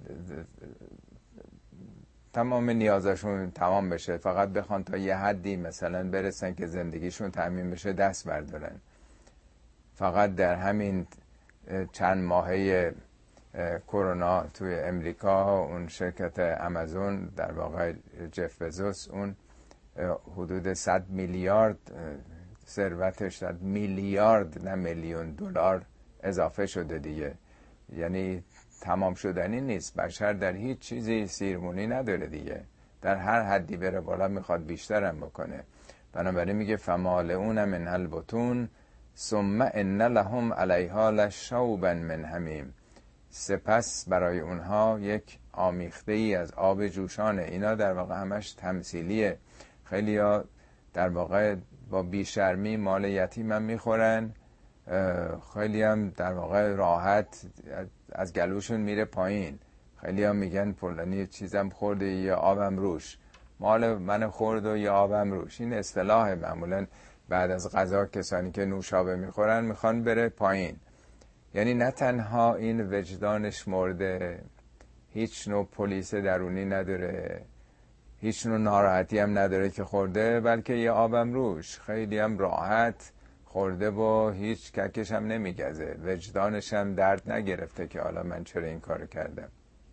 S1: تمام نیازشون تمام بشه، فقط بخوان تا یه حدی مثلا برسن که زندگیشون تامین بشه دست بردارن. فقط در همین چند ماهه کرونا توی امریکا، اون شرکت آمازون در واقع جف بزوس، اون حدود 100 میلیارد ثروتش، 100 میلیارد نه میلیون دلار اضافه شده دیگه. یعنی تمام شدنی نیست. بشر در هیچ چیزی سیرمونی نداره دیگه، در هر حدی بره بالا میخواد بیشترم بکنه. بنابراین میگه فمالئون من البطون ثم ان لهم علیها لشوبا من حمیم. سپس برای اونها یک آمیخته ای از آب جوشانه. اینا در واقع همش تمثیلیه. خیلی ها در واقع با بیشرمی مال یتیم هم میخورن، خیلی هم در واقع راحت از گلوشون میره پایین. خیلی هم میگن فلانی چیزم خورده یا آبم روش، مال من خورد و یا آبم روش. این اصطلاح معمولا بعد از غذا کسانی که نوشابه میخورن میخوان بره پایین. یعنی نه تنها این وجدانش مرده، هیچ نوع پلیس درونی نداره، هیچ نوع ناراحتی هم نداره که خورده، بلکه یه آبم روش، خیلی هم راحت خورده و هیچ ککش هم نمیگزه، وجدانش هم درد نگرفته که حالا من چرا این کارو کردم.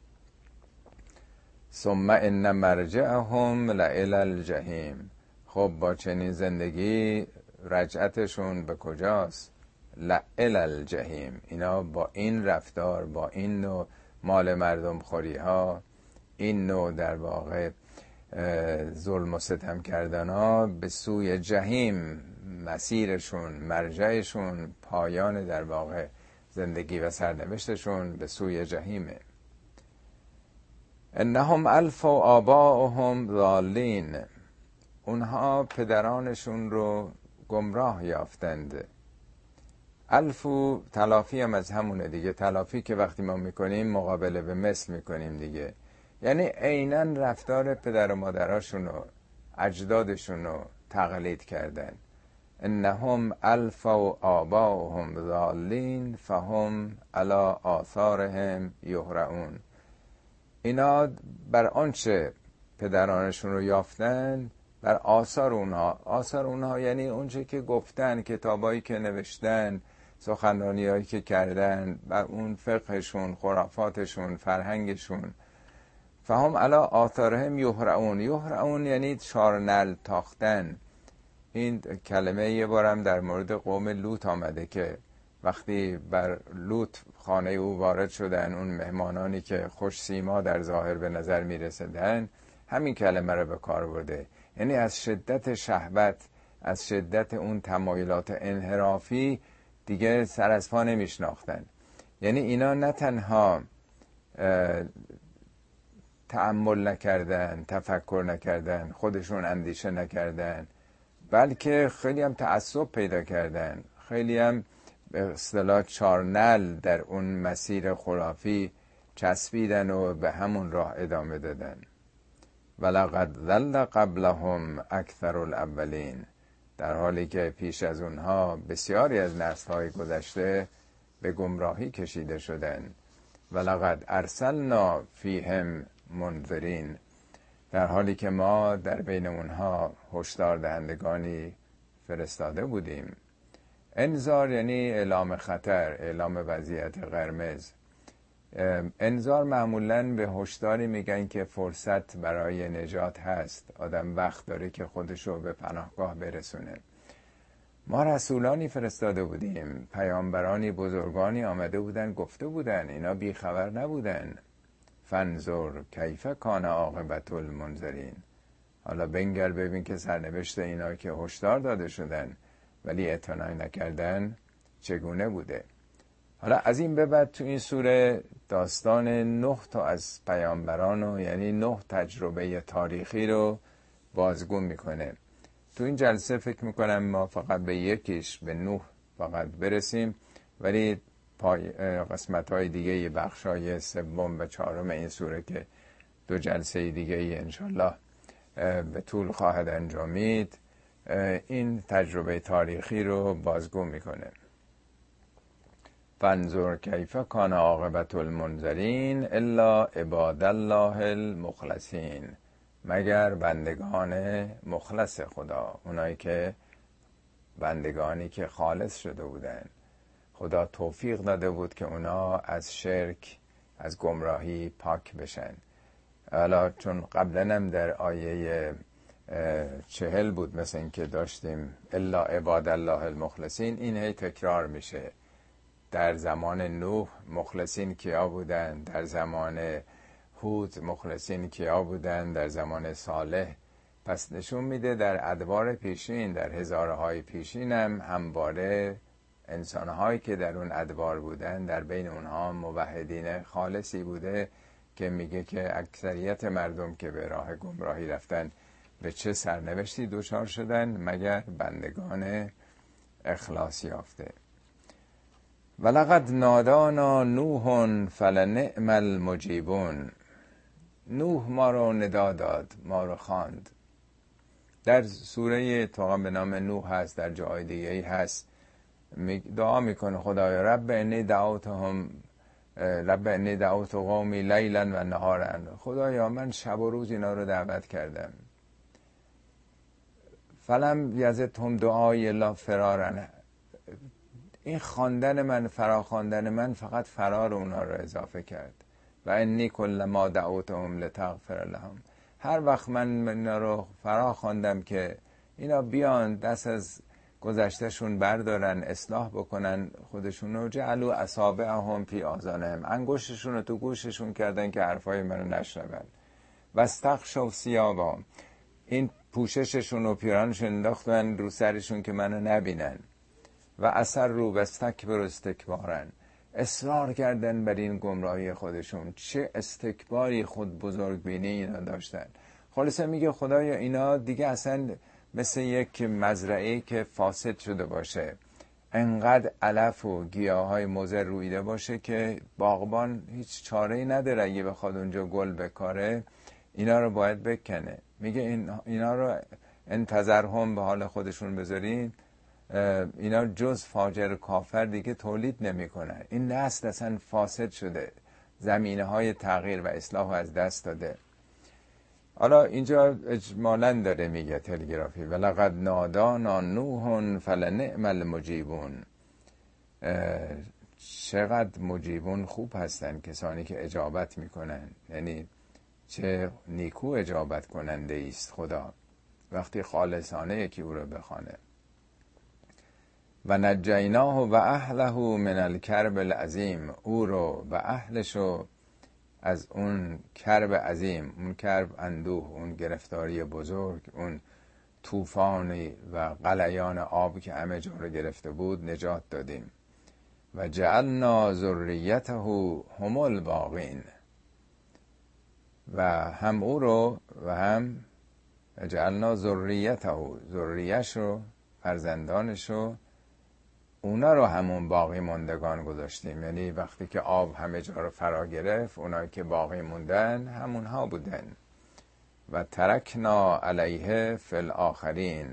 S1: ثم ان مرجعهم لإلی الجحیم. خب با چنین زندگی رجعتشون به کجاست؟ لإلی الجحیم. اینا با این رفتار، با این نوع مال مردم خوری ها، این نوع در واقع ظلم و ستم کردن ها، به سوی جحیم مسیرشون، مرجعشون، پایان در واقع زندگی و سرنوشتشون به سوی جحیمه. انهم الفوا آباءهم ضالین. اونها پدرانشون رو گمراه یافتند. الفو تلافی هم از همونه دیگه. تلافی که وقتی ما میکنیم مقابله به مثل میکنیم دیگه، یعنی عیناً رفتار پدر و مادراشون و اجدادشون رو تقلید کردن. انهم الفوا آباءهم ضالین فهم علی آثارهم یهرعون. اینا بر آنچه پدرانشون رو یافتن بر آثار اونها. آثار اونها یعنی اونچه که گفتن، کتابایی که نوشتن، سخنرانیایی که کردن، بر اون فقهشون، خرافاتشون، فرهنگشون. فهم علی آثارهم یهرعون. یهرعون یعنی چارنل تاختن. این کلمه یه بارم در مورد قوم لوط آمده که وقتی بر لوط خانه او وارد شدن، اون مهمانانی که خوش سیما در ظاهر به نظر می رسیدن، همین کلمه رو به کار برده. یعنی از شدت شهوت، از شدت اون تمایلات انحرافی دیگه سر از پا نمی شناختن. یعنی اینا نه تنها تأمل نکردن، تفکر نکردن، خودشون اندیشه نکردن، بلکه خیلی هم تعصب پیدا کردن، خیلی هم به اصطلاح چارنل در اون مسیر خرافی چسبیدن و به همون راه ادامه دادن. ولقد ضل قبلهم اکثر الاولین. در حالی که پیش از اونها بسیاری از نسل‌های گذشته به گمراهی کشیده شدند. ولقد ارسلنا فیهم منذرین. در حالی که ما در بین اونها هشدار دهندگانی فرستاده بودیم. انذار یعنی اعلام خطر، اعلام وضعیت قرمز. انذار معمولاً به هشداری میگن که فرصت برای نجات هست، آدم وقت داره که خودشو به پناهگاه برسونه. ما رسولانی فرستاده بودیم، پیامبرانی بزرگانی آمده بودن، گفته بودن، اینا بیخبر نبودن. فانظر کیف کان عاقبت المنذرین. حالا بنگر ببین که سرنوشت اینا که هشدار داده شدن ولی اعتنا نکردن چگونه بوده. حالا از این به بعد تو این سوره داستان 9 تا از پیامبران و یعنی 9 تجربه تاریخی رو بازگو میکنه. تو این جلسه فکر میکنم ما فقط به یکیش، به نوح فقط برسیم، ولی قسمت های دیگه، بخش های 3 و 4 این سوره که 2 جلسه دیگه انشالله به طول خواهد انجامید، این تجربه تاریخی رو بازگو میکنه. فانظر کیف کان عاقبت المنذرین الا عباد الله المخلصین. مگر بندگان مخلص خدا، اونایی که بندگانی که خالص شده بودن، خدا توفیق داده بود که اونا از شرک، از گمراهی پاک بشن. حالا چون قبلا هم در آیه 40 بود مثل این که داشتیم الا عباد الله المخلصین، این هی تکرار میشه. در زمان نوح مخلصین کیا بودن، در زمان هود مخلصین کیا بودن، در زمان صالح. پس نشون میده در ادوار پیشین، در هزارهای پیشین هم همواره انسانهایی که در اون ادوار بودن، در بین اونها موحدین خالصی بوده که میگه که اکثریت مردم که به راه گمراهی رفتن به چه سرنوشتی دچار شدن مگر بندگان اخلاص یافته. ولقد نادانا نوح فلنعم المجیبون. نوح ما رو ندا داد، ما رو خواند. در سوره طه به نام نوح هست، در جای دیگه هست، دعا میکنه خدایا رب انی دعوت قومی لیلا و نهارا. خدایا من شب و روز اینا رو دعوت کردم. فلم یزدهم دعای الا فرارا. این خواندن من، فراخواندن من فقط فرار اونا رو اضافه کرد. و انی کلما دعوتهم لتغفر لهم. هر وقت من اینا رو فراخواندم که اینا بیان دست از گذشتهشون بردارن، اصلاح بکنن خودشون رو، جعلوا اصابعهم فی آذانهم، انگشتشون رو تو گوششون کردن که حرفای منو نشنون. و استغشوا ثیابهم، این پوشششون و پیرانشون انداختن رو سرشون که منو نبینن. و اصروا و استکبروا استکبارا، اصرار کردن بر این گمراهی خودشون. چه استکباری، خود بزرگ بینی اینا داشتن. خلاصه میگه خدایا اینا دیگه اصلا مثل یک مزرعه که فاسد شده باشه، انقدر علف و گیاهای مضر رویده باشه که باغبان هیچ چاره‌ای نداره اگه بخواد اونجا گل بکاره، اینا رو باید بکنه. میگه اینا رو انتظرهم به حال خودشون بذارین، اینا جز فاجر کافر دیگه تولید نمیکنن. این نسل اصلا فاسد شده، زمینه های تغییر و اصلاح از دست داده. حالا اینجا اجمالاً داره میگه تلگرافی ولقد نادانا نوح فلنعم المجیبون. چقدر مجیبون خوب هستن کسانی که اجابت میکنن، یعنی چه نیکو اجابت کننده است خدا وقتی خالصانه یکی او رو بخوانه. و نجیناه و اهله من الکرب العظیم، او رو و اهلشو از اون کرب عظیم، اون کرب اندوه، اون گرفتاری بزرگ، اون طوفانی و غلیان آب که همه جا رو گرفته بود نجات دادیم. و جعلنا ذریته هم الباقین، و هم او رو و هم جعلنا ذریته، ذریه‌ش رو، فرزندانش رو، اونا رو همون باقی موندگان گذاشتیم. یعنی وقتی که آب همه جا رو فرا گرفت، اونایی که باقی موندن همونها بودن. و ترکنا علیه فی الاخرین،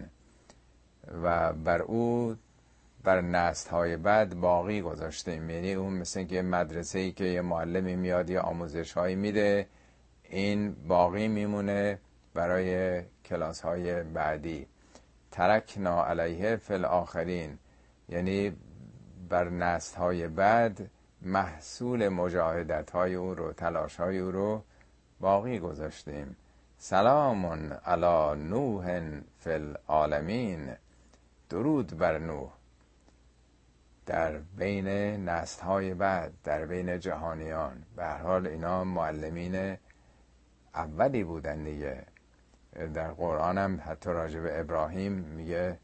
S1: و بر او بر نسل‌های بعد باقی گذاشتیم. یعنی اون مثل که مدرسه‌ای که یه معلمی میاد یه آموزش‌هایی میده، این باقی میمونه برای کلاس‌های بعدی. ترکنا علیه فی الاخرین یعنی بر نسل‌های بعد محصول مجاهدت‌های او رو، تلاش‌های او رو باقی گذاشتیم. سلام علی نوح فی العالمین، درود بر نوح در بین نسل‌های بعد، در بین جهانیان. به هر حال اینا معلمین اولی بودن دیگه. در قرآن هم حتی راجع به ابراهیم میگه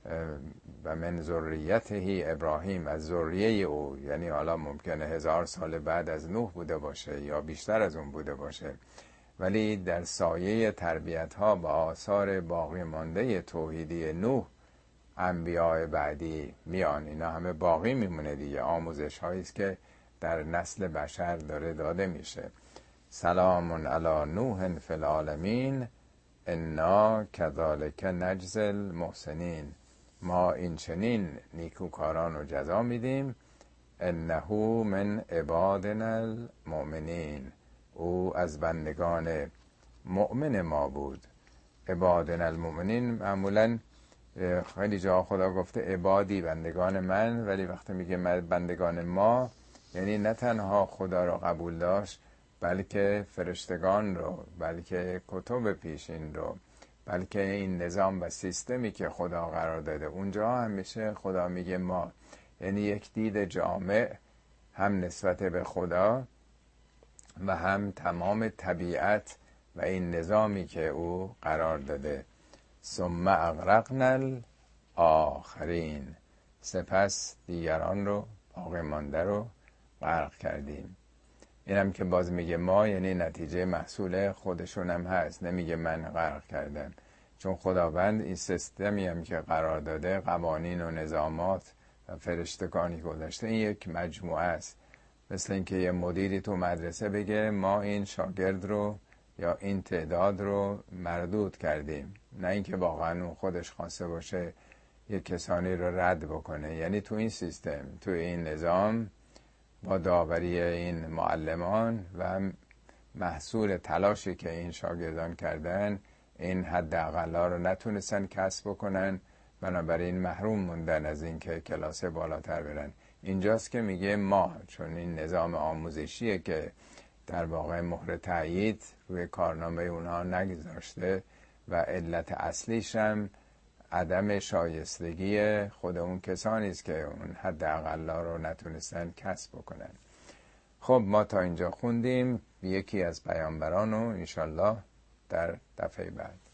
S1: و من ذریته ابراهیم، از ذریه او، یعنی حالا ممکنه 1000 سال بعد از نوح بوده باشه یا بیشتر از اون بوده باشه، ولی در سایه تربیت ها و آثار باقی مانده توحیدی نوح انبیاء بعدی میان. اینا همه باقی میمونه دیگه، آموزش هایی است که در نسل بشر داره داده میشه. سلام علی نوح فی العالمین انا کذالک نجزی المحسنین، ما این چنین نیکوکاران رو جزا میدیم. انه من عبادنا المؤمنین، او از بندگان مؤمن ما بود. عبادنا المؤمنین معمولا خیلی جا خدا گفته عبادی، بندگان من، ولی وقتی میگه بندگان ما یعنی نه تنها خدا رو قبول داشت بلکه فرشتگان رو، بلکه کتب پیشین رو، بلکه این نظام و سیستمی که خدا قرار داده. اونجا همیشه خدا میگه ما، یعنی یک دید جامع هم نسبت به خدا و هم تمام طبیعت و این نظامی که او قرار داده. ثم اغرقنا الاخرین، سپس دیگران رو، باقی مانده رو غرق کردیم. اینم که باز میگه ما، یعنی نتیجه محصول خودشون هم هست، نمیگه من غرق کردم، چون خداوند این سیستمی هم که قرار داده، قوانین و نظامات و فرشتگانی گذاشته، این یک مجموعه است. مثل اینکه یه مدیری تو مدرسه بگه ما این شاگرد رو یا این تعداد رو مردود کردیم، نه اینکه واقعا اون خودش خواسته باشه یک کسانی رو رد بکنه. یعنی تو این سیستم، تو این نظام، با داوری این معلمان و محصول تلاشی که این شاگردان کردن، این حداقل‌ها رو نتونستن کسب بکنن، بنابراین محروم موندن از این که کلاس بالاتر برن. اینجاست که میگه ما، چون این نظام آموزشیه که در واقع مهر تأیید روی کارنامه اونها نگذاشته و علت اصلیش هم عدم شایستگی خود اون کسانی است که اون حداقل‌ها رو نتونستن کسب بکنن. خب ما تا اینجا خوندیم یکی از پیامبران رو، انشالله در دفعه بعد